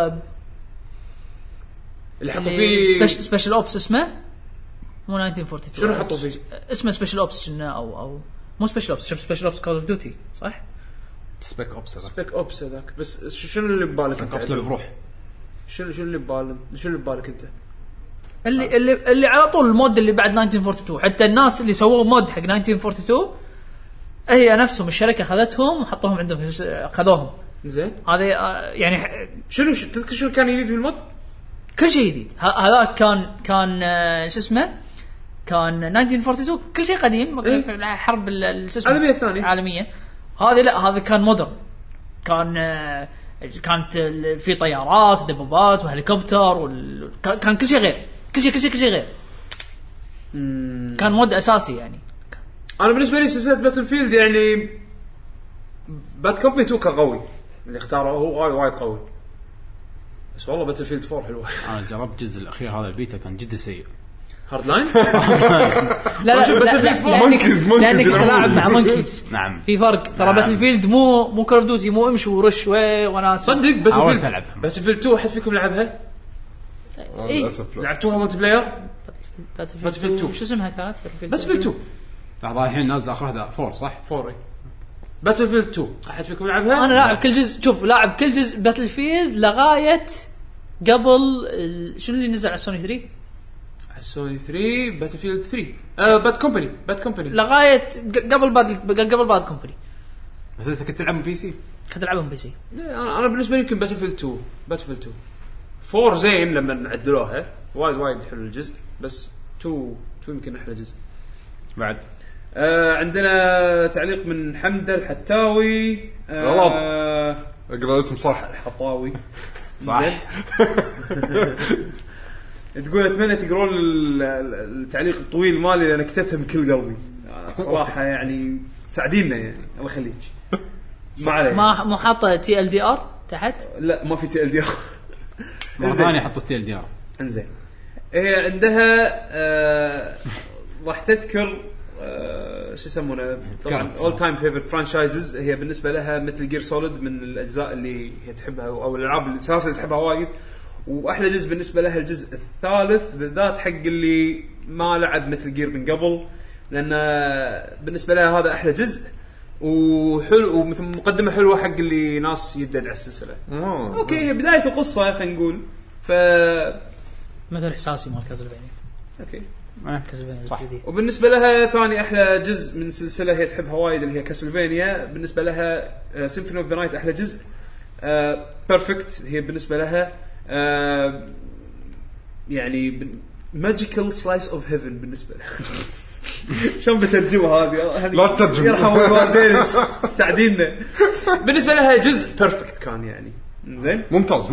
اللي حطوا فيه سبيشال اوبس اسمه مو 1942. شنو حطوا فيه؟ اسمه سبيشال اوبس كنا او مو سبيشال اوبس. سبيشال اوبس كول اوف ديوتي صح؟ سبيك اوبس هذاك. بس شنو اللي ببالك انت؟ بروح شنو اللي ببالك انت؟ اللي على طول المود اللي بعد 1942. حتى الناس اللي سووا مود حق 1942 هي نفسهم الشركه اخذتهم وحطوهم عندهم اخذوهم. زين هذا يعني شنو تذكر شنو كان جديد بالمود؟ كل شيء جديد. هذا كان شو اسمه كان 1942 كل شيء قديم. حرب العالميه الثانيه عالميه. هذه لا هذا كان مودرن. كانت في طيارات ودبابات وهليكوبتر كان كل شيء غير. كل شيء غير. كان مود اساسي يعني. انا بالنسبه لي سلسله باتل فيلد يعني باد كومباني 2 كان قوي. اللي اختاره هو وايد قوي. بس والله باتل فيلد 4 حلوه. انا جربت الجزء الاخير هذا البيتا كان جدا سيء. هارد لاين لا مونكيز تلعب مع مونكيز. نعم في فرق ترى. باتل فيلد مو كول اوف ديوتي مو امشي ورش وانا صدق. باتل فيلد 2 حد فيكم لعبها؟ للاسف لعبتوها مالتي بلاير. باتل فيلد 2 شو اسمها كانت؟ باتل فيلد 2 لحظه الحين نازل اخر واحده 4 صح؟ 4 باتل فيلد 2 احد فيكم لعبها؟ انا لاعب كل جزء. شوف لاعب كل جزء باتل فيلد لغايه قبل شنو اللي نزل على سوني 3. سوني 3 باتل فيلد 3 باد كومباني لغايه قبل باد كومباني. بس انت كنت تلعب بي سي؟ كنت العبهم بي سي. انا بالنسبه لي يمكن باتل فيلد 2 4 زين لما عدلوها وايد حلو الجزء. بس 2 يمكن احلى جزء بعد. عندنا تعليق من حمدة الحتاوي. غلط اقرا اسم صح. الحطاوي صح. تقول اتمنى تقرون التعليق الطويل مالي لان كتبتها من كل قلبي صراحه يعني تساعدينا يعني الله يخليك. ما عليه ما حاطه تي ال دي ار تحت. لا ما في تي ال دي ار. مره ثانيه حطوا تي ال دي ار. انزين هي عندها راح تذكر شو يسمونه طبعا all time favorite franchises. هي بالنسبه لها مثل جير سوليد من الاجزاء اللي هي تحبها او الالعاب الاساسيه اللي تحبها وايد. واحلى جزء بالنسبه لها الجزء الثالث بالذات حق اللي ما لعب مثل جير من قبل لان بالنسبه لها هذا احلى جزء. وحلو ومثل مقدمه حلوه حق اللي ناس يدد على السلسله. اوكي هي بدايه القصه خلينا نقول مثل احساسي مال كازلفينيا. اوكي كازلفينيا صح. وبالنسبه لها ثاني احلى جزء من سلسله هي تحبها وايد اللي هي كاسلفينيا. بالنسبه لها سيمفوني اوف ذا نايت احلى جزء. بيرفكت هي بالنسبه لها يعني ماجيكال سلايس اوف هيفن بالنسبه لها. شلون بترجمها هذه؟ لا تترجم. يرحم الوالدين ساعديننا. بالنسبه لها جزء بيرفكت كان يعني زين ممتاز.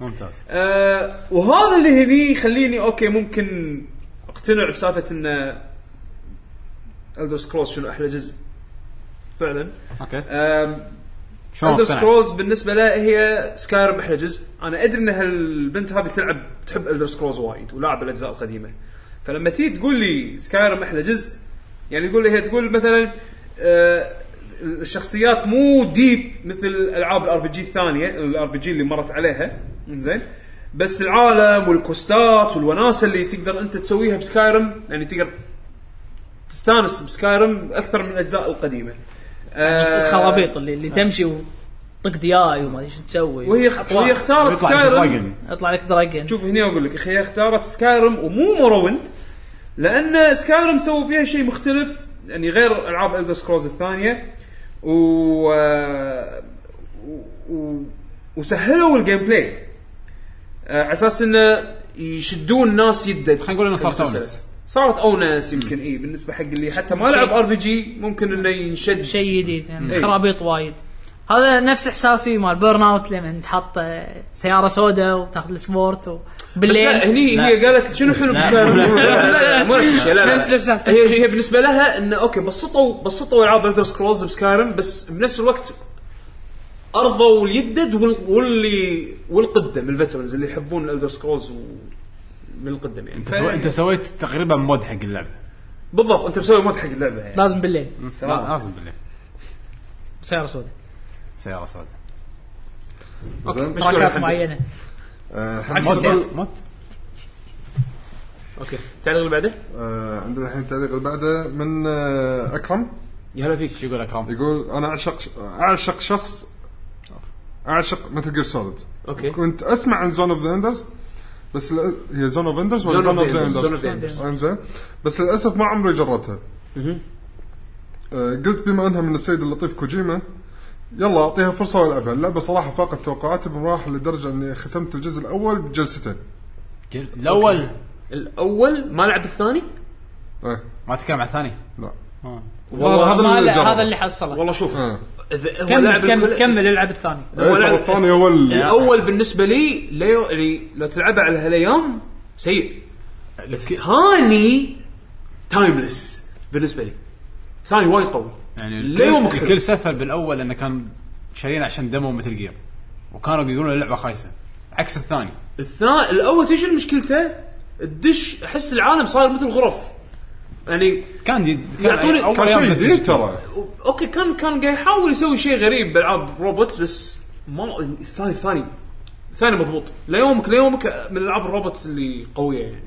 وهذا اللي هني يخليني اوكي ممكن اقتنع بسالفه ان Elder Scrolls شنو احلى جزء فعلا. اوكي Elder Scrolls بالنسبه لها هي سكايرم احلى جزء. انا ادري ان هالبنت هذه تلعب تحب Elder Scrolls وايد ولاعب الاجزاء القديمه. فلما تيجي تقول لي سكايرم احلى جزء يعني تقول لي هي تقول مثلا الشخصيات مو ديب مثل العاب الار بي جي الثانيه الار بي جي اللي مرت عليها زين بس العالم والكوستات والوناسه اللي تقدر انت تسويها بسكايرم يعني تقدر تستانس بسكايرم اكثر من الاجزاء القديمه. الخرابيط اللي تمشي وطق دياي وما ايش تسوي وهي اختارت سكايرم. يطلع لك دراجون. شوف هنا اقول لك اخي اختارت سكايرم ومو موروند لان سكايرم سووا فيها شيء مختلف يعني غير العاب إلدر سكرولز الثانيه وسهلوا الجيم بلاي على اساس انه يشدون الناس يدد. خلينا نقول انه صارت اونس يمكن بالنسبه حق اللي حتى ما لعب ار بي جي ممكن انه ينشد شيء جديد يعني خرابيط وايد. هذا نفس احساسي مال بيرن اوت لما تحط سياره سوداء وتاخذ السبورت بالليل. بس لا هني هي قالت شنو حلو بسكايرم. لا شيء لا هي بالنسبه لها انه اوكي بسطوا العاب إلدر سكرولز بسكايرم بس بنفس الوقت ارضوا اليدد والقدم الفترنز اللي يحبون الإلدر سكرولز من القدم يعني. انت سويت تقريبا مود حق اللعبه. بالضبط انت مسوي مود حق اللعبه يعني. لازم بالليل. لازم بالليل. سياره سوداء. زين حركات معينه. مود. اوكي التعليق اللي بعده عندنا الحين التعليق اللي بعده من اكرم. يا هلا فيك. شو يقول اكرم؟ يقول انا اعشق مثل جير سوليد. اوكي كنت اسمع عن زون اوف ذا اندرز بس هي زون اوف اندرز ولا زون اوف ذا اندرز انزين بس للاسف ما عمري جربتها. قلت بما انها من السيد اللطيف كوجيما يلا اعطيها فرصه والعبها. اللعبه صراحه فاقت توقعاتي بمراحل لدرجه اني ختمت الجزء الاول بجلستين. الاول ما لعب الثاني. ما تكلم عن الثاني. لا هذا اللي حصله والله. شوف كمل العب الثاني. الثاني هو الاول بالنسبه لي لو تلعبها على هالايام سيء. الثاني تايمليس بالنسبه لي. ثاني وايد قوي يعني الكل سفل بالاول لانه كان شارين عشان دمو مثل جير وكانوا يقولون اللعبه خايسه عكس الثاني. الاول تيجي مشكلته الدش احس العالم صار مثل غرف يعني كان يعطوني كان شيء جديد ترى. اوكي كان قاعد يحاول يسوي شيء غريب بالعاب روبوتس بس ما الثاني مضبوط ليومك من العاب الروبوتس اللي قويه يعني.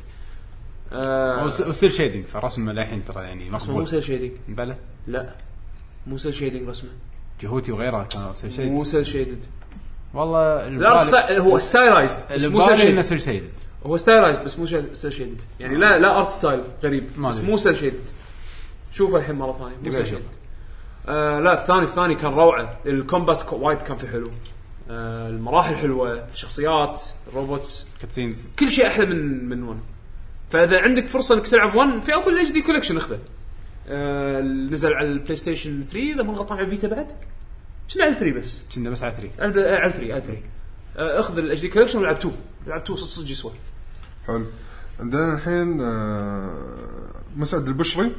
وسيل شيدنج فرسمه للحين ترى يعني مقبول. مو سيل شيدنج بلا لا مو سيل شيدنج رسمه جهوتي وغيرها كانوا سيل شيدنج. مو سيل شيدد والله لا هو ستايلايزد مو سيل شيدد. هو ستايلايزد بس مو سيل شيدد يعني لا ارت ستايل غريب بس مو سيل شيدد. شوف الحين مره ثانيه مو سيل شيدد. لا الثاني كان روعه. الكومبات وايد كان فيه حلو. المراحل حلوه الشخصيات الروبوتس كاتسينز كل شيء احلى من 1. فاذا عندك فرصه انك تلعب 1 في اول اتش دي كولكشن اخذه. نزل على البلاي ستيشن 3 اذا ما غلطان على الفيتا بعد كنا على 3 بس كنا بس على 3 اخذ الاتش دي كولكشن ولعب 2 صدق يسوى حلو. عندنا الحين مسعد البشري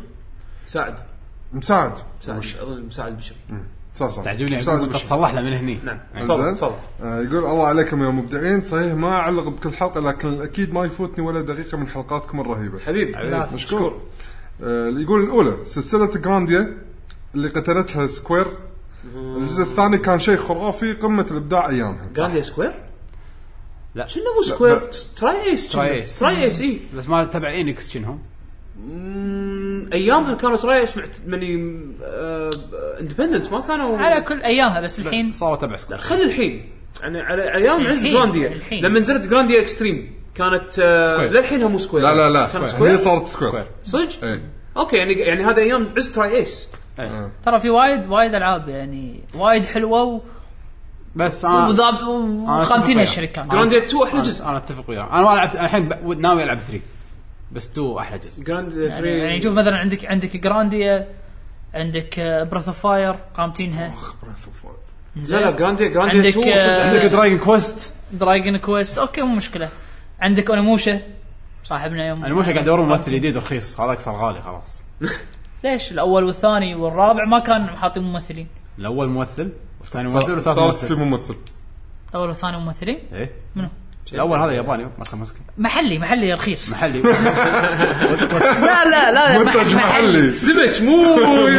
مساعد اظن مساعد البشري صح تعجبني تصلح له من هني. نعم تفضل. يقول الله عليكم يا مبدعين. صحيح ما اعلق بكل حلقه لكن اكيد ما يفوتني ولا دقيقه من حلقاتكم الرهيبه حبيبي. مشكور. يقول الاولى سلسله جرانديا اللي قتلتها سكوير. الجزء الثاني كان شيء خرافي قمه الابداع ايامها. جرانديا سكوير لا شنو مو سكوير تراي ايس بس ما تبع إنكس شنهم ايامها كانوا ترى سمعت مني اندبندنت ما كانوا على كل ايامها، بس الحين صاروا تبع سكوير. خلي الحين يعني على ايام عز الحين- جرانديا الحين. لما نزلت جرانديا اكستريم كانت للحينها مو سكوير. لا كانت هي سكوير صارت سكوير. صدق. اي اوكي يعني هذا ايام عز تراي ايس. ترى في وايد العاب يعني وايد حلوه بس وخامتين الشركات. جرانديا 2 احلى جزء. انا اتفق وياه. انا ما لعبت الحين ناوي العب 3 بس 2 احلى جزء. جرانديا 3 يعني شوف مثلا عندك جرانديا، عندك براث اوف فاير قامتينها. لا جرانديا عندك 2 صدق عندك دراجون كويست. دراجون كويست اوكي مو مشكله. عندك اونيموشا صاحبنا يوم انا مش قاعد ادور ممثل جديد رخيص، هذاك صار غالي خلاص. ليش الاول والثاني والرابع ما كانوا حاطين ممثلين؟ الاول ممثل والثاني ممثل والثالث ثالث في ممثل. ممثل. الاول والثاني ممثلين. ايه منو؟ الاول هذا ياباني ما كان مسكين محلي رخيص. محلي. لا منتج محلي. سمك مو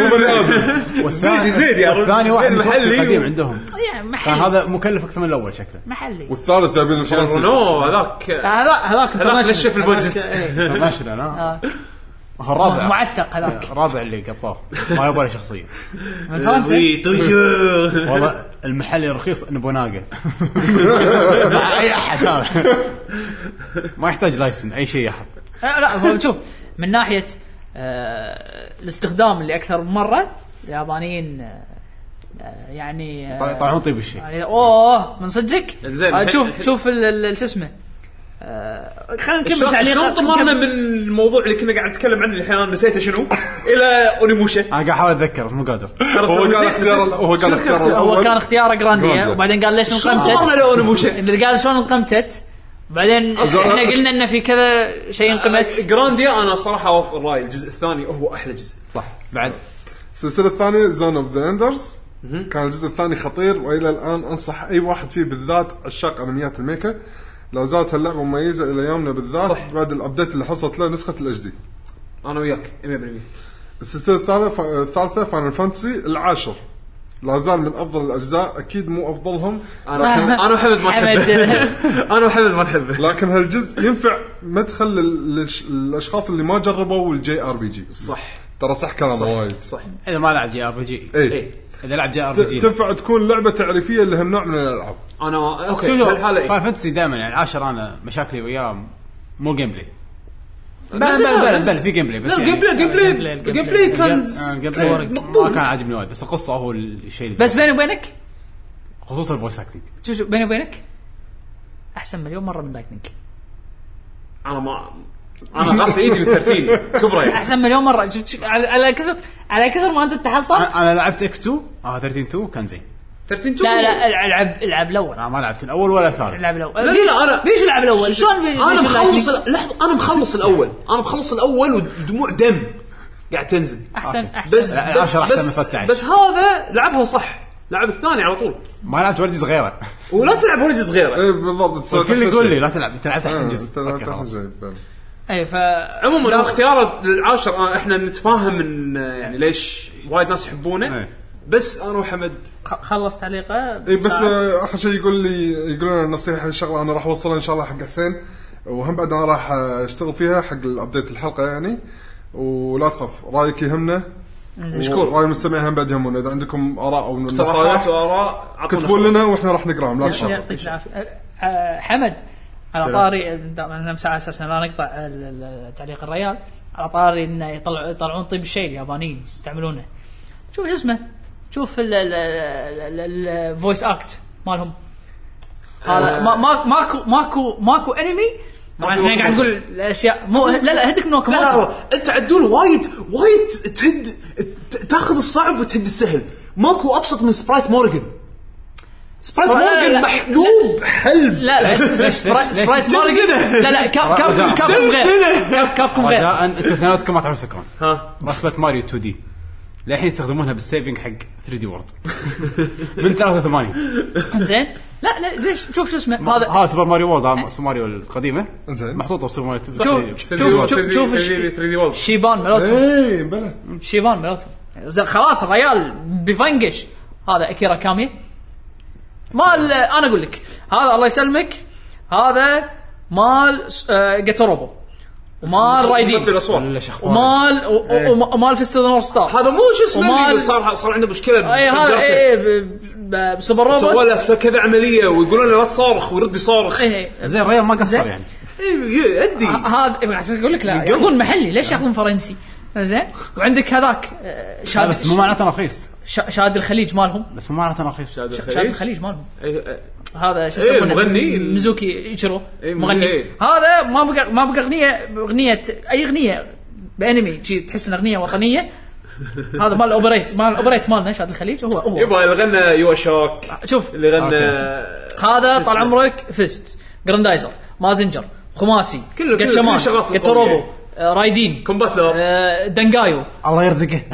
زبيدي والثاني واحد محلي قديم عندهم يعني كان محلي هذا مكلف اكثر من الاول شكله. محلي. والثالث يابين الفرنسي. نو هذاك هذاك نشف البودجت. انترناشونال ها. هو الرابع معتق هذاك الرابع اللي قطاه ما يبغى له شخصيه. من فرنسا. والله المحلي رخيص نبوناغا مع اي احد هذا ما يحتاج لايسن اي شيء يحط. لا هو شوف من ناحيه الاستخدام اللي اكثر من مره اليابانيين يعني طلعون طيب الشيء. يعني اوه من صدقك. زين. شوف شو اسمه. خلينا نكمل تعليق. شلون طمرنا من الموضوع اللي كنا قاعد نتكلم عنه الحين انا نسيته شنو الى اونيموشا. انا قاعد احاول اتذكر مو قادر. هو كان اختياره جرانديا وبعدين قال ليش انقمتت. اللي قال شلون انقمتت بعدين احنا قلنا انه في كذا شيء انقمت. جرانديا انا صراحه اوافق الراي الجزء الثاني هو احلى جزء صح. بعد السلسله الثانيه زون اوف ذا اندرز كان الجزء الثاني خطير والى الان انصح اي واحد فيه بالذات عشاق انميات الميكا. لا زالت اللعبه مميزه الى يومنا بالذات صح. بعد الابديت اللي حصلت له نسخه الاتش دي انا وياك 100%. السلسله الثالثه فاينل فانتسي العاشر لا زال من افضل الاجزاء اكيد مو افضلهم. انا وحمد ما نحبه. انا وحمد ما نحبه لكن هالجزء ينفع مدخل للاشخاص اللي ما جربوا الجي ار بي جي. صح ترى صح كلام وايد صح. اذا ما لعب جي ار بي جي اذا لعب جي ار بي جي تنفع تكون لعبه تعريفيه لهالنوع من الالعاب. انا اوكي بالحاله فاينل فانتسي دائما يعني العاشر انا مشاكلي وياه مو جيم بلاي. بل في جيم بلاي بس يعني جيم بلاي كان ما كان عاجبني وايد بس القصه هو الشيء بس بيني وبينك خصوصا الفويس اكتنج. شوف بيني وبينك احسن مليون مره من لايتنينج. انا قص ايدي من 13 كبره يعني. احسن مليون مره. على كثر ما انت تحلطت. انا لعبت اكس 2 13 كان زين. 13 لا العب الاول. ما لعبت الاول ولا الثالث. العب الاول. لا انا بيش العب الاول شلون انا مخلص لحظه انا مخلص الاول ودموع دم قاعد تنزل. احسن بس هذا لعبها صح. لعب الثاني على طول ما لعبت ولدي صغيره ولا تلعب ولدي صغيره. اي بالضبط. الكل يقول لي لا تلعب تلعب احسن جزء. اي عموما اختياره للعاشر احنا نتفاهم من يعني ليش وايد ناس يحبونه. بس انا وحمد خلص تعليقه. اي بس اخر شيء يقول لنا نصيحه شغله انا راح اوصلها ان شاء الله حق حسين وهم بعد انا راح اشتغل فيها حق الابديت الحلقه يعني. ولا تخاف رايك يهمنا مشكور. راي المستمع هم بعد يهمنا. اذا عندكم اراء او نصائح كتبوا لنا واحنا راح نقراهم. لا تخاف. يعطيك العافيه حمد. على طاري انا مساعد اساسا لا نقطع تعليق الريال. على طاري انه يطلعون طيب الشيء اليابانيين يستعملونه. شوف اسمه شوف الفويس اكت مالهم هذا ماكو انمي. طبعا احنا قاعد نقول الاشياء مو لا هدك من وكمات. انت عدول وايد تهد تاخذ الصعب وتهد السهل. ماكو ابسط من سبرايت مورغان. سبرايت مورغان محلوب حلب. لا سبرايت مورغان لا كابكم غير. انت اثنيناتكم ما تعرفون فكرة رسمة ماريو 2 دي للحين يستخدمونها بالسيفنج حق 3 دي وورد من 83. زين لا ليش شوف شو اسمه هذا سوبر ماريو وورد سوبر ماريو القديمه محطوطه بسوبر ماريو. شوف 3 دي وورد شيبان ملوتهم. اي بلا شيبان ملوتهم خلاص الريال بفنقش. هذا اكيرا كامي مال انا اقول لك هذا الله يسلمك هذا مال جاتوروبو ومال رايدين نبدل الاصوات ومال فيست نور ستار. هذا مو شو اسمه اللي صار عنده مشكله اي هذا بسوبر روبوت سوى له كذا عمليه ويقولون له لا تصارخ ويرد يصارخ. زين الريال ما قصر يعني. يدي هذا عشان اقول لك لا ياخذون محلي ليش ياخذون فرنسي زين. وعندك هذاك شاد بس مو معناته رخيص. شاد الخليج مالهم بس مو معناته رخيص. شاد الخليج مالهم هذا شو يسمونه مغني ميزوكي ايشيرو مغني. مغني. هذا ما بقى اغنيه اي اغنيه بانمي شيء تحس ان اغنيه وطنيه. هذا مال الاوبريت مالنا شاد الخليج هو يبا اللي غنى يو شوك. شوف اللي غنى هذا طال عمرك فيست جراندايزر مازنجر خماسي كل شغال جاتروبو رايدين كومباتلر دنجايو الله يرزقه.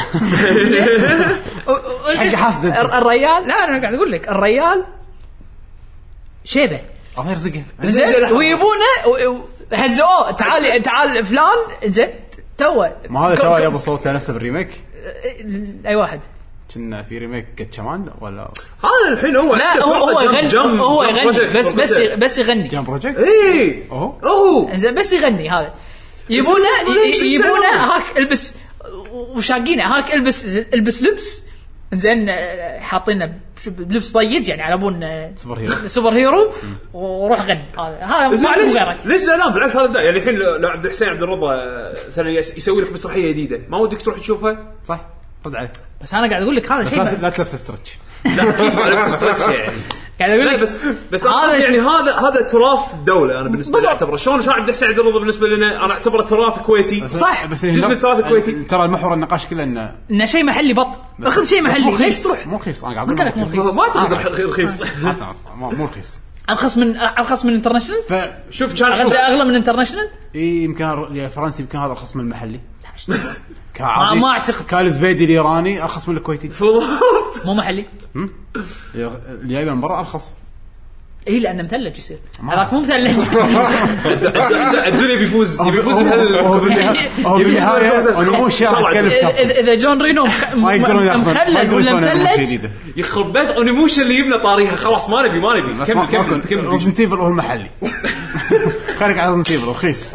حاجه حاسد الريال. لا انا قاعد اقول لك الريال شيبه الله يرزقه. زين ويبونه هزوه تعال فلان زين توه ما هذا توه يابا صوته نفسه بالريميك. اي واحد كنا في ريميك كمان ولا هذا الحين هو لا هو يغني بس يغني جام بروجكت. اي زين بس يغني. هذا يبونه هاك البس وشاقينه هاك البس لبس زين حاطينه بلبس ضيق يعني على بون سوبر هيرو وروح غني. هذا ما عنده غيره. ليش زعلان؟ بالعكس هذا ابداع. يعني الحين لو عبد الحسين عبد الرضا مثلا يسوي لك مسرحيه جديده ما ودك تروح تشوفها؟ صح رد عليه. بس انا قاعد اقول لك هذا شيء لا تلبس ستريتش. لا كيف على ستريتش يعني قاعد اقول لك بس هذا يعني هذا تراث الدوله. انا بالنسبه لي اعتبره شلون عبد الحسين عبد الرضا بالنسبه لنا انا اعتبره تراث كويتي. صح بس جزء من التراث الكويتي. ترى المحور النقاش كله انه شيء محلي بط اخذ شيء محلي ليش تروح مو رخيص. انا قاعد اقول مو رخيص ما تقدر رخيص مو رخيص ارخص من انترناشونال. شوف كان اغلى من انترناشونال. اي يمكن فرنسي يمكن هذا ارخص من المحلي. ما اعتقد كان الزبيدي الايراني ارخص من الكويتي. مو محلي اللي جاي من برا ارخص. اي لانه مثلج يصير هذاك مو مثلج. الدنيا بيفوز بالنهايه انا مو شايف اذا جون رينو مخلد ولا مثلج يخرب بيت اونيموشن اللي يبنى طاريها خلاص ما نبي كمل ريزنت ايفل هو المحلي. خليك على ريزنت ايفل رخيص.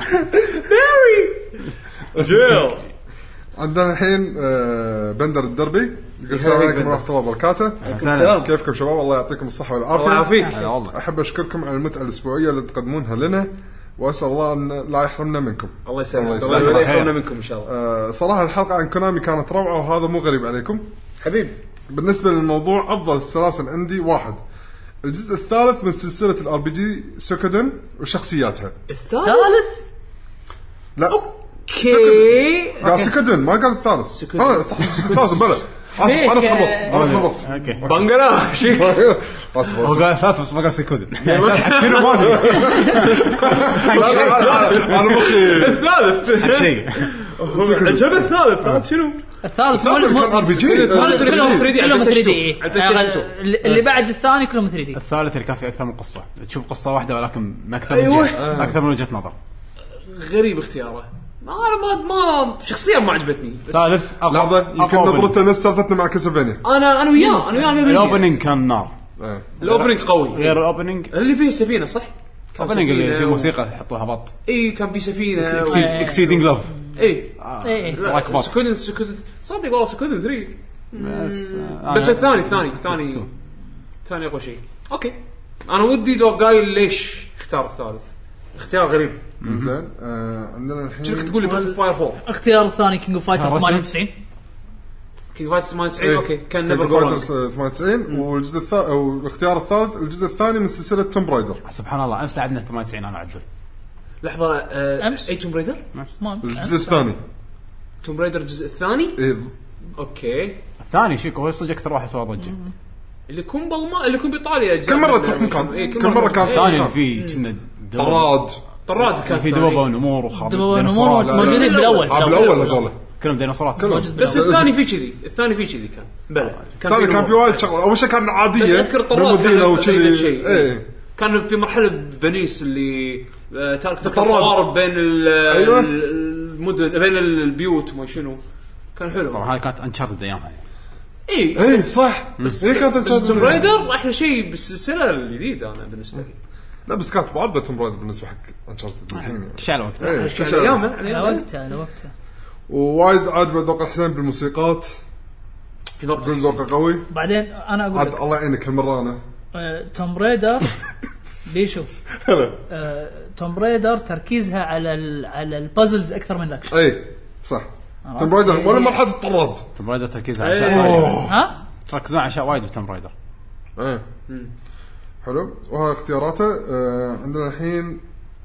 جيل عندنا الحين بندر الدربي. السلام عليكم ورحمة الله وبركاته. السلام. كيفكم شباب؟ الله يعطيكم الصحة والعافية. الله يعافيك. أحب أشكركم على المتعة الأسبوعية اللي تقدمونها لنا وأسأل الله أن لا يحرمنا منكم. الله يسلمك. الله يحرمنا منكم إن شاء الله. صراحة الحلقة عن كونامي كانت روعة وهذا مو غريب عليكم حبيب. بالنسبة للموضوع أفضل السلاسل عندي واحد الجزء الثالث من سلسلة الRPG سوكودن وشخصياتها. الثالث؟ لا اوكي قال سكدن ما قال الثالث. صح الثالث بلا انا خبط بنغلا شيء بس هو قال ثالث بس ما قال سكدن. شنو ما انا مخي الثالث شيء جاب الثالث شنو الثالث RPG كلهم 3D اللي بعد الثاني كلهم 3D. الثالث اللي كان فيه اكثر من قصه تشوف قصه واحده ولكن ما اكثر من وجهه نظر. غريب اختياره. ما شخصيا ما عجبتني. ثالث لحظه يمكن نظرته نفس سالفتنا مع كاسلفينيا. انا وياه الاوبننج كان نار. الاوبننج قوي غير الاوبننج اللي فيه سفينه صح. الاوبننج اللي فيه موسيقى يحطوها بط. اي كان في سفينه اكسيدينج لاف. اي سكودن صدق والله سكودن 3 بس الثاني اقوى شيء. اوكي انا ودي لو قايل ليش اختار الثالث. اختيار غريب. زين عندنا الحين شو تقول لي بس فاير فول. اختيار الثاني كينج اوف فايتر 98. كينج اوف فايتر 98 اوكي كان نيفر جو 98 والجزء الثالث او الاختيار الثالث الجزء الثاني من سلسله توم برايدر. سبحان الله امس لعبنا 98 انا عدل. لحظه اي توم برايدر الجزء الثاني توم برايدر الجزء الثاني اوكي الثاني شيك هو صدق اكثر واحد سوى ضجه اللي يكون بالما اللي يكون بايطاليا كل مره تروح مكان كل مره كان ثاني في كنا طراد كان في دبابه ونمور وخراب موجودين بالاول هذول كلهم ديناصورات بس الثاني في كذي كان بلى كان في وايد شغله اول شيء كان عاديه بس اذكر بالمدينه وكذي كان في مرحله فينيس اللي تقارب بين المدن بين البيوت وما شنو كان حلو. طبعا هاي كانت انشارتد ايامها اي صح بس كانت توم رايدر احلى شيء بالسلسله الجديده انا بالنسبه لي لا بس كانت واردة توم رايدر بالنسبه حق انشارتد الحين يعني. شال وقت إيه، ايام على وقته ووايد عاجبه ذوق حسين بالموسيقات، في ضبط ذوقه قوي. بعدين انا اقول عاد لك الله يعينك هالمره انا توم ريدر بيشوف توم ريدر تركيزها على البازلز اكثر من الاكشن. اي صح. توم رايدر ولا مرحله الطراد. توم رايدر تركيزها على اشياء وايد. ها تركزون على اشياء وايد بتوم رايدر. ايه حلو. وهذا اختياراته. عندنا الحين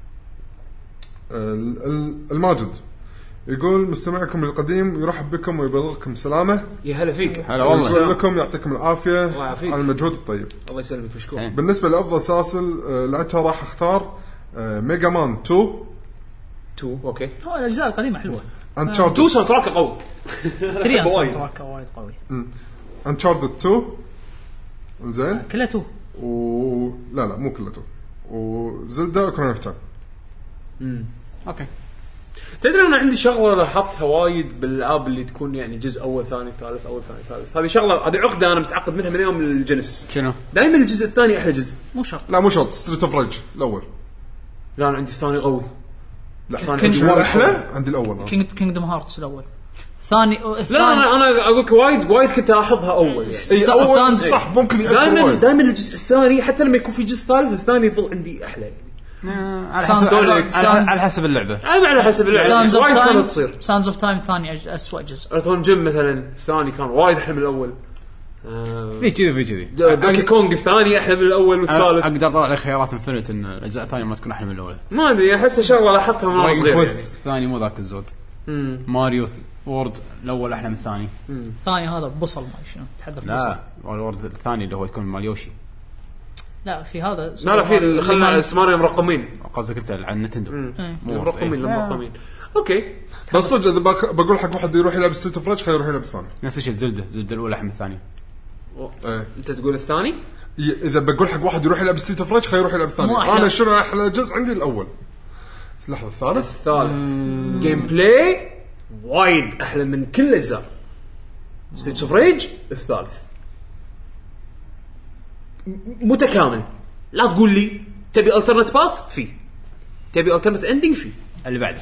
الماجد يقول مستمعكم القديم يرحب بكم ويبلغكم سلامه. يا هلا فيك. هلا والله. يقول لكم يعطيكم العافيه الله يعافيك. على المجهود الطيب. الله يسلمك مشكور. بالنسبه لافضل سلاسل لعبتها راح اختار ميجا مان 2 اوكي. هو الاجزاء القديمه حلوه. 2 انشارتد ساوند تراك قوي. 3 وايد. تراك وايد قوي. انشارتد 2 زين. كلها 2 لا مو كلها 2 وزلدا اوكرين اوف تايم. اوكي. تدري انا عندي شغله لاحظتها وايد بالالعاب اللي تكون يعني جزء اول ثاني ثالث اول ثاني ثالث. هذه شغله، هذه عقده انا متعقد منها من يوم الجينيسيس. شنو؟ دائما الجزء الثاني احلى جزء. مو شرط. لا مو شرط. ستريت اوف ريج الاول. لا انا عندي الثاني قوي. لا الثاني شو احلى عندي الاول. كينجدم هارتس الاول. ثاني لا انا اقول لك وايد كنت الاحظها اول يعني. اي اول صح ممكن ياثر دائما الجزء الثاني حتى لما يكون في جزء ثالث الثاني يظل عندي احلى. على حسب اللعبه. على حسب اللعبه. وايد كانت تصير. سانز اوف تايم ثاني اسوء جزء. ايرثون جيم مثلا الثاني كان وايد احلى من الاول. في كذي دوكي كونغ الثاني احلى من الاول والثالث. اقدر اطلع لك خيارات انفنت ان الاجزاء الثانيه ما تكون احلى من الاولى. ما ادري احس شغله لاحظتها من وانا صغير يعني. الثاني مو ذاك الزود. ماريو وورد الاول احلى من الثاني. الثاني هذا بصل ما شنو تحدث بصل. لا الورد الثاني اللي هو يكون مال يوشي. لا في هذا لا في خلنا ماريو مرقمين. قصدك انت على النتندو. مرقمين. اوكي. بس صدق اذا بقول حق واحد يروح يلعب ستريت اوف ريج خليه يروح يلعب الثاني. نفس الشيء زلدة الاولى احلى من الثانيه. انت تقول الثاني؟ اذا بقول حق واحد يروح يلعب ستريت اوف ريج خليه يروح يلعب الثاني. انا شنو احلى جزء عندي الاول. لحظه الثالث جيم بلاي وايد احلى من كل الاجزاء. ستريت اوف ريج الثالث متكامل. لا تقول لي تبي الترنت باث فيه، تبي الترنت اندنج فيه، اللي بعد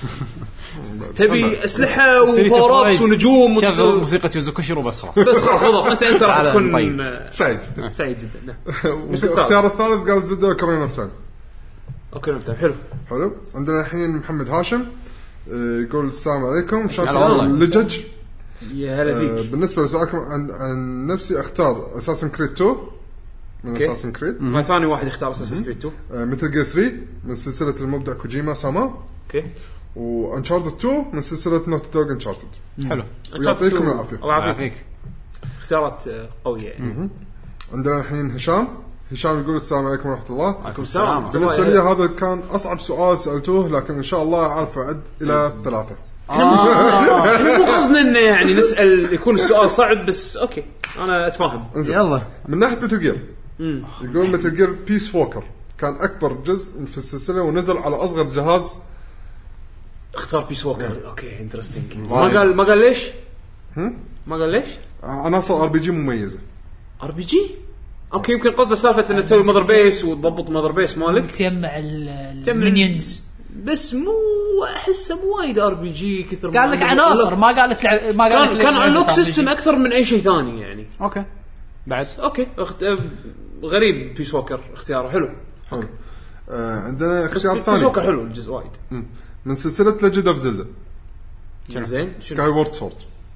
تبي اسلحه وباور ابس ونجوم شغل موسيقى يوزوكوشيرو بس خلاص. بس خلاص بالضبط انت راح تكون سعيد جدا. الاختيار الثالث قال زد اوكرين اوف تايم. اوكرين اوف تايم حلو. عندنا الحين محمد هاشم يقول السلام عليكم شلون اللجج. يا هلا فيك. بالنسبه لسؤالكم عن نفسي اختار اساسن كريد 2 من اساسن كريد. ما ثاني واحد يختار اساسن كريد 2. مثل جير 3 من سلسله المبدع كوجيما ساما. اوكي. وانشارتد 2 من سلسله نوت دوغ انشارتد. حلو. ويعطيكم العافيه. الله يعافيك. اختيارات قويه يعني. عندنا الحين هشام يقول السلام عليكم ورحمه الله. وعليكم السلام. بالنسبه لي هذا كان اصعب سؤال سالتوه لكن ان شاء الله اعرف اعد الى 3. احنا مو قصدنا انه يعني نسال يكون السؤال صعب بس اوكي انا اتفاهم. يلا من ناحيه متل جير يقول متل جير بيس ووكر كان اكبر جزء في السلسله ونزل على اصغر جهاز. اختار بيس ووكر. اوكي انترستينج. ما قال ليش؟ ما قال ليش؟ عناصر ار بي جي مميزه. ار بي جي اوكي يمكن قصده سالفه انه تسوي ماذر بيس وتضبط ماذر بيس مالك تجمع المينيونز بس مو احسه مو وايد ار بي جي كثر. قال لك عناصر ما قال لك كان انلوك سيستم اكثر من اي شيء ثاني يعني. اوكي بعد اوكي غريب بيس ووكر اختياره حلو. عندنا اختيار ثاني. بيس ووكر حلو الجزء وايد من سلسله ليجند اوف زلدا. زين سكاي وورد سورد.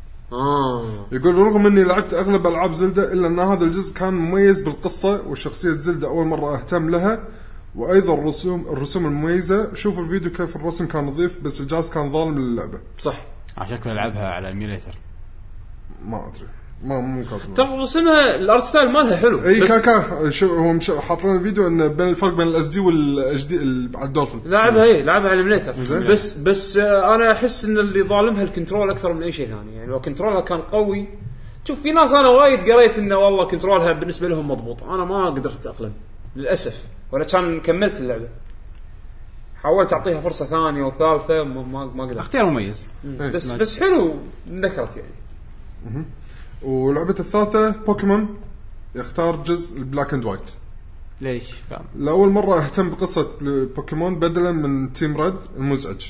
يقول رغم اني لعبت اغلب العاب زلدا الا ان هذا الجزء كان مميز بالقصه وشخصيه زلدا اول مره اهتم لها وايضا الرسوم المميزه. شوفوا الفيديو كيف الرسم كان نظيف بس الجهاز كان ظالم للعبه. صح عشان العبها على الميليتر ما ادري مو كاتب. ترى رسمها الارت ستايل مالها حلو. اي كاكا شو هو حاطين الفيديو ان بين الفرق بين الاس دي والاتش دي على الدولفين. لعبها على الميليتر بس انا احس ان اللي ظالمها الكنترول اكثر من اي شيء ثاني. يعني لو كنترولها كان قوي شوف في ناس انا وايد قريت انه والله كنترولها بالنسبه لهم مضبوط. انا ما قدرت اتاقلم للاسف ولا كان كملت اللعبه. حاولت اعطيها فرصه ثانيه وثالثه ما قدرت. اختيار مميز بس حلو ذكرت يعني. ولعبه الثالثه بوكيمون يختار جزء البلاك اند وايت. ليش؟ لاول مره اهتم بقصه بوكيمون بدلا من تيم ريد المزعج.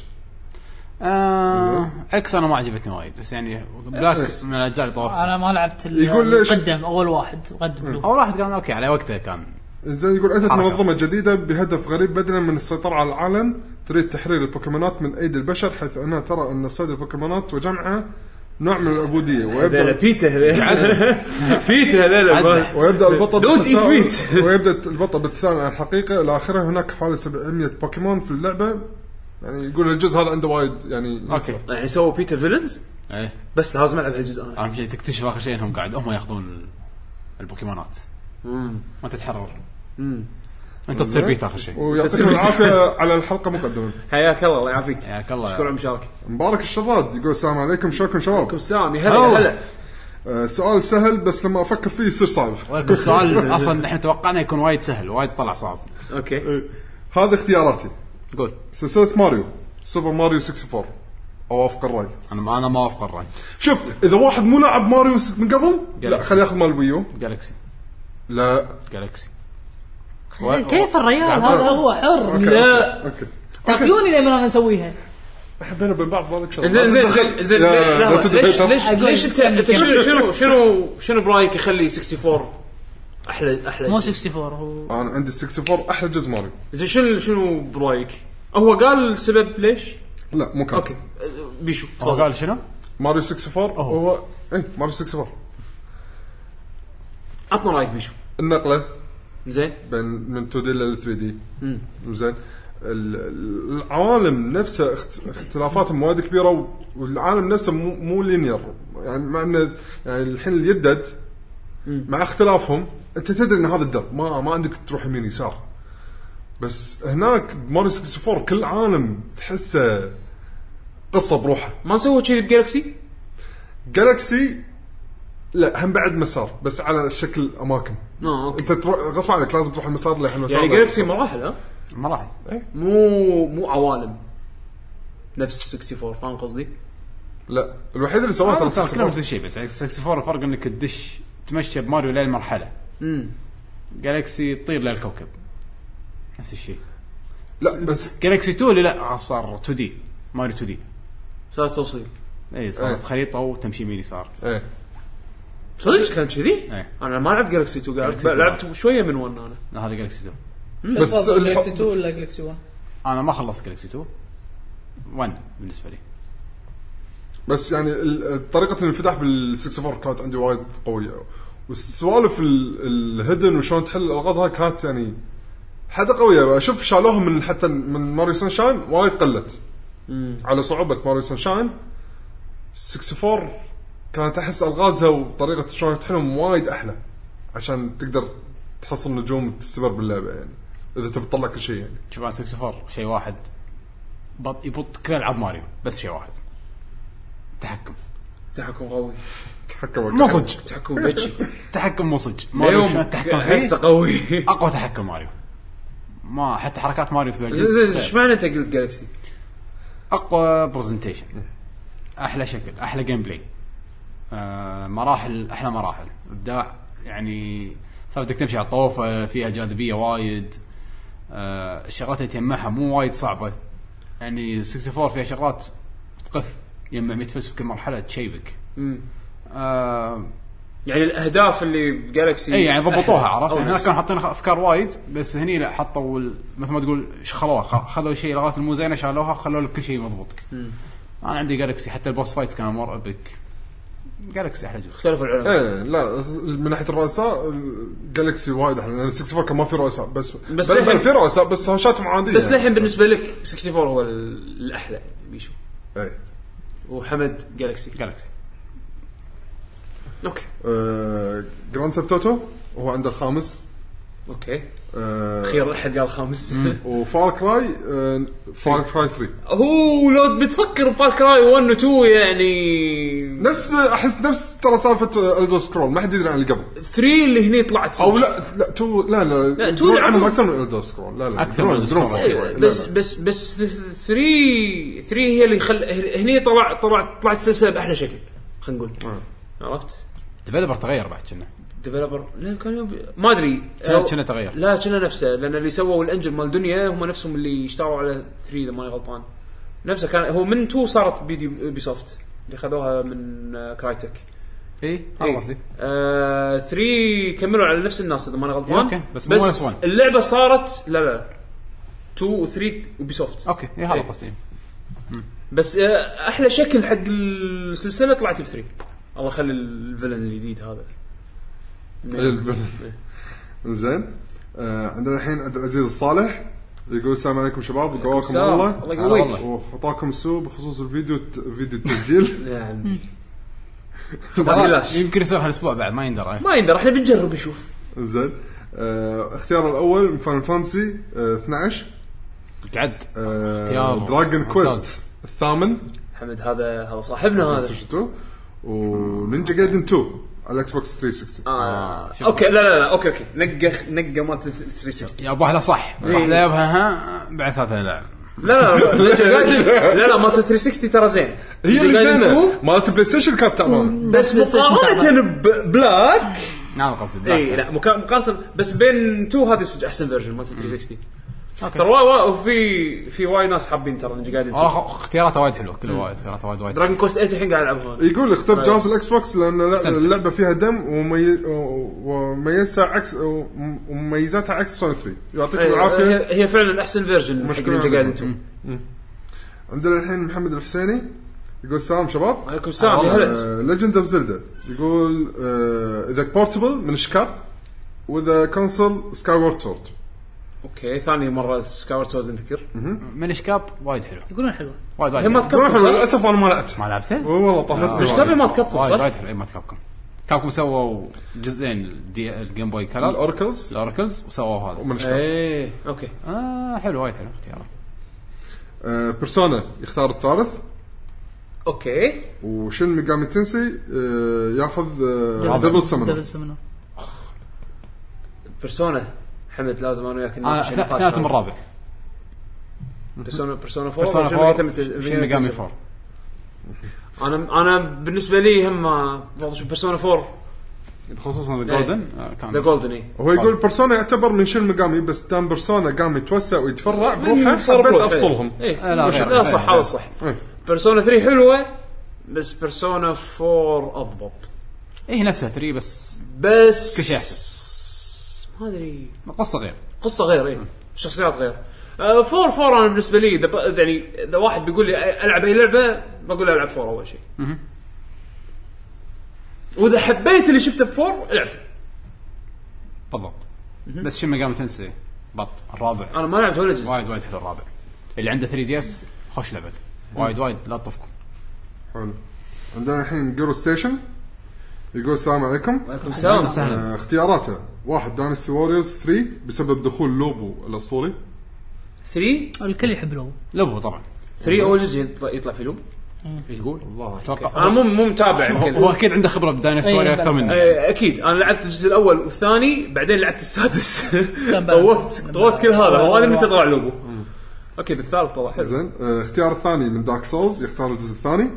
اكس انا ما عجبتني وايد، بس يعني بلاك من الاجزاء اللي طورتها. انا ما لعبت يقول ليش قدم اول واحد وقدم اول واحد كان اوكي على وقته كان زين. يقول اتت منظمه جديده بهدف غريب بدلا من السيطره على العالم تريد تحرير البوكيمونات من ايدي البشر، حيث انها ترى ان صيد البوكيمونات وجمعها نوع من العبوديه. ويبدا بيته لا ويبدا البطل ويبدا البطل بالتساؤل عن الحقيقه. الى اخره هناك حوالي 700 بوكيمون في اللعبه. يعني يقول الجزء هذا عنده وايد يعني اوكي يعني سووا بيتر فيلنز ايه، بس لازم العب هالجزء انا. اهم شيء تكتشف اخر شيء انهم قاعد هم ياخذون البوكيمونات ما تتحرر انت تصير بيت اخر شيء. ويعطيكم العافيه على الحلقه مقدما. حياك الله، الله يعافيك. حياك الله، شكرا على المشاركه. مبارك الشراد يقول السلام عليكم، شلونكم شباب؟ السلام يا هلا. سؤال سهل بس لما افكر فيه يصير صعب. السؤال اصلا احنا توقعنا يكون وايد سهل وايد طلع صعب. اوكي هذا اختياراتي. قول. سلسله ماريو، سوبر ماريو 64 او وفق الراي. انا ما اوافق الراي. شوف اذا واحد مو لاعب ماريو من قبل لا خليه ياخذ مال ويو. جالكسي لا جالكسي كيف الرجال هذا هو حر. لا اوكي تاكلوني لما انا اسويها. حبينا بين بعض مالك شغله. زين ليش انت شنو برايك يخلي 64 احلى مو 64 هو انا عندي 64 احلى جزء ماريو. زين شنو برايك؟ هو قال السبب ليش؟ لا مو كان. اوكي بيشو هو قال شنو ماريو 64 هو اي ماريو 64. عطنا رايك بيشو. النقله زين بين من 2 دي ل 3 دي. زين العالم نفسه اختلافاتهم وايد كبيره والعالم نفسه مو لينير. يعني مع انه يعني الحين اليدد مع اختلافهم انت تدري ان هذا الدرب ما عندك تروح يمين يسار. بس هناك بماريو 64 كل عالم تحسه قصه بروحه. ما سووا شيء جالكسي لا هم بعد مسار بس على شكل اماكن. انت تروح غصب عنك لازم تروح المسار اللي احنا يعني جالكسي مراحل مراحل مو عوالم نفس 64. فاهم قصدي؟ لا الوحيد اللي سواه ترى كلهم نفس الشيء بس 64 الفرق انك تدش تمشي بماريو لين مرحله. جالكسي تطير للكوكب نفس الشيء. لا بس جالكسي 2 لا صار 2 دي ماريو 2 دي صار توصيل. اي صارت خريطه وتمشي يمين يسار. ايه صدق كان كذي. انا ما لعبت جالكسي 2 لعبت شويه من 1 انا. لا هذا جالكسي 2 بس جالكسي 2 ولا جالكسي 1؟ انا ما خلصت جالكسي 2 1 بالنسبه لي. بس يعني طريقه الانفتاح بال64 كانت عندي وايد قويه. والسوالف الهيدن وشون تحل الالغاز هاي كانت يعني حدا قويه. اشوف شالوها من حتى من ماريو سانشاين وايد قلت على صعوبه ماريو سانشاين. 64 كانت احس الغازها وطريقه شلون تحلهم وايد احلى عشان تقدر تحصل نجوم وتستمر باللعبه. يعني اذا تبي تطلع كل شيء يعني شوف 64 شيء واحد يبط كل العاب ماريو بس شيء واحد تحكم قوي. تحكم مصج تحكم بيتشي تحكم مصج ماريو شلون تحكم حسه قوي. اقوى تحكم ماريو ما حتى حركات ماريو في الجزء. ايش معنى انت قلت جالكسي؟ اقوى برزنتيشن احلى شكل احلى جيم بلاي مراحل احلى مراحل ابداع. يعني صارت تمشي على الطوفه فيها جاذبيه وايد. الشغلات اللي تجمعها مو وايد صعبه. يعني 64 فيها شغلات تقث يجمع 100 فلس بكل مرحله تشيبك. يعني الاهداف اللي بجالكسي اي يعني ضبطوها عرفت. يعني كانوا حاطين افكار وايد بس هني لا حطوا مثل ما تقول خلوها خذوا شيء لغات الموزينه شالوها خلوا لك كل شيء مضبوط. انا عندي جالكسي حتى البوس فايتس كانوا مور ابيك. جالكسي احلى جزء. اختلف العلماء. ايه لا من ناحيه الرؤساء جالكسي وايد احلى. 64 كان ما في رؤساء بس في رؤساء بس هوشاتهم عاديه. بس للحين بالنسبه لك 64 هو الاحلى بيشو. ايه وحمد جالكسي. اوكي. جراند ثيفت اوتو وهو عنده الخامس. اوكي. خير احد قال خامس. وفار كراي 3 هو لو بتفكر فار كراي 1 و 2 يعني نفس احس نفس ترى سالفه الدو سكرول ما حد يدري عن اللي قبل 3 اللي هني طلعت او لا 2 لا 2 عنهم اكثر من الدو سكرول. لا اكثر من بس 3 هي اللي هني طلعت سلسله باحلى شكل خلينا نقول. عرفت ديفلوبر تغير بعد كنا ديفلوبر لا كان ما ادري كنا تغير. لا كنا نفسه لان اللي سووا الانجن مال دنيا هم نفسهم اللي اشتغلوا على 3 اذا ماني غلطان نفسه كان هو من 2 صارت بي سوفت اللي خذوها من كرايتك اي قصدي 3 كملوا على نفس الناس اذا ماني غلطان اوكي بس اللعبه صارت لا 2 و 3 وبي سوفت اوكي اي هذا قصدي بس احلى شكل حق السلسله طلعت ب 3 الله يخلي الفيلن الجديد هذا الفيلن زين. عندنا الحين عبد العزيز الصالح يقول السلام عليكم شباب وقواكم الله يقويك وخطاكم السوء بخصوص فيديو التسجيل. نعم يمكن يصير هالاسبوع بعد ما يندر احنا بنجرب نشوف. زين. اختيار الاول من فاينل فانتسي 12 قعد دراجون كويست الثامن حمد هذا صاحبنا هذا شفتوه ونينجا جايدن 2 على الاكس بوكس 360. اوكي لا اوكي نقه مال 360 يا ابوها لا صح واحده يابها بعد 3 لاعب لا مال 360 ترى زين هي اللي زينه مالت بلاي ستيشن كانت تعبان بس مقارنه ببلاك انا قصدي اي لا مقارنه بس بين 2 هذه احسن فيرجن مال 360 ترى في وايد ناس حابين ترى نجي قاعدين اختياراته وايد حلوه كله وايد اختياراته وايد دراجون كوست 8 الحين قاعد العبها يقول اختار جهاز الاكس بوكس لان اللعبه فيها دم وميزتها عكس ومميزاتها عكس سوني 3 يعطيكم العافيه هي فعلا احسن فيرجن مشكله نجي قاعدين عندنا الحين محمد الحسيني يقول السلام شباب عليكم السلام يا هلا ليجند اوف زلدا يقول اذا بورتبل من شكاب واذا كونسول سكاي وورد سورد. اوكي ثاني مره سكاور سورد نذكر من شكاب وايد حلو يقولون حلوه وايد هي ما تكبكم للاسف انا ما لعبته والله طافتني مش كابي ما تكبكم صح وايد حلو ما تكبكم كابكم سووا جزئين الجيم بوي كلر الاوركلز وسووا هذا من شكاب ايه اوكي حلو وايد حلو اختياره. بيرسونا يختار الثالث اوكي وشن ميجامي تنسي ياخذ دبل سمنر. بيرسونا حمد لازم انا وياك ثالث من الرابع بيرسونا 4 شن ميجامي 4 انا بالنسبه لي هم والله شوف بيرسونا 4 خصوصا الجولدن ذا جولدن هو يقول بيرسونا يعتبر من شن ميجامي بس دام بيرسونا قام يتوسع ويتفرع بروحه حبيت افصلهم. لا صح هذا صح. بيرسونا 3 حلوه بس بيرسونا 4 اضبط. نفسها 3 بس كل شيء ما ادري قصه غير شخصيات غير. 4 انا بالنسبه لي يعني اذا واحد بيقول لي العب اي لعبه بقول له العب 4 اول شيء. واذا حبيت اللي شفته ب4 العب بالضبط. بس شو مقام تنسي بط الرابع انا ما لعبت ولا جزء وايد حلو الرابع اللي عنده 3DS خوش لعبته وايد لا تطفكم. حلو. عندنا الحين جيرو ستيشن يقول السلام عليكم. وعليكم السلام. اختياراته 1 داينستي ووريرز 3 بسبب دخول لوبو الاسطوري. 3 الكل يحب لوبو طبعا 3 اول جزء يطلع في لوب يقول والله اتوقع انا مو متابع يمكن هو اكيد عنده خبره بداينستي وورير اكثر مني. اكيد انا لعبت الجزء الاول والثاني بعدين لعبت السادس طوفت كل هذا وهذا متى طلع لوبو. اوكي بالثالث طلع حلو. زين اختيار الثاني من دارك سولز يختار الجزء الثاني.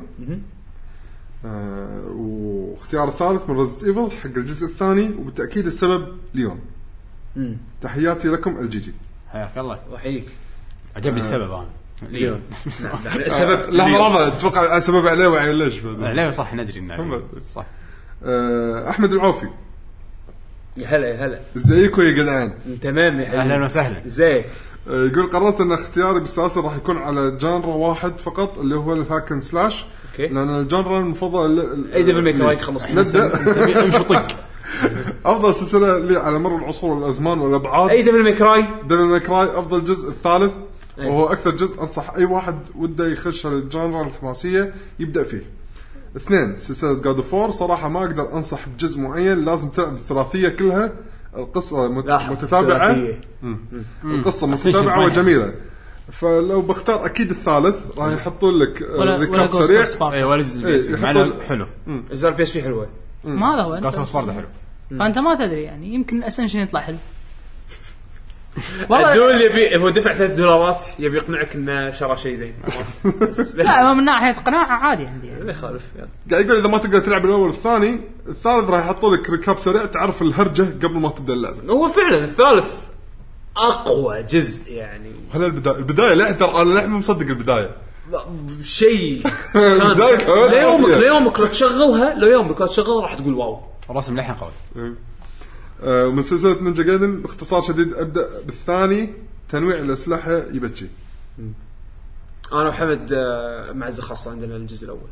واختيار الثالث من ريزنت ايفل حق الجزء الثاني وبالتاكيد السبب ليون. تحياتي لكم الجي حياك الله يحييك. عجبني السبب انا ليون. السبب لحظه اتوقع السبب عليه ولا ليش عليه صح ندري انه صح. احمد العوفي يا هلا ازيكم يا جدعان. تمام يا اهلا وسهلا ازيك. يقول قررت ان اختياري بالسلاسل راح يكون على جانرا واحد فقط اللي هو الهاكن سلاش. لان الجانرا المفضل اي ديفل ميك راي خلص نبدا امشي طق. افضل سلسله لي على مر العصور والازمان والابعاد اي ديفل ميك راي افضل جزء الثالث وهو اكثر جزء انصح اي واحد وده يخش هالجانرا الحماسيه يبدا فيه. 2 سلسله جاد اوف 4 صراحه ما اقدر انصح بجزء معين لازم تلعب الثلاثيه كلها. القصه متتابعه القصه متتابعه وجميله فلو بختار اكيد الثالث راح يحطون لك ريكاب سريع. ولا جزء معنا حلو زار بي اس بي حلوه ما هذا هو قصص فرده حلو. فانت ما تدري يعني يمكن اسنشن يطلع حلو الدول يبي هو دفع $3 يبي يقنعك انه شرى شيء زين. بس لا من ناحيه قناعه عادي عندي لا يخالف. قاعد يقول اذا ما تقدر تلعب الاول والثاني الثالث راح يحطوا لك ريكاب سريع تعرف الهرجه قبل ما تبدا اللعبه. هو فعلا الثالث اقوى جزء يعني. هلا البدايه لا ترى انا لحم مصدق البدايه شيء ليومك لو تشغلها راح تقول واو. الرسم لحن قوي. ومن سلسله نينجا جايدن باختصار شديد ابدا بالثاني تنويع الاسلحه يبكي. انا وحمد معزه خاصه عندنا الجزء الاول.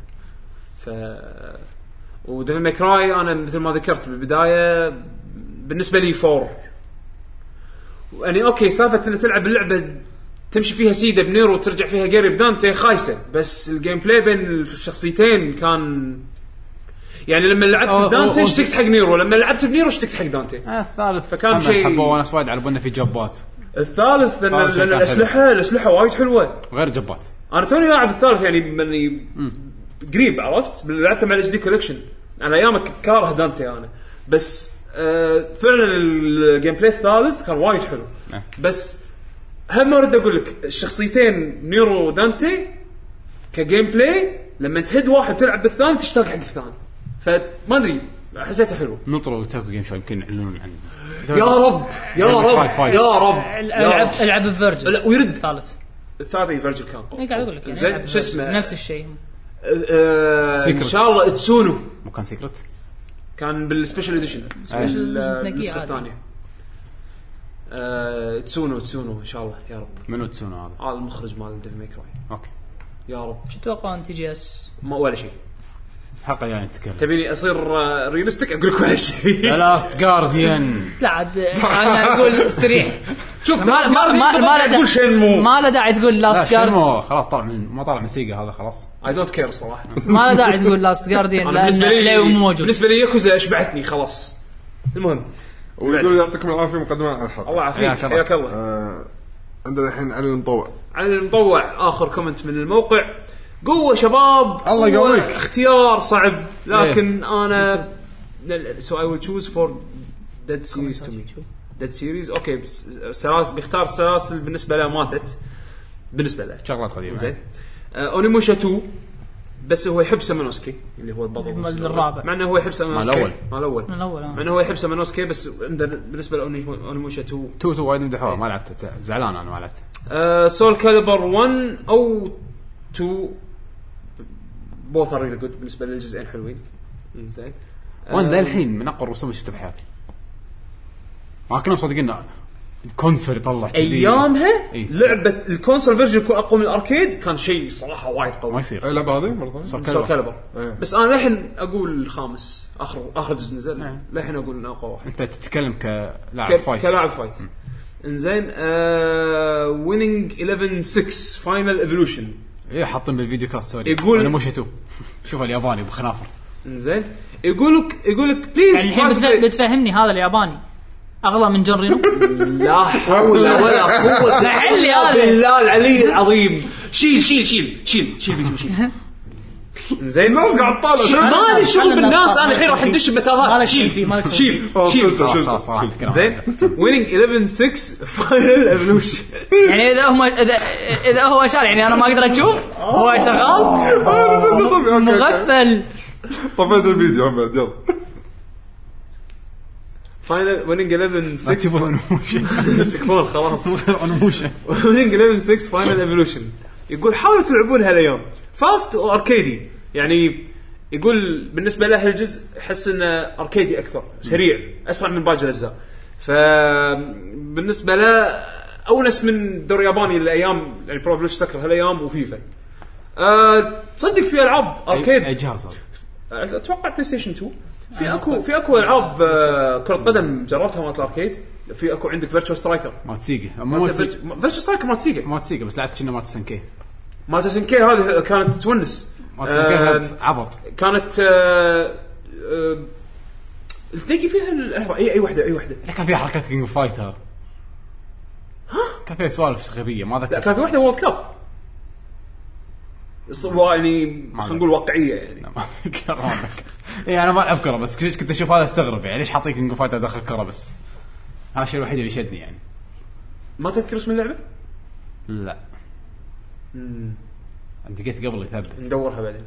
وديفل ماكراي انا مثل ما ذكرت بالبدايه بالنسبه لي 4 يعني اوكي سالفه ان تلعب اللعبه تمشي فيها سيده بنيرو وترجع فيها جيري بدانتي خايسه بس الجيم بلاي بين الشخصيتين كان يعني لما لعبت دانتي اشتقت حق نيرو لما لعبت بنيرو اشتقت حق دانتي. الثالث فكان شيء حبوا وانا وايد على بالنا في جبات. الثالث لان الاسلحه وايد حلوه غير جبات. انا توني لاعب الثالث يعني مني قريب عرفت لعبته مع الاتش دي كولكشن انا ايامك كنت كاره دانتي انا بس فعلا الجيم بلاي الثالث كان وايد حلو. بس هم اريد اقول لك الشخصيتين نيرو ودانتي كجيم بلاي لما تهد واحد تلعب بالثاني تشتاق حق الثاني فما ادري حسيته حلو. نطروا تاكو جيم شوي يمكن يعلنون عنه. يا رب العب الفيرجن ويرد الثالث فيرجن كان قوي. قاعد اقول لك زين شو اسمه نفس الشيء. ان شاء الله تسونو مو كان سيكرت كان بالسبيشال اديشن النسخه الثانيه. تسونو ان شاء الله يا رب. منو تسونو هذا المخرج مال ديفل ماي كراي. اوكي يا رب. شو تتوقع ان تجي اس ما ولا شيء حقا يعني نتكلم تبيني اصير ريالستيك اقول لك ولا شيء. لاست جارديان لا عاد انا اقول استريح. شوف ما له داعي تقول لاست جارديان خلاص طلع من ما طلع من سيجا هذا خلاص. اي دونت كير الصراحه. ما له داعي تقول لاست جارديان لا موجود. بالنسبه لي ياكوزا اشبعتني خلاص. المهم ويقول يعطيكم العافيه مقدمه على الحلقه. الله يعافيك حياك الله. عندنا الحين على المطوع اخر كومنت من الموقع. قوة شباب الله يقويك. اختيار صعب لكن انا so I will choose for Dead Series to me. Dead Series اوكي بيختار سلاسل بالنسبة له ماتت بالنسبة له شغلات قديمة زين. اونيموشا 2 بس هو يحب سامونوسكي اللي هو البطل الرابع مع انه هو يحب سامونوسكي مع الاول مع انه هو يحب سامونوسكي بس بالنسبة لأونيموشا 2 وايد مدحوها ما لعبته زعلان انا ما لعبته. سول كاليبر 1 او 2 both are really good بالنسبة للجزئين حلوين. زين. وانا للحين من اقوى الرسوم اللي شفتها بحياتي. ما كنا مصدقين الكونسول يطلع ايامها لعبة الكونسول فيرجن يكون اقوى من الاركيد كان شيء صراحة وايد قوي. ما يصير. اللعبة هذه مرة سول كاليبر. بس انا للحين اقول الخامس اخر جزء نزل للحين اقول انه اقوى واحد. انت تتكلم كلاعب فايت. انزين ويننج 11-6 فاينل ايفولوشن ايه حاطين بالفيديو كاست ستوري يقول انا مش تو شوف الياباني بخنافر. انزين يقول لك بليز يعني بتفهمني هذا الياباني اغلى من جون رينو. لا حول ولا قوه الا بالله العلي العظيم. شيل زين الناس قاعد طالع مالي شغل بالناس انا الحين راح ندش بمتاهات. شيل زين ويننج 11-6 فاينل ايفولوشن. يعني اذا هو شال يعني انا ما اقدر اشوف هو شغال مغفل. طفيت الفيديو بعد يلا فاينل ويننج 11-6 تكفون خلاص ويننج 11-6 فاينل ايفولوشن. يقول حاولوا تلعبونها اليوم فاست واركيدي يعني يقول بالنسبه له الجزء حس انه اركيدي اكثر سريع اسرع من باقي الاجزاء. فبالنسبه له اونس من دور ياباني الايام يعني برو فلوش سكر هالايام وفيفا. تصدق في العاب اركيد اي جهاز اتوقع بلاي ستيشن 2 في اكو العاب كره قدم جربتها مال الاركيد. في اكو عندك فيرتشوال سترايكر ما تسيجا فيرتشوال سترايكر ما تسيجا بس لعبت كنا ما تسنكي ما تسنكي هذه كانت تونس ما تسنكي عبط كانت تلاقي فيها اي وحده كان فيها حركات كينج اوف فايتر كان فيها سوالف غبيه ما ذكر. كان في وحده وورلد كاب يعني خلينا نقول واقعيه يعني اي انا ما العب كره بس كنت اشوف هذا استغرب يعني ليش حاطين كينج اوف فايتر داخل كره بس هذا الشيء الوحيد اللي شدني يعني. ما تذكر اسم اللعبه؟ لا عندي جيت قبل يثبت ندورها بعدين.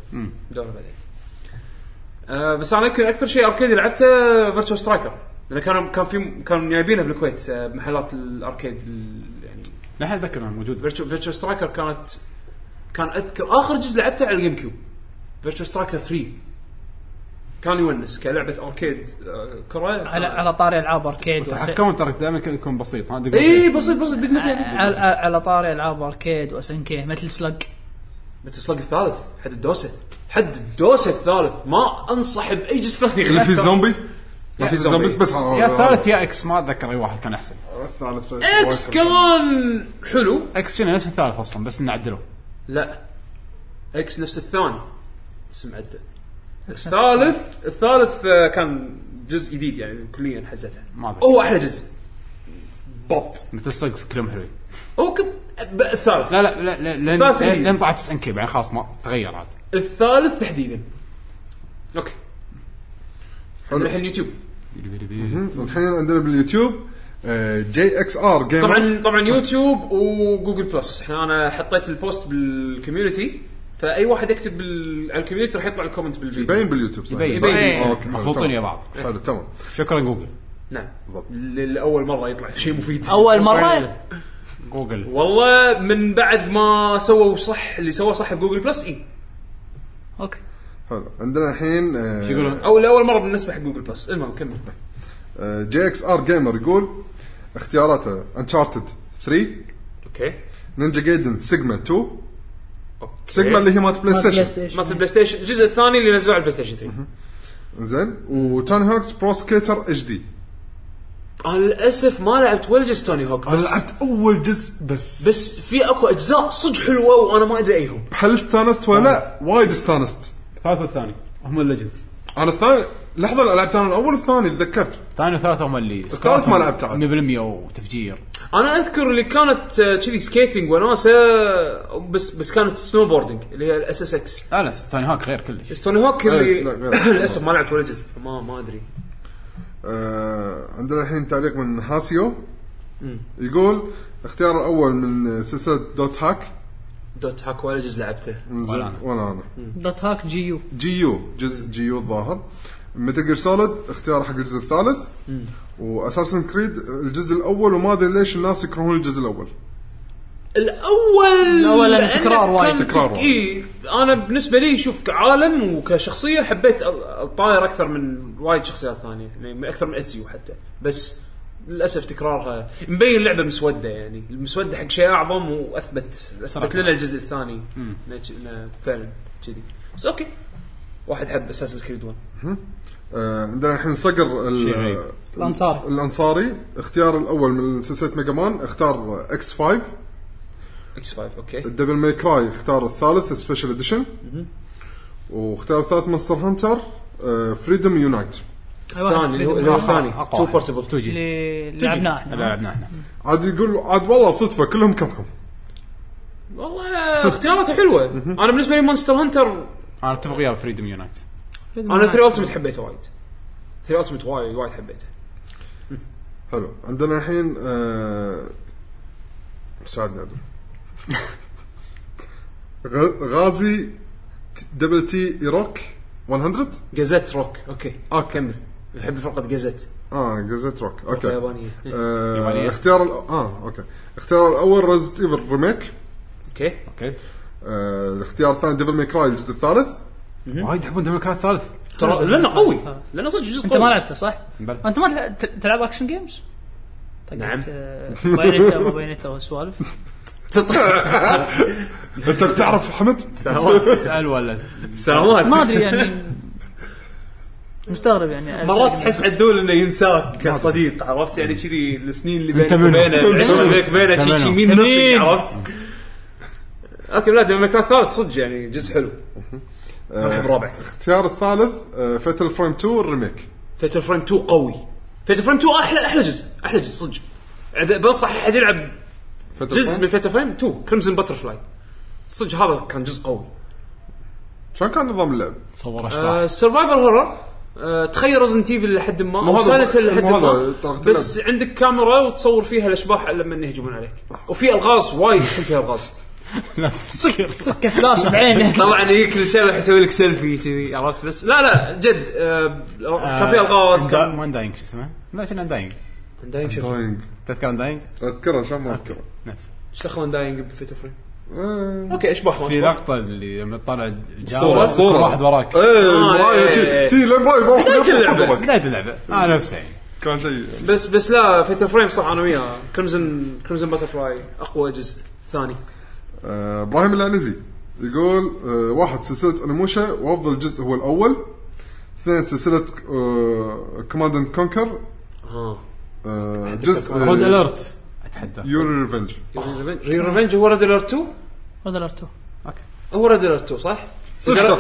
بس انا يمكن اكثر شيء اركيدي لعبته فيرتشوال سترايكر، لان كانوا جايبينها بالكويت بمحلات الاركيد يعني. لا حد ذكر موجود. فيرتشوال سترايكر كان اذكر اخر جزء لعبته على الجيم كيوب فيرتشوال سترايكر 3 كان يونس كلعبه اركيد كره على طاري العاب اركيد التحكم ترى دائما يكون بسيط. اي بسيط دقمتين. على طاري العاب اركيد واسنكي مثل سلق الثالث حد الدوسه الثالث ما انصح باي جزء ثاني. اللي في زومبي ما في زومبي بس يا الثالث يا اكس ما اتذكر اي واحد كان احسن. الثالث اكس كمان حلو. اكس كان نفس الثالث اصلا بس نعدله. لا اكس نفس الثاني اسم عدل. الثالث كان جزء جديد يعني كليا حزتها. هو احلى جزء بط مثل سلقس كلهم حلوين. اوكي الثالث لا لين طلعت سنكي بعدين خلاص ما تغير عاد. الثالث تحديدا اوكي. الحين اليوتيوب الحين عندنا باليوتيوب جي اكس ار جيمر. طبعا يوتيوب وجوجل بلس. انا حطيت البوست بالكوميونتي فاي واحد يكتب على الكوميونتي راح يطلع الكومنت بالفيديو. يبين باليوتيوب صح. يبين مخلوطين يا بعض. حلو تمام. شكرا جوجل. نعم لأول مرة يطلع شيء مفيد. أول مرة جوجل والله من بعد ما سووا صح اللي سووا صح بجوجل بلس أوكي حلو. عندنا الحين أو لأول مرة بالنسبة حق جوجل بلس. المهم كمل. جي اكس ار جيمر يقول اختياراته انشارتد 3 اوكي نينجا جايدن سيجما 2 سيجما اللي هي مالت بلاي ستيشن الجزء الثاني اللي نزلوه على البلاي ستيشن 3 زين وتوني هوكس برو سكيتر اتش دي. انا للاسف ما لعبت ولا جزء توني هوك. انا لعبت اول جزء بس في اكو اجزاء صدق حلوه وانا ما ادري ايهم. هل استانست ولا لا؟ وايد استانست. الثالث والثاني هم الليجندز. انا الثاني لحظه لعبت انا الاول والثاني تذكرت. الثاني والثالث هم اللي الثالث ما لعبت عاد 100% وتفجير. انا اذكر اللي كانت كذي سكيتنج وناسه بس كانت سنو بوردنج اللي هي الاس اس اكس. لا توني هوك غير كلش. توني هوك اللي للاسف ما لعبت ولا جزء ما ادري. عندنا الحين تعليق من هاسيو يقول اختيار الاول من سلسله دوت هاك ولا جزء لعبته ولا انا دوت هاك جي يو جزء جي يو الظاهر. ميتال جير سوليد اختيار حق الجزء الثالث واساسن كريد الجزء الاول وما ادري ليش الناس يكرهون الجزء الاول لأن تكرار وايد. انا بالنسبه لي شوف كعالم وكشخصيه حبيت الطاير اكثر من وايد شخصيات ثانيه يعني اكثر من اتسيو حتى. بس للاسف تكرارها مبين لعبه مسوده يعني المسوده حق شيء اعظم واثبت لنا الجزء الثاني فعلا كذي. بس اوكي واحد حب اساسن كريد 1. عندنا الحين صقر الانصاري اختيار الاول من سلسله ميجا مان اختار اكس 5 اوكي. الديفل ماي كراي اختار الثالث سبيشال اديشن واختار الثالث مونستر هانتر فريدوم يونايت. الثاني اللي هو الثاني تو بورتبل توجي اللي لعبناه احنا عاد يقول عاد والله صدفه كلهم كبهم والله اختياراته حلوه. انا بالنسبه لي مونستر هانتر انا اتفق وياه فريدوم يونايت. انا 3 التيمت حبيته وايد. 3 التيمت وايد حبيته. حلو. عندنا الحين ساعدنا عدل غازي دبل تي ايروك 100 جازت روك. اوكي كمل. يحب فرقه جازت. جازت روك. اوكي يابانيه. اختيار اوكي اختيار الاول ريزنت ايفل ريميك. اوكي الاختيار الثاني ديفل ماي كراي الجزء الثالث. وايد يحبون ديفل ماي كراي الثالث ترى لانه قوي لانه صدق جزء قوي. انت ما لعبته صح؟ انت ما تلعب اكشن جيمز؟ نعم بينته والسوالف. انت بتعرف حمد تسأل ولا سلامات ما ادري يعني مستغرب يعني مرات تحس عدول انه ينساك كصديق عرفت يعني كذي السنين اللي بينك وبينه شيء مين عرفت. اوكي لا ديفل ماي كراي الثالث صدق يعني جزء حلو. الرابع اختيار الثالث فيتل فريم 2 الريميك. فيتل فريم 2 قوي. فيتل فريم 2 احلى جزء صدق. بنصح احد يلعب جزء من فيتل فريم 2 كريمزن باترفلاي صدق هذا كان جزء قوي. شلون كان نظام اللعب؟ صور اشباح سرفايفل هورر تخيل رزنت ايفل لحد ما مو او هذا- سايلنت هيل لحد مو هذا ما ترى بس عندك كاميرا وتصور فيها الاشباح لما يهجمون عليك وفي الغاز وايد تحل فيها الغاز لا تفكر سكه فلاش بعينه. طبعا يجيك الشيء راح يسوي لك سيلفي كذي عرفت بس لا جد كان فيها الغاز كان ما انداينج شو اسمه؟ لا شنو انداينج؟ انداينج شوف داينج تذكر انداينج؟ اذكره عشان ما اذكره نفس ايش دخل انداينج بفيت فريم اوكي اشباح ما في أشباح. لقطه اللي لما تطلع صورة. كل واحد وراك ايه مرايه إيه. تي لمرايه بروح اللعبة. بدايه اللعبه نفسه يعني. كان شيء بس لا فيت فريم صح انا وياه كريمزن باترفلاي اقوى جزء ثاني ابراهيم العنزي يقول واحد سلسله انيموشا وافضل جزء هو الاول. اثنين سلسله كوماند اند كونكر جزء رود اليرت اتحدى يوري ريفنج. ريفنج هو ريد اليرت 2 هذا الارتو اوكي هو ريد اليرت 2 صح؟ صدق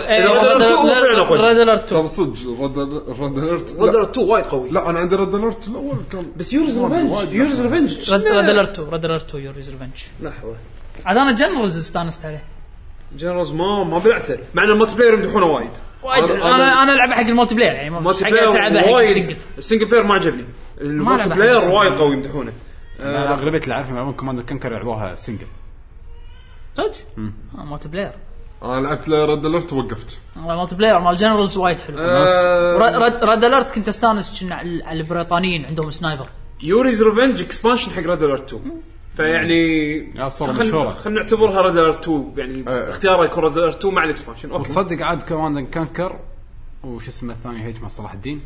ريد الارتو طب صدق رد اليرت ريد اليرت 2 وايد قوي لا انا عندي رد اليرت الاول كان بس يوريز ريفنج ريد الارتو يوريز ريفنج. لحظه عاد انا جنرالز استانست عليه جنرالز ما بلعته مع ان الملتي بلاير يمدحونه وايد انا العبها حق المولتي بلاير يعني مش حق العبها حق السنجل. السنجل بلاير ما عجبني الملتي لعبها بلاير حق وايد قوي يمدحونه انا اغلبيه اللي اعرفهم يلعبون كوماند كنكر يلعبوها سنجل صدق مولتي بلاير. انا لعبت رد اليرت ووقفت. المولتي بلاير مال جنرالز وايد حلو. رد الارت كنت استانس كنا على البريطانيين عندهم سنايبر. يوريز ريفنج اكسبانشن حق ريد اليرت 2 فيعني صورة مشهورة. خلينا نعتبرها ريد اليرت 2 يعني اختياره يكون ريد اليرت 2 مع الاكسبانشن اوكي وتصدق عاد كوماند كنكر وش اسمه الثاني هيج مع صلاح الدين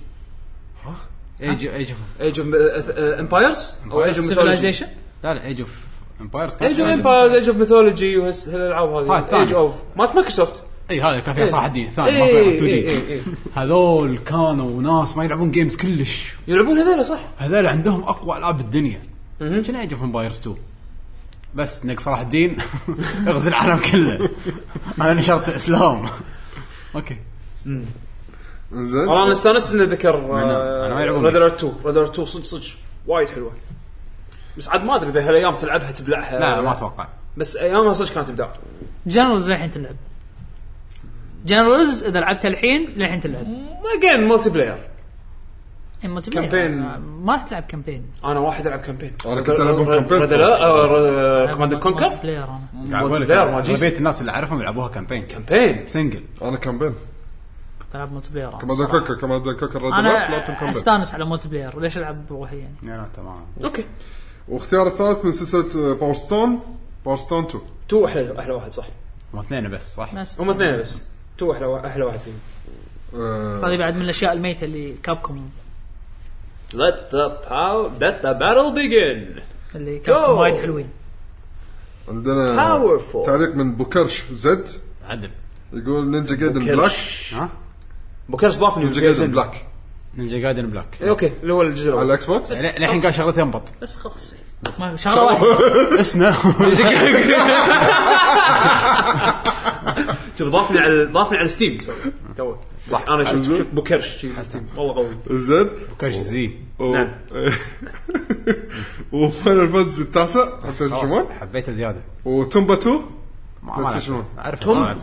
ايج ايج اوف امبايرز او ايج اوف سيفلايزيشن. لا ايج اوف امبايرز ايج اوف امبايرز ايج اوف ميثولوجي وهالالعاب هذه ايج اوف مالت مايكروسوفت اي هذا كان فيها صلاح الدين ثاني ما فيها 2 دي. هذول كانوا ناس ما يلعبون جيمز كلش يلعبون هذول صح هذول عندهم اقوى العاب الدنيا شنو ايج اوف امبايرز 2 بس نق صلاح الدين اغزي العالم كله انا نشرت اسلام اوكي زين والله انا استانست اني ذكر أنا ما يلعبون ريد اليرت 2 صدق وايد حلوه بس عاد ما ادري اذا هالايام تلعبها تبلعها لا ما اتوقع بس ايامها صدق كانت ابداع جنرالز الحين تلعب جنرالز اذا لعبتها الحين للحين تلعب ما جيم مالتي بلاير كامبين. ما راح تلعب كامبين. انا واحد العب كامبين انا كنت العب كامبين كوماند كونكر مالتي بلاير انا قاعد اقول لك اغلبيه الناس اللي اعرفهم يلعبوها كامبين سنجل انا كامبين تلعب مالتي بلاير. كمان كوكر رد انا لعبت كامبين استانس على مالتي بلاير وليش العب بروحي يعني. لا تمام اوكي واختيار الثالث من سلسله باور ستون 2 احلى واحد صح هم اثنين بس صح هم اثنين بس 2 احلى واحد فيهم هذه بعد من الاشياء الميته اللي كابكم let the battle begin اللي كابكم وايد حلوين. عندنا Powerful. تعليق من بوكرش زد عدل يقول نينجا جايدن بلاك ها بوكرش ضافني نينجا جايدن بلاك نينجا جايدن بلاك اوكي اللي هو الجزء على الاول الاكس بوكس الحين قال شغلتين ينبط بس خلاص ما شغله واحده اسمه شوف ضافني على ستيم تو صح انا شفت بوكرش على ستيم والله قوي زد كاش زي نعم وفاينل فانتسي التاسع حسيت شو حبيته زياده وتومبا 2 ما بس شنو اعرف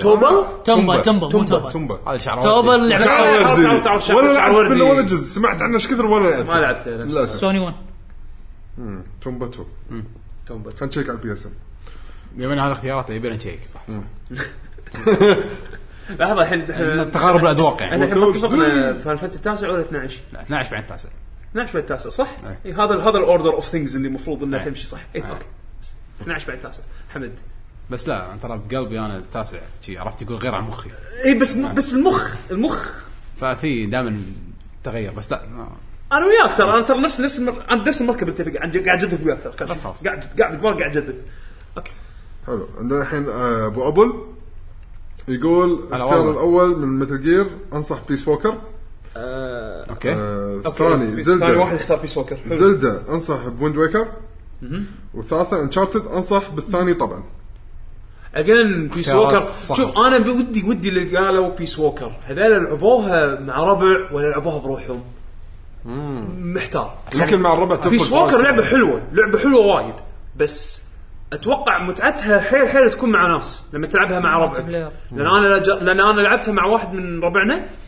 تومبا هذا شعر توبا عرفت ولا لعبت ولا جزء سمعت عنه ايش كثر ولا ما لعبته للاسف سوني 1 تومبا 2 كان شيك على البي اس ام بما ان هذا اختيارات يبي لنا شيك صح لحظه الحين تقارب الاذواق احنا يعني الحين اتفقنا فاينل فانتسي التاسع ولا 12 لا 12 بعد التاسع 12 بعد التاسع صح هذا الاوردر اوف ثينجز اللي المفروض انها تمشي صح اوكي 12 بعد التاسع حمد بس لا انت ترى بقلبي انا التاسع شيء عرفت يقول غير عن مخي اي بس المخ ففي دائما تغير بس لا انا وياك ترى انا ترى نفس المركب اتفق قاعد اجدد وياك ترى قاعد اجدد اوكي حلو. عندنا الحين ابو ابل يقول اختيار الاول من متل جير انصح بيس ووكر اوكي الثاني زلدا ثاني واحد اختار بيس ووكر زلدا انصح بويند ويكر والثالثه انشارتد انصح بالثاني طبعا اجين بيس ووكر شوف انا ودي اللي قالوا بيس ووكر هذول لعبوها مع ربع ولا لعبوها بروحهم محتار يمكن مع الربع بيس ووكر لعبه حلوه وايد بس اتوقع متعتها حيل تكون مع ناس لما تلعبها مع ربعك لان انا لعبتها مع واحد من ربعنا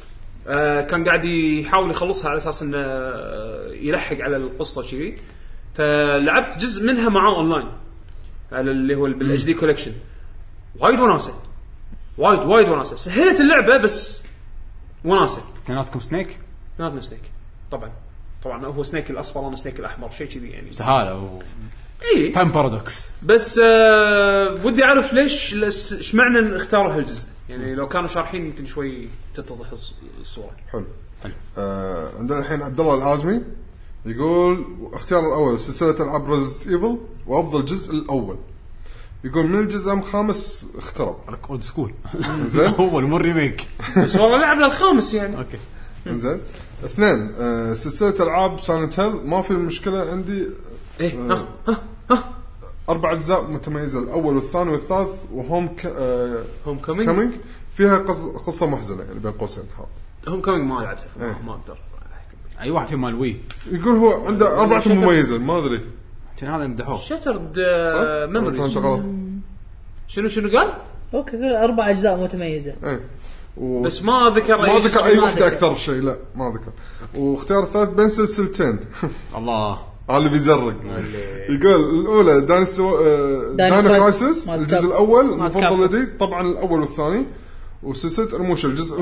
كان قاعد يحاول يخلصها على اساس انه يلحق على القصه شيء. فلعبت جزء منها معاه اونلاين على اللي هو بالاتش دي كولكشن. وايد وناسه وايد وناسه. سهلت اللعبه بس وناسه. كانتكم سنيك نادنا سنيك طبعا هو سنيك الاصفر وانا سنيك الاحمر شيء كذي يعني سهاله اي تايم بارادوكس. بس ودي اعرف ليش ايش معنى اختاروا هالجزء يعني. لو كانوا شارحين يمكن شوي تتضح الصوره. حلو. عندنا الحين عبد الله العازمي يقول اختيار الاول سلسله العاب ريزنت ايفل وافضل جزء الاول. يقول من الجزء الخامس اخترب لك اولد سكول زين اول مو ريميك بس والله لعبنا الخامس يعني. اوكي زين. اثنين سلسله العاب سايلنت هيل ما في مشكله عندي. ايه 4 أجزاء متميزة الأول والثاني والثالث وهوم هوم كومينج فيها قصة محزنة يعني بين قوسين. هوم كومينج ما لعبته ما أقدر. أي واحد في مال وي يقول هو عنده 4 مميزة ما أدري عشان هذا مدحوه شاترد ميموريز. شنو قال؟ اوكي 4 اجزاء متميزه. بس ما ذكر أي واحدة أكثر شيء. لا ما ذكر. واختيار الثالث بين سلسلتين الله اللي بيزرق. يقول الأولى داينو كرايسيس الجزء الأول مفضل لدي طبعا الأول والثاني. وسلسلة رموش الجزء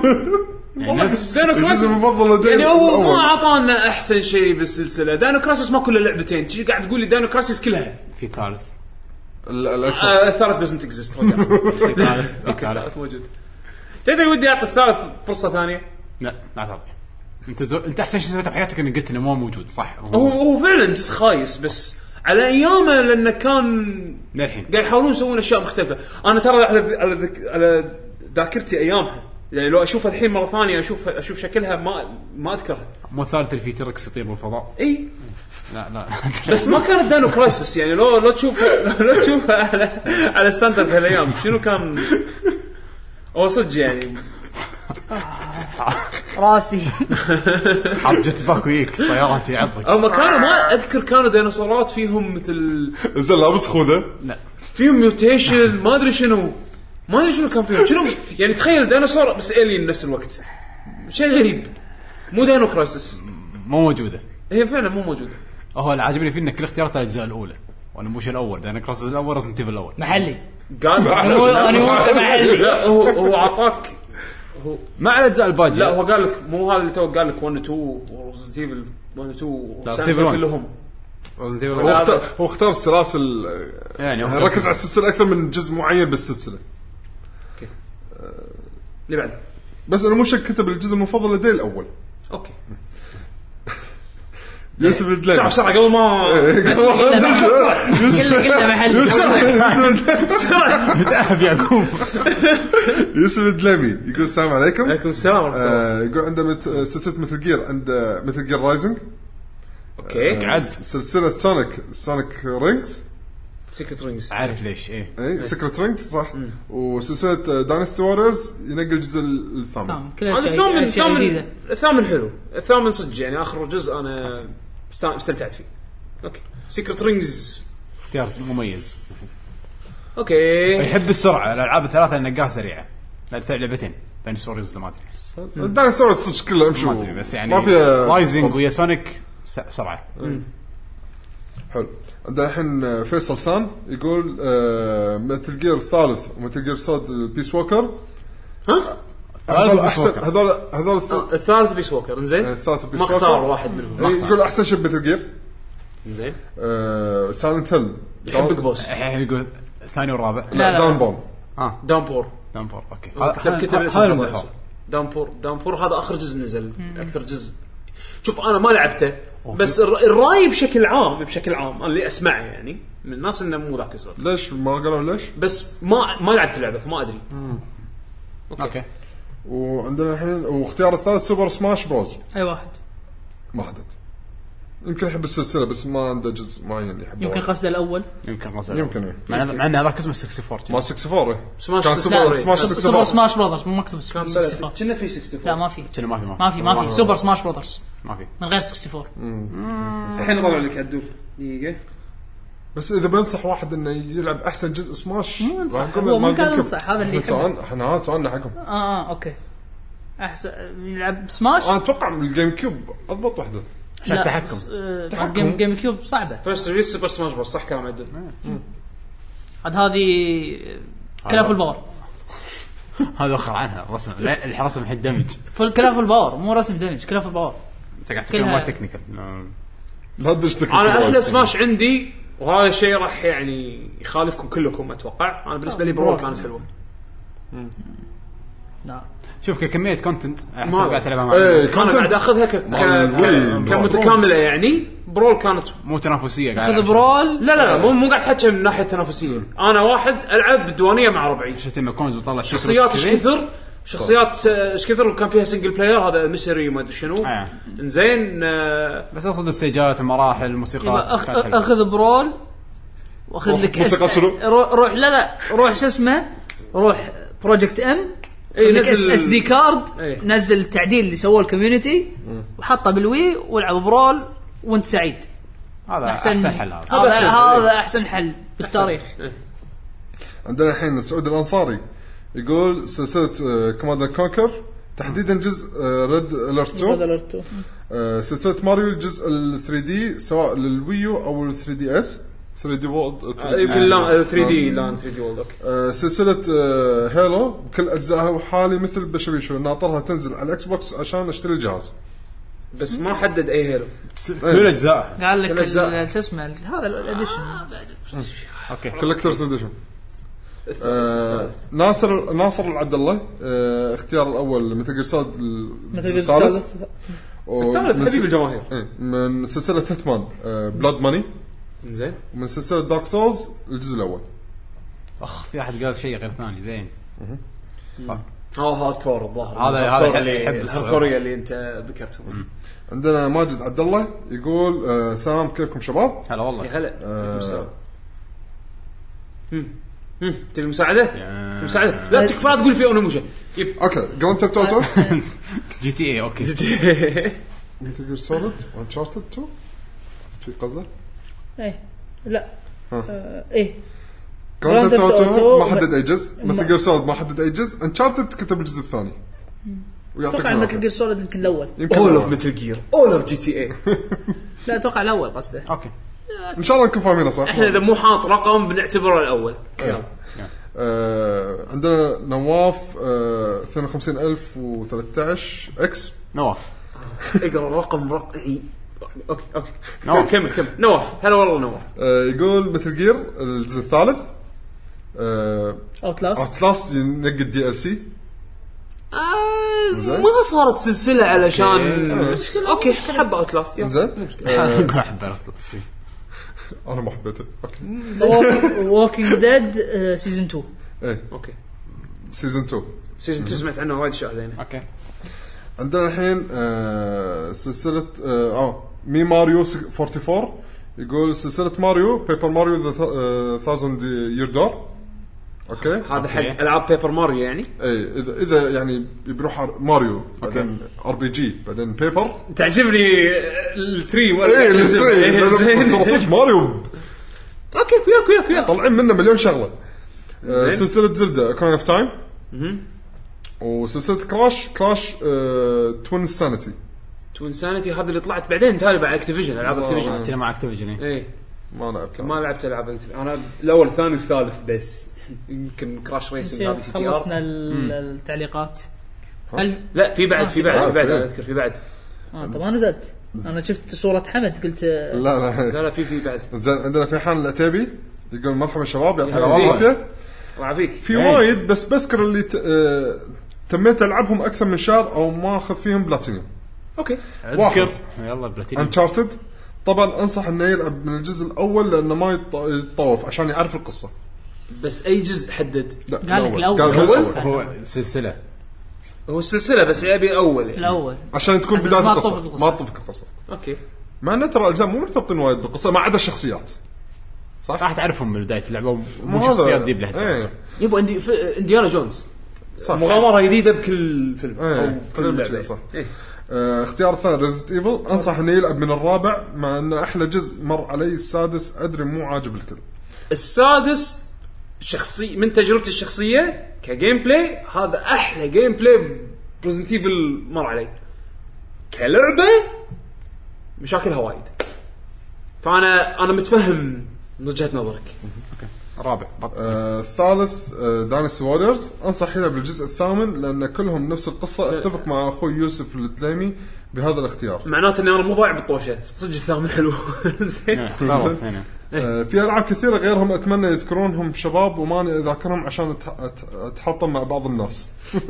الجزء المفضل لدي يعني هو ما أعطانا أحسن شيء بالسلسلة. داينو كرايسيس ما كله لعبتين تيجي قاعد تقول لي داينو كرايسيس كلها في ثالث الثالث doesn't exist. في ثالث موجود. تدري ودي أعطي الثالث فرصة ثانية. لا تعطي انت احسن شيء سويته بحياتك انك قلت انه مو موجود صح. هو فعلا جزء خايس بس على ايامه لانه كان للحين قاعد يحاولون يسوون اشياء مختلفه. انا ترى على ذاكرتي ايامها يعني لو اشوفها الحين مره ثانيه اشوف شكلها ما اذكرها. مو الثالث اللي فيه تركس يطير بالفضاء. اي لا بس ما كانت داينو كرايسيس يعني لو تشوفها على ستاندرد هالايام شنو كان هو صدق يعني. راسي حرجت باك ويك طيارات يعضك. او ما كانوا ما اذكر كانوا ديناصورات فيهم مثل زين لابس خوذه لا فيهم ميوتيشن ما ادري شنو كان فيهم شنو يعني. تخيل ديناصور بس الين نفس الوقت شيء غريب. مو داينو كرايسيس مو موجوده. هي فعلا مو موجوده. هو اللي عاجبني فيه ان كل اختيارات الاجزاء الاولى وانا مش الاول. داينو كرايسيس الاول رزنت ايفل الاول محلي قال انا مو محلي. لا هو عطاك هو ما على اجزاء الباجي. لا هو قال لك مو هذا اللي تو قال لك 1 و 2 ورزنت ايفل 1 و 2 كلهم. هو اختار السلاسل يعني ركز على السلسله اكثر من جزء معين بالسلسله. اوكي اللي بعد بس انا مش كتب الجزء المفضل لدي الاول. اوكي يوسف الدلمي بسرعه قبل ما قلنا محلي متأهب يعقوب. يوسف الدلمي يقول السلام عليكم. عليكم السلام ورحمه الله. يقول عنده سلسله مثل جير عند مثل جير رايزنج. اوكي قعد سلسله سونيك رينجز سيكريت رينجز عارف ليش اي سيكريت رينجز صح. وسلسله داينستي واريورز ينقل الجزء الثامن. هذا الثامن حلو. الثامن صدق يعني اخر جزء انا استمتعت فيه. اوكي سيكريت رينجز اختيار مميز. اوكي يحب السرعه الالعاب الثلاثه النقاها سريعه. لعبتين داينوسورز ما ادري الداينوسورز صدق كله امشوا ما ادري بس يعني ما فيها رايزنج ويا سونيك سرعه. حلو. عندنا الحين فيصل سان يقول متل جير الثالث ومتل جير سود بيس ووكر. هذول الثالث بيس ووكر انزين. الثالث بيس ما ووكر اختار واحد منهم. يقول احسن شيء متل جير انزين. سايلنت هيل يحب بيج بوس. يقول الثاني والرابع لا داونبور. دامبور اوكي كتب اسمه دامبور هذا اخر جزء نزل. اكثر جزء شوف انا ما لعبته بس الراي بشكل عام انا اللي اسمعه يعني من الناس انه مو ذاك الزود. ليش ما قالوا ليش بس ما لعبت اللعبه فما ادري. اوكي. وعندنا الحين واختيار الثالث سوبر سماش بروز. اي واحد ما حدد. يمكن يحب السلسله بس ما عنده جزء معين يحبه. يمكن قصده الاول. يمكن مع ان هذاك اسمه 64 ما 64 سوبر سماش برودرز مو مكتوب كنا في 64 لا ما في ما في سوبر سماش برودرز ما في من غير 64. الحين نطلع لك عدول دقيقه. بس اذا بنصح واحد انه يلعب احسن جزء سماش هو ما كان ينصح هذا اللي احنا سؤالنا حقهم. اوكي احسن يلعب سماش. انا اتوقع الجيم كيوب اضبط وحده. عشان لا، تحكم. جيم كيوب صعبه. فيرست ريليس سوبر سماش بروس صح كلام عدل. عاد هذه كلاف الباور. هذا اخر عنها الرسم. لا الرسم حد دمج. كلاف الباور مو رسم دمج، كلاف الباور. انت قاعد تتكلم مال تكنيكال. لا تشتكي. انا احلى سماش عندي وهذا الشيء راح يعني يخالفكم كلكم اتوقع. انا بالنسبه لي برول كانت حلوه. نعم شوف كميه كونتنت احسن ما- قاعد تلعبها مع انا قاعد اخذها كمتكامله يعني. برول كانت مو تنافسيه قاعد خذ ألعب برول. لا مو قاعد تحكي من ناحيه تنافسيه. انا واحد العب بديوانيه مع ربعي. شفت المكونز وطلع شخصيات ايش كثر شخصيات ايش كثر وكان فيها سنجل بلاير هذا ميسري ما ادري شنو. انزين بس اقصد السيجات المراحل الموسيقات اخذ برول واخذ لك موسيقى شنو؟ روح لا روح شو اسمه روح بروجكت ام. اي نزل اس دي كارد. ايه. نزل التعديل اللي سووه الكوميونتي وحطه بالوي والعب برول وانت سعيد. هذا احسن حل. هذا احسن حل بالتاريخ. عندنا الحين سعود الانصاري يقول سلسله كوماندر كونكر تحديدا جزء ريد اليرت 2. سلسله ماريو الجزء ال 3 دي سواء للويو او ال 3 دي اس 3 دي وولد يمكن لا 3 دي لا 3 دي وولد اوكي. سلسله هيلو بكل اجزائها وحالي مثل بشويشو ناطرها تنزل على الاكس بوكس عشان اشتري الجهاز. بس ما حدد اي هيلو كل اجزاء. قال لك الأجزاء. شو اسمه هذا الاديشن. اوكي كولكترز اديشن. ناصر العبد الله اختيار الاول مثل جير سوليد الثالث الثالث حبيب الجماهير. من سلسله هيتمان بلاد ماني. زين ومن سلسله دارك سولز الجزء الاول. في احد قال شيء غير ثاني زين. هارد كور الظاهر. هذا اللي يحب الكوريا اللي انت ذكرتهم. عندنا ماجد عبد الله يقول سلام كيفكم شباب. هلا والله. يا هلا. تبي مساعده؟ مساعده لا تكفى تقول في انا مجه. اوكي جراند ثيفت اوتو جي تي اي اوكي. مثل جير سوليد وانشارتد 2 في قصده. ايه لا ايه جراند ثيفت اوتو ما حدد اي جزء. مثل جير سوليد ما حدد اي جزء. انشارتد كتب الجزء الثاني. اتوقع مثل جير سوليد يمكن الاول. اول اوف مثل جير اول اوف جي تي اي. لا اتوقع الاول قصده. اوكي ان شاء الله نكون فاهمينه صح. احنا اذا مو حاط رقم بنعتبره الاول. عندنا نواف 52013 اكس. نواف اقرا الرقم اوكي كمل نواف هلا والله نواف. يقول مثل جير الجزء الثالث اوتلاست ينقي الدي ال سي. ما صارت سلسله علشان اوكي حب اوتلاست زين. احب اوتلاست. انا ما حبيته. اوكي ووكينج ديد سيزون 2. ايه اوكي سيزون 2 سمعت عنه وايد اشياء زينه. اوكي عندنا الحين سلسله مي ماريو 44 يقول سلسله ماريو بيبر ماريو ذا 1000 يير دور. اوكي هذا حق العاب بيبر ماريو يعني. اي اذا يعني بيروح ماريو بعدين ار بي جي بعدين بيبر. تعجبني الثري ولا زين ماريو. اوكي وياك طالعين منه مليون شغله. سلسله زلدا كراين اوف تايم. وسلسله كراش توين سانيتي هذا اللي طلعت بعدين تالي بعد اكتيفيجن العاب اكتيفيجن. كنا مع اكتيفيجن اي ما لعبت العاب اكتيفيجن. انا الاول الثاني والثالث بس. يمكن كراش ريسنج هذه سي تي ار. خلصنا التعليقات. لا في بعد اذكر في بعد. طب ما نزلت. انا شفت صوره حمد قلت لا في بعد. زين عندنا في حان العتيبي يقول مرحبا شباب يعطيكم العافيه. وعافيك. في وايد بس بذكر اللي تميت العبهم اكثر من شهر او ما اخذ فيهم بلاتينيوم. اوكي واحد يلا بلاتينيوم انشارتد. طبعا انصح انه يلعب من الجزء الاول لانه ما يتطوف عشان يعرف القصه. بس اي جزء حدد؟ قال لك الاول. هو السلسله بس يبي اول يعني. الاول عشان تكون بدايه القصه ما تطفك القصه. اوكي مع ان ترى الاجزاء مو مرتبطين وايد بالقصه ما عدا الشخصيات صح راح تعرفهم من بدايه اللعبه مو شخصيات دي بلهجه. يبغى انديانا جونز صح. مغامره جديده بكل فيلم او كل لعبه صح. اختيار الثاني ريزنت ايفل انصح انه يلعب من الرابع مع انه احلى جزء مر علي. السادس ادري مو عاجب الكل. السادس شخصي من تجربتي الشخصيه كجيم بلاي هذا احلى جيم بلاي بريزنت ايفل مر علي كلعبه مشاكلها وايد. فانا متفهم من وجهه نظرك. رابع الثالث داينستي ووريرز، انصح هنا بالجزء الثامن لان كلهم نفس القصه. اتفق مع اخوي يوسف الدليمي بهذا الاختيار. معناته اني انا مو ضايع بالطوشه، صدق الثامن حلو. زين في العاب كثيره غيرهم اتمنى يذكرونهم شباب وماني اذاكرهم عشان اتحطم مع بعض الناس.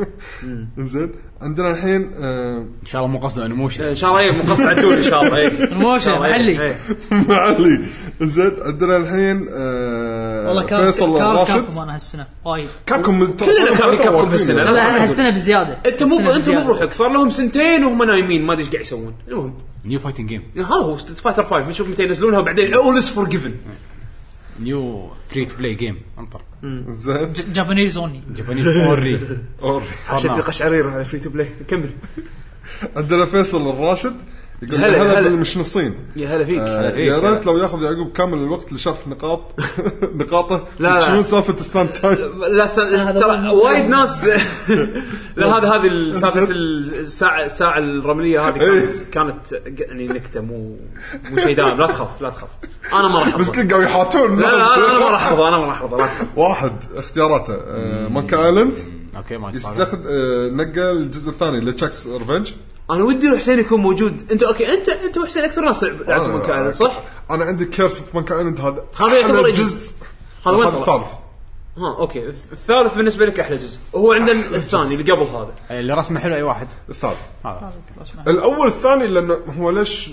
زين عندنا الحين ان شاء الله مو قصد انيموشن، ان شاء الله مو قصد عدول ان شاء الله انيموشن محلي معلي. زين عندنا الحين والله فيصل الراشد. كابكم انا هالسنه وايد كابكم كلنا كابكم هالسنه. لا هالسنه بزياده. انت مو بروحك، صار لهم سنتين وهم نايمين ما ادري ايش قاعد يسوون. المهم نيو فايتنج جيم هذا هو ستريت فايتر 5 نشوف متى ينزلونها وبعدين اول از فورجيفن نيو فري تو بلاي جيم انطر. زين جابانيز اونلي جابانيز اوري شد قشعرير على فري تو بلاي. كمل. عندنا فيصل الراشد يقول هذا مش نصين. يا هلا فيك. يا ريت لو ياخذ يعقوب كامل الوقت لشرح نقاطه. شنو سالفه الساند تايم؟ لا ترى وايد ناس. لا هذه سالفه الساعه الرمليه هذه كانت يعني نكته مو شيء دائم. لا تخاف انا ما راح بس قاعد يحاتون. لا انا ما راح احفظ. واحد اختياراته مانكا ايلاند. اوكي ما يستخدم نقل الجزء الثاني لتشاكس ريفنج. انا ودي حسين يكون موجود. انت اوكي انت وحسين اكثر ناس لعبت مانكا ايلاند صح؟ انا عندي كيرس في مانكا ايلاند. هذا يعتبر جزء. هذا الثالث. اوكي الثالث بالنسبه لك احلى جزء. هو عندنا الثاني اللي قبل هذا اللي رسمه حلو. اي واحد الثالث هذا الاول الثاني لانه هو ليش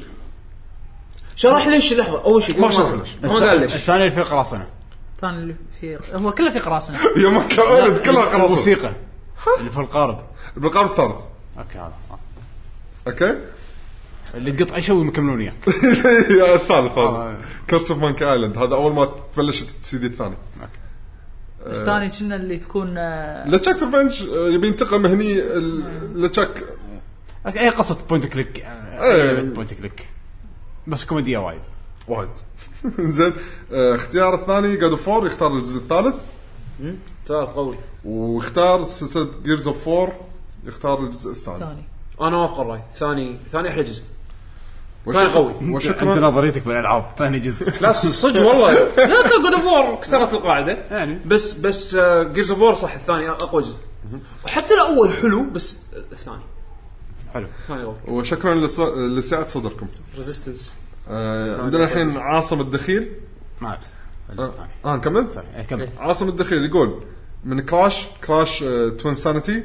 شرح ليش. لحظه اول شيء ما شرح ليش. ما قال ليش. الثاني اللي فيه قراصنه. الثاني اللي فيه هو كله في قراصنه. يا مانكا ايلاند كلها قراصنه. موسيقى اللي في القارب بالقارب الثالث. اوكي هذا اوكي اللي تقطع شيء ويكملون اياك. يا الثالث هذا كيرس اوف مانكا ايلاند. هذا اول ما تبلشت السي دي الثاني. الثاني كنا اللي تكون لتشاك ريفنج يبي ينتقم هني لتشاك. اي قصه بوينت كليك. بوينت كليك بس كوميديا وايد. زين اختيار الثاني جاد اوف 4 يختار الجزء الثالث. ثالث قوي. واختار سلسله جيرز اوف 4 يختار الجزء الثاني. انا وافق الراي. ثاني احلى جزء. ثاني قوي. وشكرا انت نظريتك بالالعاب. ثاني جزء لا صدق والله. لا كان جود اوف وور كسرت القاعده يعني. بس جيرز اوف وور صح الثاني اقوى جزء. وحتى الاول حلو بس الثاني حلو. وشكرا لسعه صدركم. ريزيستنس. عندنا الحين عاصم الدخيل. ما كمل. عاصم الدخيل يقول من كراش توين سانيتي.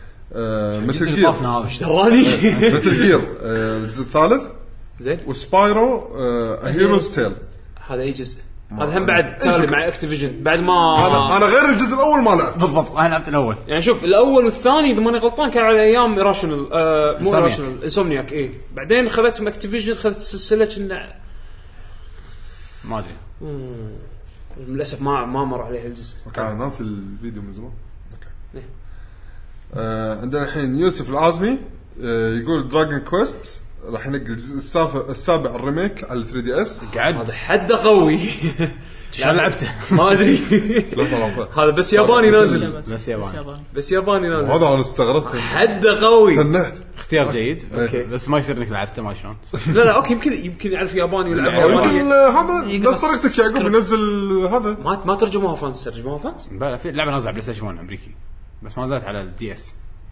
مثل جير مثل جير الجزء الثالث. زين. وسبايرو هيروز تيل. هذا اي جزء. هذا هم بعد تالي مع اكتيفيجن بعد ما انا غير الجزء الاول ما لعبت. بالضبط انا لعبت الاول. يعني شوف الاول والثاني اذا ماني غلطان كان على ايام ايراشنال مو ايراشنال انسومنياك. ايه بعدين خذتهم اكتيفيجن خذت السلسله كنا ما ادري للاسف ما مر عليها الجزء. كان ناس الفيديو من زمان. اوكي. عندنا الحين يوسف العازمي يقول دراجون كويست راح ينقل الجزء السابع الريميك على 3DS. هذا حده قوي. شلون لعبته ما ادري. هذا بس ياباني نازل. بس ياباني نازل. هذا انا استغربت. حده قوي. سنحت. اختيار جيد بس ما يصير انك لعبته ما شلون. لا اوكي يمكن يعرف ياباني ويلعب ياباني. هذا نفس طريقتك يعقوب ينزل هذا ما ترجموها فرنسي. ترجموها فرنسي. لا في لعبه نازله بلاي ستيشن 1 امريكي بس ما زالت على الدي اس.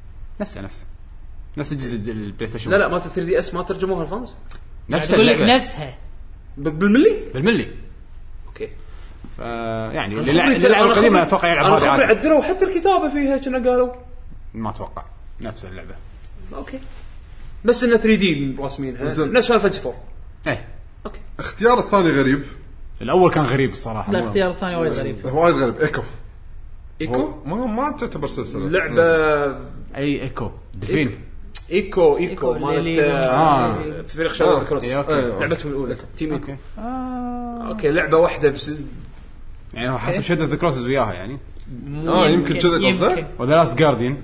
نفس الجزء البلاي ستيشن. لا ما 3DS ما ترجموها الفرنسي. نفس اللعبه نفسها بالملي. اوكي. يعني اللي لعب القديمه اتوقع يلعب هذا عادي. عدلوا حتى الكتابه فيها كنا قالوا ما اتوقع نفس اللعبه. اوكي بس انه 3D رسمينها نفس فاينل فانتسي 4. ايه اوكي. اختيار الثاني غريب. الاول كان غريب الصراحه. لا اختيار الثاني وايد غريب. ايكو ما تعتبر سلسله لعبه. اي ايكو دفين. ايكو مالت فريق شباب كروس. لعبتهم الاولى تيم ايكو. اوكي لعبه واحده بس يعني هو حسب شده ذا كروسز وياها يعني. يمكن كذا قصده. وذا لاست جارديان